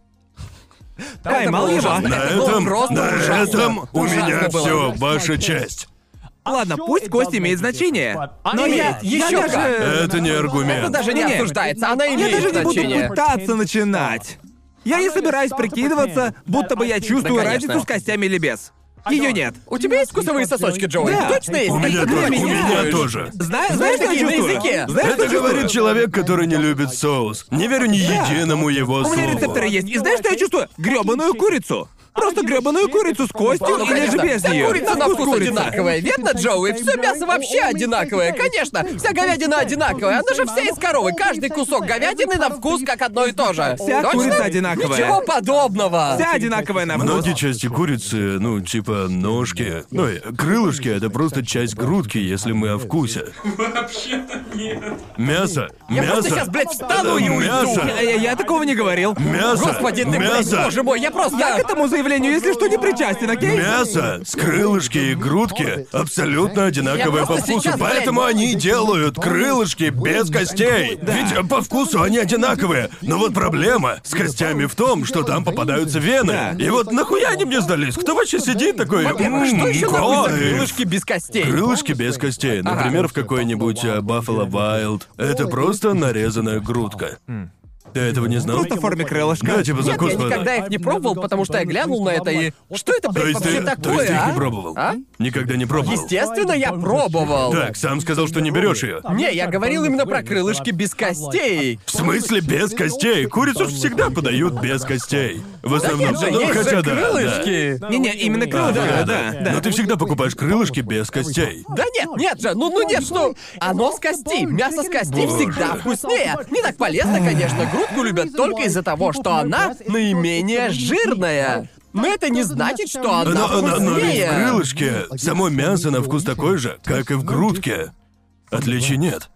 Поймал было его. ужасно. На Это было этом, просто на ужасно. этом у Ужасно меня было. все, ваша честь. Ладно, пусть кость имеет значение. Но Имеет, я ещё даже... как. Это не аргумент. Это даже не Не-не. обсуждается, она Я имеет даже не буду значение. пытаться начинать. Я не собираюсь прикидываться, будто бы я чувствую Да, конечно. разницу с костями или без. Ее нет. У тебя есть вкусовые сосочки, Джоуи? Да. Точно есть? У меня Ты тоже, у меня меня тоже. Знаешь, что я такие на чувствую? языке. Знаешь, что Это я говорит чувствую? человек, который не любит соус. Не верю ни единому его У меня слову. рецепторы есть. И знаешь, что я чувствую? Грёбаную курицу. Просто грёбаную курицу с костью Ну, или же конечно. без Вся нее. курица на вкус одинаковая, верно, Джоуи? Все мясо вообще одинаковое, конечно. Вся говядина одинаковая, она же вся из коровы. Каждый кусок говядины на вкус как одно и то же. Вся Точно? курица одинаковая. Ничего подобного. Вся одинаковая на вкус. Многие части курицы, ну, типа ножки, ну, и крылышки — это просто часть грудки, если мы о вкусе. Вообще-то нет. Мясо, Я мясо. просто сейчас, блядь, встану и уйду. Мясо, Я такого не говорил. мясо, Господи, ты, блядь, мясо. боже мой, я просто... Я к этому заявлению, если что, не причастен, окей? Мясо с крылышки и грудки абсолютно одинаковое Я по просто вкусу, сейчас, блядь, поэтому они делают крылышки без костей. Ведь по вкусу они одинаковые. Но вот проблема с костями в том, что там попадаются вены. Да. И вот нахуя они мне сдались? Кто вообще сидит такой? Во-первых, что еще нахуй за кайф». крылышки без костей? Крылышки без костей. Например, в какой-нибудь Buffalo Wild. Это просто нарезанная грудка. Ты этого не знал? Просто в форме крылышка. Да, типа Нет, я закуска. никогда их не пробовал, потому что я глянул на это и... Что это, То блядь, есть вообще ты такое, их а? не пробовал? А? Никогда не пробовал? Естественно, я пробовал. Так, сам сказал, что не берешь ее. Не, я говорил именно про крылышки без костей. В смысле без костей? Курицу всегда подают без костей. В основном, Нет же, ну, есть хотя же да, крылышки. Не-не, именно крылышка, да. Но ты всегда покупаешь крылышки без костей. Да нет, нет же, ну нет, что? Оно с кости, мясо с кости Боже. всегда вкуснее. Не так полезно, конечно, грудку любят только из-за того, что она наименее жирная. Но это не значит, что она Но ведь в вкуснее. крылышке само мясо на вкус такой же, как и в грудке. Отличий нет.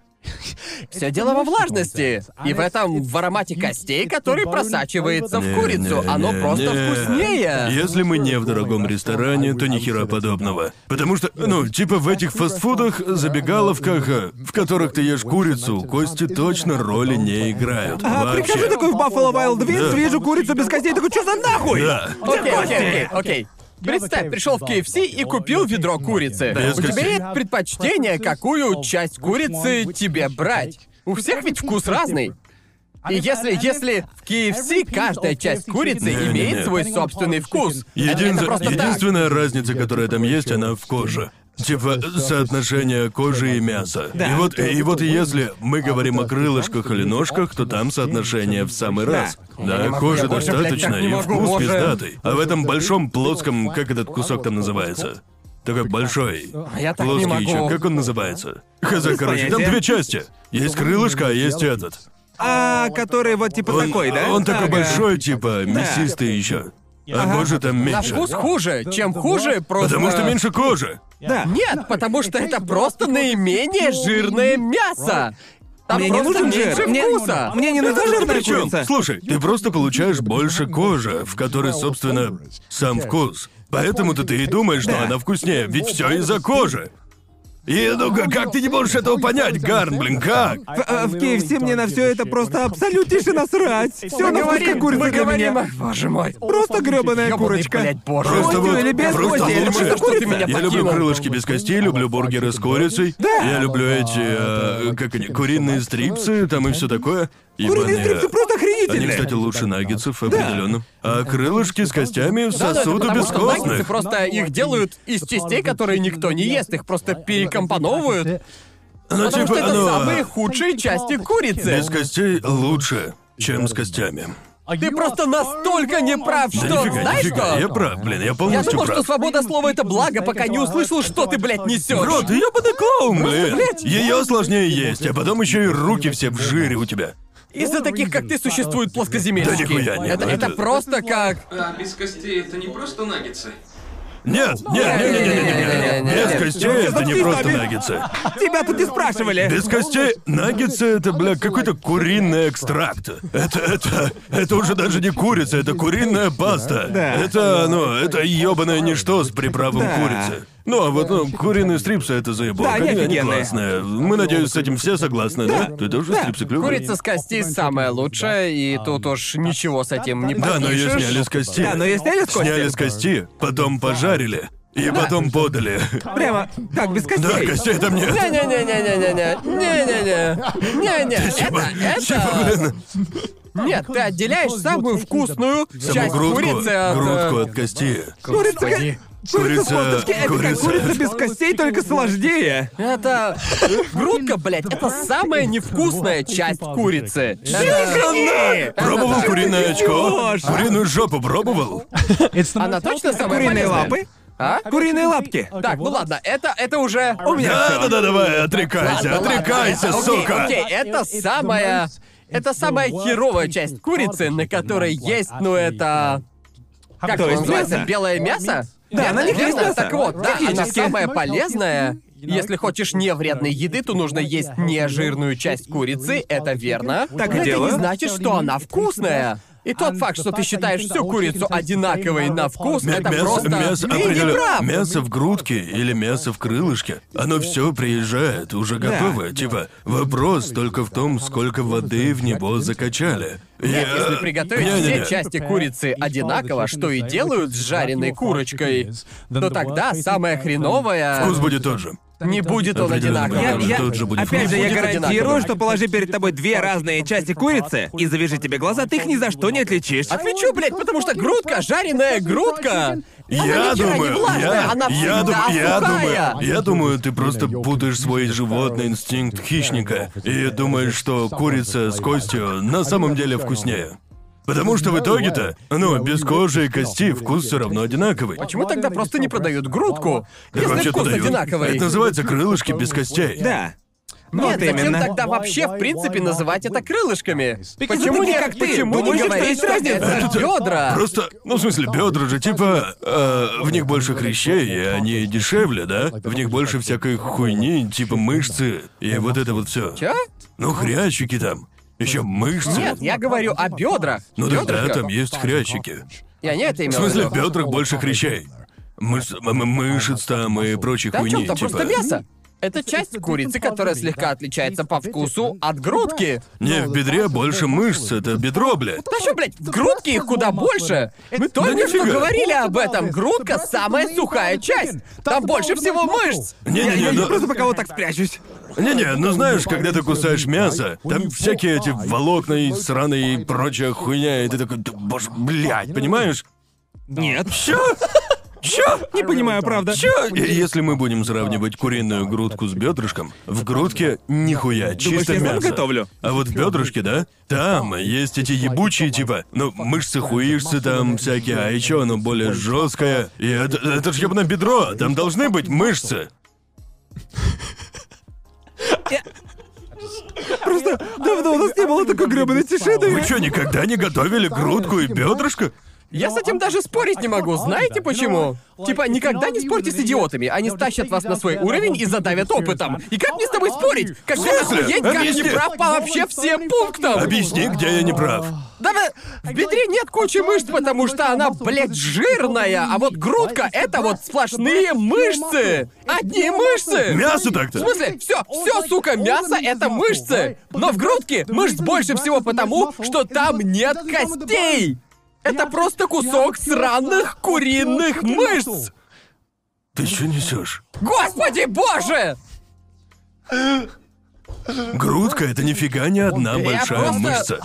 Все дело во влажности. И в этом в аромате костей, который просачивается в курицу. Оно просто вкуснее. Если мы не в дорогом ресторане, то ни хера подобного. Потому что, ну, типа в этих фастфудах, забегаловках, в которых ты ешь курицу, кости точно роли не играют. Прихожу Вообще. такой в Buffalo Wild Wings, Да. вижу курицу без костей, такой, что за нахуй? Да. Окей. Представь, пришел в KFC и купил ведро курицы. Без У тебя костей. есть предпочтение, какую часть курицы тебе брать? У всех ведь вкус разный. И если в KFC каждая часть курицы Не-не-не. имеет свой собственный вкус. Это просто так. Единственная разница, которая там есть, она в коже. Типа соотношение кожи и мяса. Да. И вот если мы говорим о крылышках или ножках, то там соотношение в самый раз. Да, не могу, кожи я больше, блядь, достаточно, так не и могу, вкус боже. пиздатый. А в этом большом плоском, как этот кусок там называется? Такой большой. Я так не Плоский могу. еще, как он называется? Хз, короче, там понятия. две части. Есть крылышко, а есть этот. Который вот типа Он, такой, да? он такой Ага. большой, типа, мясистый еще. А может там На меньше. вкус хуже. Чем хуже, просто... Потому что меньше кожи. Да. Нет, потому что это просто наименее жирное мясо. Там Мне не просто нужен меньше жир. вкуса. Мне не нужна жирная Причем, курица. слушай, ты просто получаешь больше кожи, в которой, собственно, сам вкус. Поэтому-то ты и думаешь, что Да. она вкуснее, ведь все из-за кожи. И ну как ты не можешь этого понять, Гарн, блин, как? В KFC мне на все это просто абсолютнейше насрать. Все на вкус как курица мы для говорим, меня. боже мой. Просто грёбаная Ёбаный, курочка. блядь, боже. Просто Костью вот- или без просто кости, или лучше. просто Что ты курица. меня Я люблю покинул. крылышки без кости, люблю бургеры с курицей. Я люблю эти, как они, куриные стрипсы, там и все такое. Куриные Ебаные. стрипсы просто Они, охренительные. кстати, лучше наггетсов, определенно. А крылышки с костями в Да, но это сосуду потому что наггетсы бескостных. просто их делают из частей, которые никто не ест, их просто перекомпоновывают. Ну, Потому типа, что это ну, самые худшие части курицы. без костей лучше, чем с костями. Ты просто настолько не прав, Да что... нифига, Знаешь нифига, что? я прав, блин, я Я полностью думал, прав. что свобода слова — это благо, пока не услышал, что ты, блядь, несешь. Бро, ты ёбаный клоун, блин. Ее сложнее есть, а потом еще и руки все в жире у тебя. Из-за таких, как ты, существуют плоскоземельщики. Да нихуя нет, это это- просто как... А без костей это не просто наггетсы. Нет, без костей это не просто наггетсы. Тебя тут не спрашивали. Без костей наггетсы это, бля, какой-то куриный экстракт. Это уже даже не курица, это куриная паста. Да. Это ёбаное ничто с приправом Да. курицы. Ну, а вот, куриные стрипсы это заебок. Да, они они офигенные. классные. Мы, надеюсь, с этим все согласны, да? Ты тоже стрипсы клювы? Курица с костей самая лучшая, и тут уж ничего с этим не Да, но ее попишешь. сняли с кости. Да, но ее сняли с кости? Сняли с кости, потом пожарили. И потом подали. Прямо как без Да, костей. костей там нет. Не-не-не-не-не-не-не-не. Это... Нет, ты отделяешь самую вкусную Саму часть грудку, курицы от... грудку от кости. Курица, курица с Курица- косточки, это как курица- курица без костей, только сложнее. Это... Грудка, блядь, это самая невкусная часть курицы. Это- Пробовал куриное очко? Боже. Куриную жопу пробовал? Она точно самая Куриные полезная? лапы? А? Куриные лапки. Так, ну ладно, это уже... У меня всё. Да, давай, отрекайся, Ладно, отрекайся, ладно, сука! Окей, это самая... Это самая херовая часть курицы, на которой есть, ну это... Как То это есть называется? мясо? Белое мясо? Да, на них есть Верно? мясо. Так вот, да, она Технически. самая полезная. Если хочешь не вредной еды, то нужно есть не жирную часть курицы, это верно. Так и Но это делаю. не значит, что она вкусная. И тот факт, что ты считаешь всю курицу одинаковой на вкус, это просто... Мясо Ты не определенно. прав. Мясо в грудке или мясо в крылышке. Оно все приезжает, уже готовое. Типа, вопрос только в том, сколько воды в него закачали. Нет, если приготовить Не-не-не. все части курицы одинаково, что и делают с жареной курочкой, то тогда самая хреновая... Вкус будет тот же. Не будет он Определенно, одинаковым. я- тот же будет Опять вкус. же, я Будет гарантирую, одинаковым. что положи перед тобой две разные части курицы и завяжи тебе глаза, ты их ни за что не отличишь. Отвечу, блядь, потому что грудка, жареная грудка. Я Она ни хера не думаю, влажная, она всегда сухая. я думаю, ты просто путаешь свой животный инстинкт хищника и думаешь, что курица с костью на самом деле вкуснее. Потому что в итоге-то, без кожи и кости вкус все равно одинаковый. Почему тогда просто не продают грудку, Так если вообще вкус подают. одинаковый? Это называется крылышки без костей. Да. Нет, Вот зачем именно. тогда вообще, в принципе, называть это крылышками? Почему таких, не, как ты, почему не думаешь, что говорить, есть что разница? это бедра? Просто, в смысле, бедра же типа, в них больше хрящей, и они дешевле, да? В них больше всякой хуйни, типа мышцы, и вот это вот все. Чё? Ну, хрящики там. Еще мышцы. Нет, я говорю о бедрах. Ну тогда Бёдрышко. там есть хрящики. Я не это В имел смысле, в в виду. бедрах больше хрящей. Мышц там и прочей Да в хуйни, чем-то типа. просто мясо. Это часть курицы, которая слегка отличается по вкусу от грудки. Не, в бедре больше мышц, это бедро, блядь. Да что, блядь, в грудке их куда больше. Мы только что нифига. говорили об этом. Грудка самая сухая часть. Там больше всего мышц. Не-не-не, Я ну... просто пока вот так спрячусь. Не-не, ну знаешь, когда ты кусаешь мясо, там всякие эти волокна и сраные и прочая хуйня, и ты такой, да, боже, блядь, понимаешь? Нет. Чё? Чё? Не понимаю, правда. Чё? И если мы будем сравнивать куриную грудку с бедрышком, в грудке нихуя, чисто я сам мясо. готовлю? А вот в бедрышке, да? Там есть эти ебучие типа, мышцы хуишцы там всякие, а еще оно более жесткое. И это ж ебаное бедро, там должны быть мышцы. Просто давно у нас не было такой гребаной тишины. Вы что, никогда не готовили грудку и бедрышко? Я с этим даже спорить не могу. Знаете почему? Типа, никогда не спорьте с идиотами. Они стащат вас на свой уровень и задавят опытом. И как мне с тобой спорить? Когда В смысле? охуеть, как Объясни. не прав по вообще всем пунктам? Объясни, где я не прав. Да в бедре нет кучи мышц, потому что она, блядь, жирная. А вот грудка — это вот сплошные мышцы. Одни мышцы. Мясо В так-то. смысле, все, сука, мясо — это мышцы. Но в грудке мышц больше всего потому, что там нет костей. Это просто кусок сраных куриных мышц. Ты что несешь? Господи боже! Грудка — это нифига не одна Я большая просто- мышца.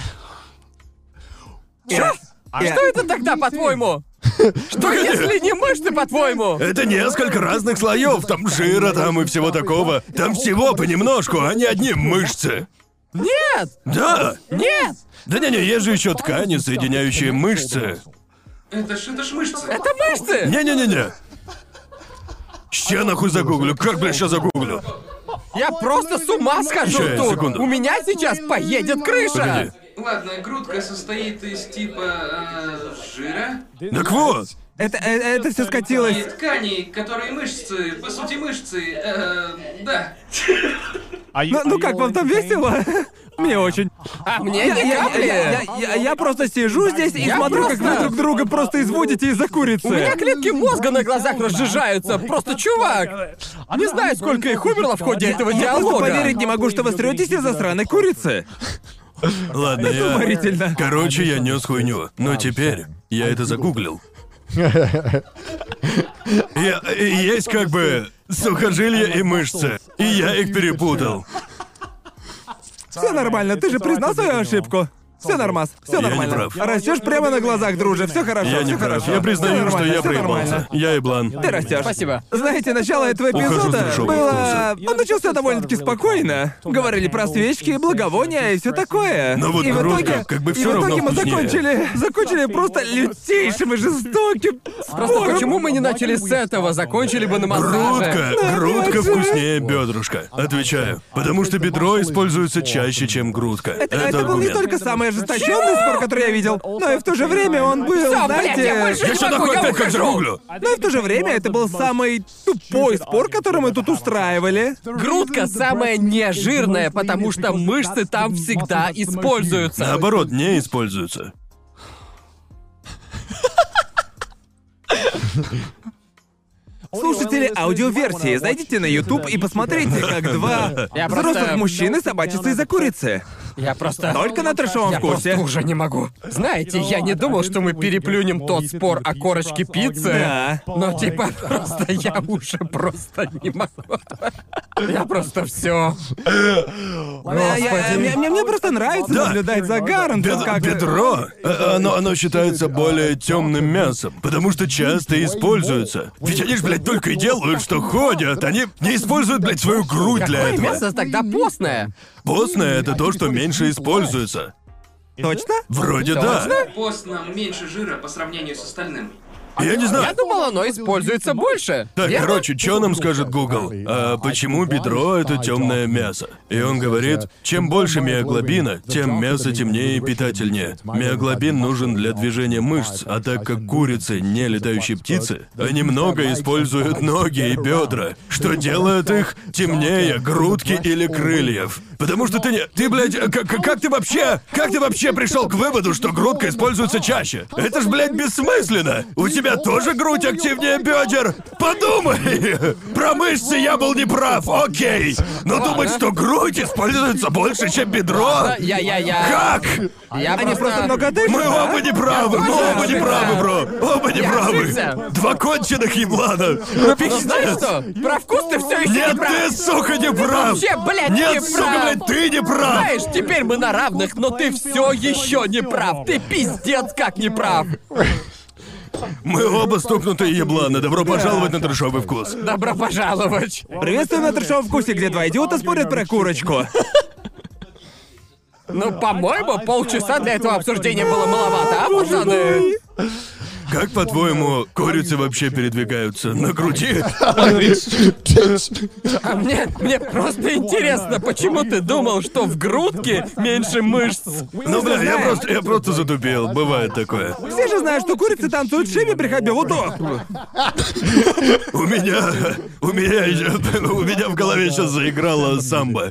Чё? Что это тогда, по-твоему? Что если не мышцы, по-твоему? Это несколько разных слоев. Там жира, там и всего такого. Там всего понемножку, а не одни мышцы. Нет! Да. Нет! Да не-не, есть же еще ткани, соединяющие мышцы. Это ж мышцы. Это мышцы! Не-не-не-не. Ща нахуй загуглю. Как, блядь, сейчас загуглю? Я просто с ума схожу Ща, тут! секунду. У меня сейчас поедет крыша! Погоди. Ладно, грудка состоит из типа жира Так вот. Это все и скатилось. тканей, которые мышцы, по сути мышцы, да. Ну как вам там весело? Мне очень. А мне ни капли! Я просто сижу здесь и Я смотрю, как вы просто- друг друга просто изводите из-за курицы. У меня клетки мозга на глазах разжижаются. Просто, чувак! Не знаю, сколько их умерло в ходе этого Я просто диалога. поверить не могу, что вы срётесь из-за сраной курицы. Ладно, я... Уморительно. Короче, я нес хуйню. Но теперь я это загуглил. Есть как бы сухожилия и мышцы. И я их перепутал. Все нормально, ты же признал свою ошибку. Все нормас, все Я не нормально. прав. Растешь прямо на глазах, друже, все хорошо, Я не все прав. хорошо. Я признаю, Всё что нормально, я всё проебался. нормально. Я еблан. Ты растешь. Спасибо. Знаете, начало этого Ухожу с эпизода трешового было... Он начался довольно-таки спокойно. Говорили про свечки, благовония и все такое. Но вот и в грудка итоге, как бы и всё в равно итоге мы вкуснее. закончили просто лютейшим и жестоким Просто спором. почему мы не начали с этого? Закончили бы на монтаже. Грудка вкуснее бедрышка. Отвечаю. Потому что бедро используется чаще, чем грудка. Это был не аргумент. только самый ожесточенный спор, который я видел, но и в то же время он был, Всё, блядь, я больше Я не что могу, такое я опять как ухожу. загуглю? но и в то же время это был самый тупой спор, который мы тут устраивали. Грудка самая нежирная, потому что мышцы там всегда используются. Наоборот, не используется. Слушатели аудиоверсии, зайдите на YouTube и посмотрите, как два Я взрослых просто- мужчины собачатся из-за курицы. Я просто... Только на трэшовом Я вкусе. просто уже не могу. Знаете, я не думал, что мы переплюнем тот спор о корочке пиццы. Да. Но типа просто я уже просто не могу. Я просто все. Мне просто нравится Да. наблюдать за Гарантом, как... Бедро, оно считается более темным мясом, потому что часто используется. Ведь они ж, блядь, только и делают, что ходят. Они не используют, блядь, свою грудь для Какое этого. мясо тогда постное? Постное — это то, что меньше используется. Точно? Вроде да. Пост нам меньше жира по сравнению с остальным. Я не Я знаю. думал, оно используется больше. Так, Верно? короче, что нам скажет Google? А почему бедро — это темное мясо? И он говорит, чем больше миоглобина, тем мясо темнее и питательнее. Миоглобин нужен для движения мышц, а так как курицы не летающие птицы, они много используют ноги и бедра, что делает их темнее грудки или крыльев. Потому что ты не... Ты, блядь, как ты вообще... Как ты вообще пришел к выводу, что грудка используется чаще? Это ж, блядь, бессмысленно! У тебя тоже грудь активнее бедер? Подумай! Про мышцы я был неправ, окей! Но думать, что грудь используется больше, чем бедро? Я. Как? Я Они просто много дышат, Мы да? оба неправы, мы тоже оба неправы, бро! Оба неправы! ошибся. Два конченых еблана! Ну знаешь что? Про вкус ты все еще Нет, не прав. ты, сука, не прав! Вообще, блядь, Нет, не сука, прав. блядь, ты не прав! Знаешь, теперь мы на равных, но ты все еще не прав. Ты пиздец как не прав. Мы оба стукнутые ебланы. Добро пожаловать на трешовый вкус. Добро пожаловать. Приветствую на трэшовом вкусе, где два идиота спорят про курочку. Ну, по-моему, полчаса для этого обсуждения было маловато, а, пацаны? Как, по-твоему, курицы вообще передвигаются? На груди? А мне просто интересно, почему ты думал, что в грудке меньше мышц? Ну, бля, я просто затупил. Бывает такое. Все же знают, что курицы танцуют в шиме при ходьбе. Вот то. У меня в голове сейчас заиграла самбо.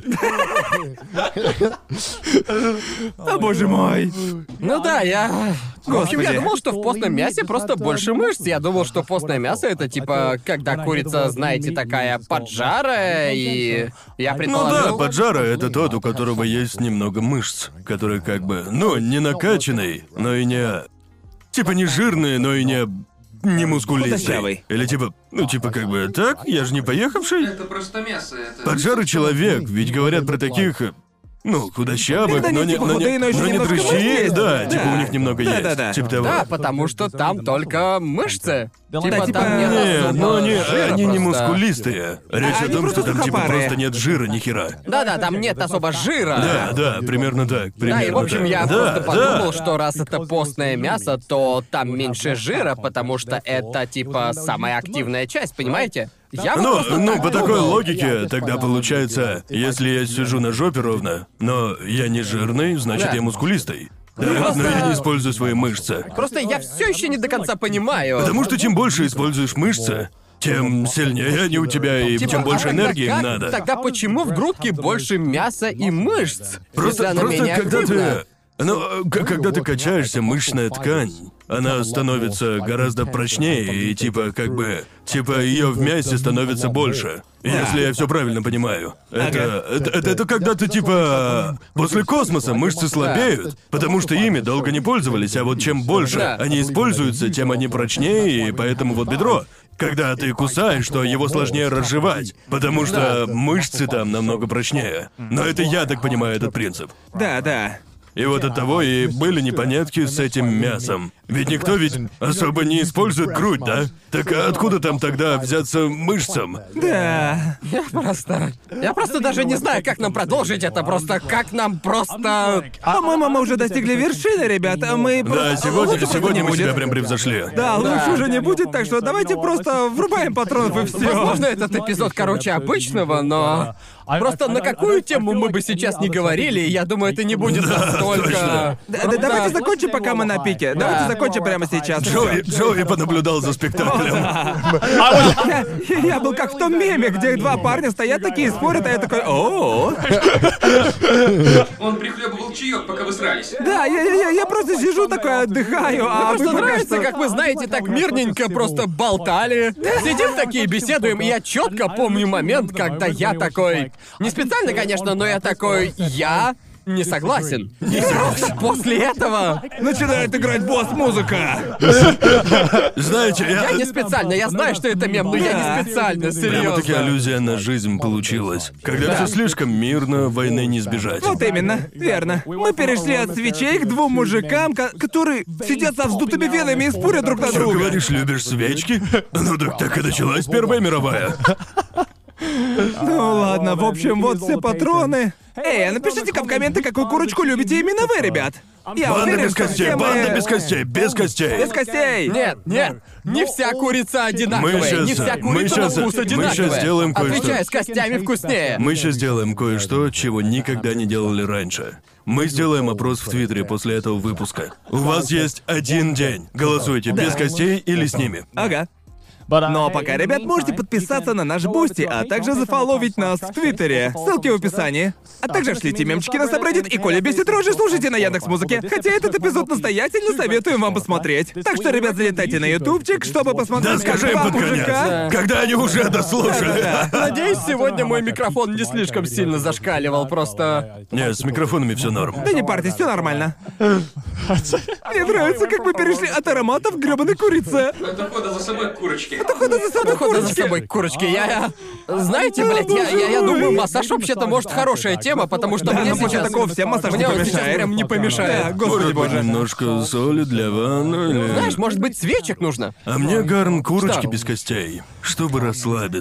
О, боже мой. Ну да, В общем, я Господи. думал, что в постном мясе просто больше мышц. Я думал, что постное мясо это типа, когда курица, знаете, такая поджарая, и я Ну предположил... да, поджара — это тот, у которого есть немного мышц, который как бы, ну, не накачанный, но и не... Типа не жирный, но и не мускулистый. Худощавый. Или типа, ну типа как бы, так, я же не поехавший. Это просто мясо, это... Поджарый человек, ведь говорят про таких... Ну, худощавых, Когда но они не, типа худые, но ещё не немножко мышц дрыщи, есть. да, типа Да. у них немного есть. Да-да-да. Типа того. Да, потому что там только мышцы. Типа типа, там нет Нет, особо но они жира не просто. мускулистые. Речь о Они том, просто что там типа сухопарые. просто нет жира ни хера. Да-да, там нет особо жира. Да, примерно так. Примерно Да, и в общем, так. я Да, просто подумал, да. что раз это постное мясо, то там меньше жира, потому что это типа самая активная часть, понимаете? Я вот просто Ну, так по такой думал. логике, тогда получается, если я сижу на жопе ровно, но я не жирный, значит Да. я мускулистый. Да, но я не использую свои мышцы. Просто я все еще не до конца понимаю. Потому что чем больше используешь мышцы, тем сильнее они у тебя, и Типа, тем больше а тогда энергии им как? надо. Тогда почему в грудке больше мяса и мышц? Просто, если она менее когда активна? ты... Ну, когда ты качаешься, мышечная ткань, она становится гораздо прочнее, и типа, как бы... Типа, ее в мясе становится больше. Если я все правильно понимаю. Это когда ты, типа... После космоса мышцы слабеют, потому что ими долго не пользовались, а вот чем больше Да. они используются, тем они прочнее, и поэтому вот бедро. Когда ты кусаешь, то его сложнее разжевать, потому что мышцы там намного прочнее. Но это я так понимаю этот принцип. Да. И вот от того и были непонятки с этим мясом. Ведь никто ведь особо не использует грудь, да? Так откуда там тогда взяться мышцам? Да. Я просто даже не знаю, как нам продолжить это. Просто как нам просто... По-моему, мы уже достигли вершины, ребята. Мы Да, просто... Лучше просто сегодня не мы будет. себя прям превзошли. Да, лучше уже не будет, так что давайте просто врубаем патронов и все. Возможно, этот эпизод короче обычного, но... Просто на какую тему мы бы сейчас не говорили, я думаю, это не будет настолько... Да, давайте закончим, пока мы на пике. Давайте закончим прямо сейчас. Джоуи понаблюдал за спектаклем. Я был как в том меме, где два парня стоят такие и спорят, а я такой, о. Он прихлебывал чаек, пока вы срались. Да, я просто сижу такой, отдыхаю, а вы Просто пока нравится, что- как вы знаете, так мирненько просто болтали. Сидим такие, беседуем, и я четко помню момент, когда я такой... Не специально, конечно, но я такой... Я не согласен. И сразу после этого... Начинает играть босс-музыка. Знаете, Я не специально, я знаю, что это мем, но я не специально, Прямо-таки серьезно. аллюзия на жизнь получилась. Когда все слишком мирно, войны не избежать. Вот именно, верно. Мы перешли от свечей к двум мужикам, которые сидят со вздутыми венами и спорят друг на Что друга. говоришь, любишь свечки? Ну так и началась Первая мировая. Ну ладно, в общем, вот все патроны. Эй, а напишите-ка в комменты, какую курочку любите именно вы, ребят. Я Банда уверен, без что костей, все мы- банда без костей, без костей. Без костей. Нет, не вся курица одинаковая, Мы не щас- вся мы курица на щас- вкус мы одинаковая. щас сделаем кое-что. Отвечаю, с костями вкуснее. Мы сейчас сделаем кое-что, чего никогда не делали раньше. Мы сделаем опрос в Твиттере после этого выпуска. У вас есть 1 день. Голосуйте, без костей или с ними. Ага. Но пока, ребят, можете подписаться на наш Бусти, а также зафоловить нас в Твиттере. Ссылки в описании. А также шлите мемчики на Сабреддит и Коля бесит рожи слушайте на Яндекс.Музыке. Хотя этот эпизод настоятельно советуем вам посмотреть. Так что, ребят, залетайте на ютубчик, чтобы посмотреть, Да скажи им как под два конец, мужика... когда они уже дослушали. Надеюсь, сегодня мой микрофон не слишком сильно зашкаливал, просто... Не, с микрофонами все норм. Да не парьтесь, все нормально. Мне нравится, как мы перешли от ароматов к грёбаной курице. От ухода за собой к курочке. Хода за собой Хода за курочки. собой к курочке. Знаете, блядь, я думаю, массаж вообще-то может хорошая тема, потому что Да, мне но после сейчас... такого всем массаж не Мне вот сейчас помешает. прям не помешает. Да, господи Может быть, боже. немножко соли для ванны или... Знаешь, может быть, свечек нужно? А мне, Гарн, курочки Что? без костей, чтобы расслабиться.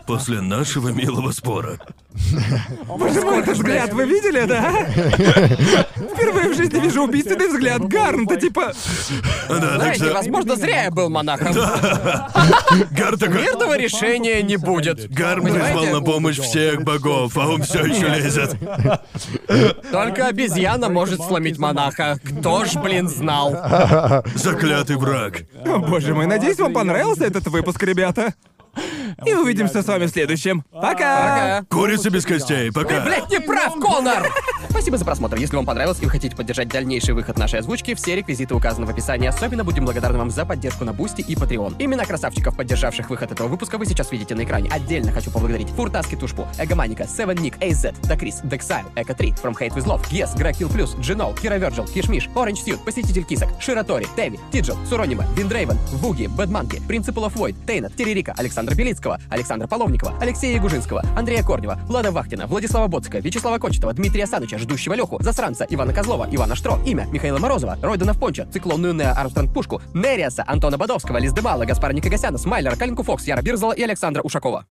после нашего милого спора. Боже мой, этот взгляд, вы видели, да? Впервые в жизни вижу убийственный взгляд Гарнта, типа... Да, так Знаете, что... возможно, зря я был монахом. Гар такой... Мирного решения не будет. Гар призвал Понимаете? на помощь всех богов, а он все еще лезет. Только обезьяна может сломить монаха. Кто ж, блин, знал? Заклятый враг. О, боже мой, надеюсь, вам понравился этот выпуск, ребята. И увидимся с вами в следующем. Пока! Курица без костей, пока. Блять, не прав, Конор! Спасибо за просмотр. Если вам понравилось и вы хотите поддержать дальнейший выход нашей озвучки, все реквизиты указаны в описании. Особенно будем благодарны вам за поддержку на Бусти и Patreon. Имена красавчиков, поддержавших выход этого выпуска, вы сейчас видите на экране. Отдельно хочу поблагодарить Фуртаски Тушпу, Эгоманика, Севен Ник, AZ, Дакрис, Дексайл, Эко 3, From Hate With Love, Yes, Грег Килл Плюс, Джинол, Кира Верджил, Кишмиш, Оранж Сьют, Посетитель Кисок, Ширатори, Теви, Тиджел, Суронима, Виндрейвен, Вуги, Бэдманки, Принципл оф Войд, Тейнет, Терерика, Александра Белицкого, Александра Половникова, Алексея Ягужинского, Андрея Корнева, Влада Вахтина, Владислава Боцика, Вячеслава Кочетова, Дмитрия Саныча, Ждущего Леху, Засранца, Ивана Козлова, Ивана Штро, имя Михаила Морозова, Ройдена в Понча, Циклонную Нео Армстронг Пушку, Нериаса, Антона Бодовского, Лиздемала, Гаспара Никогасяна, Смайлера, Калинку Фокс, Яра Бирзала и Александра Ушакова.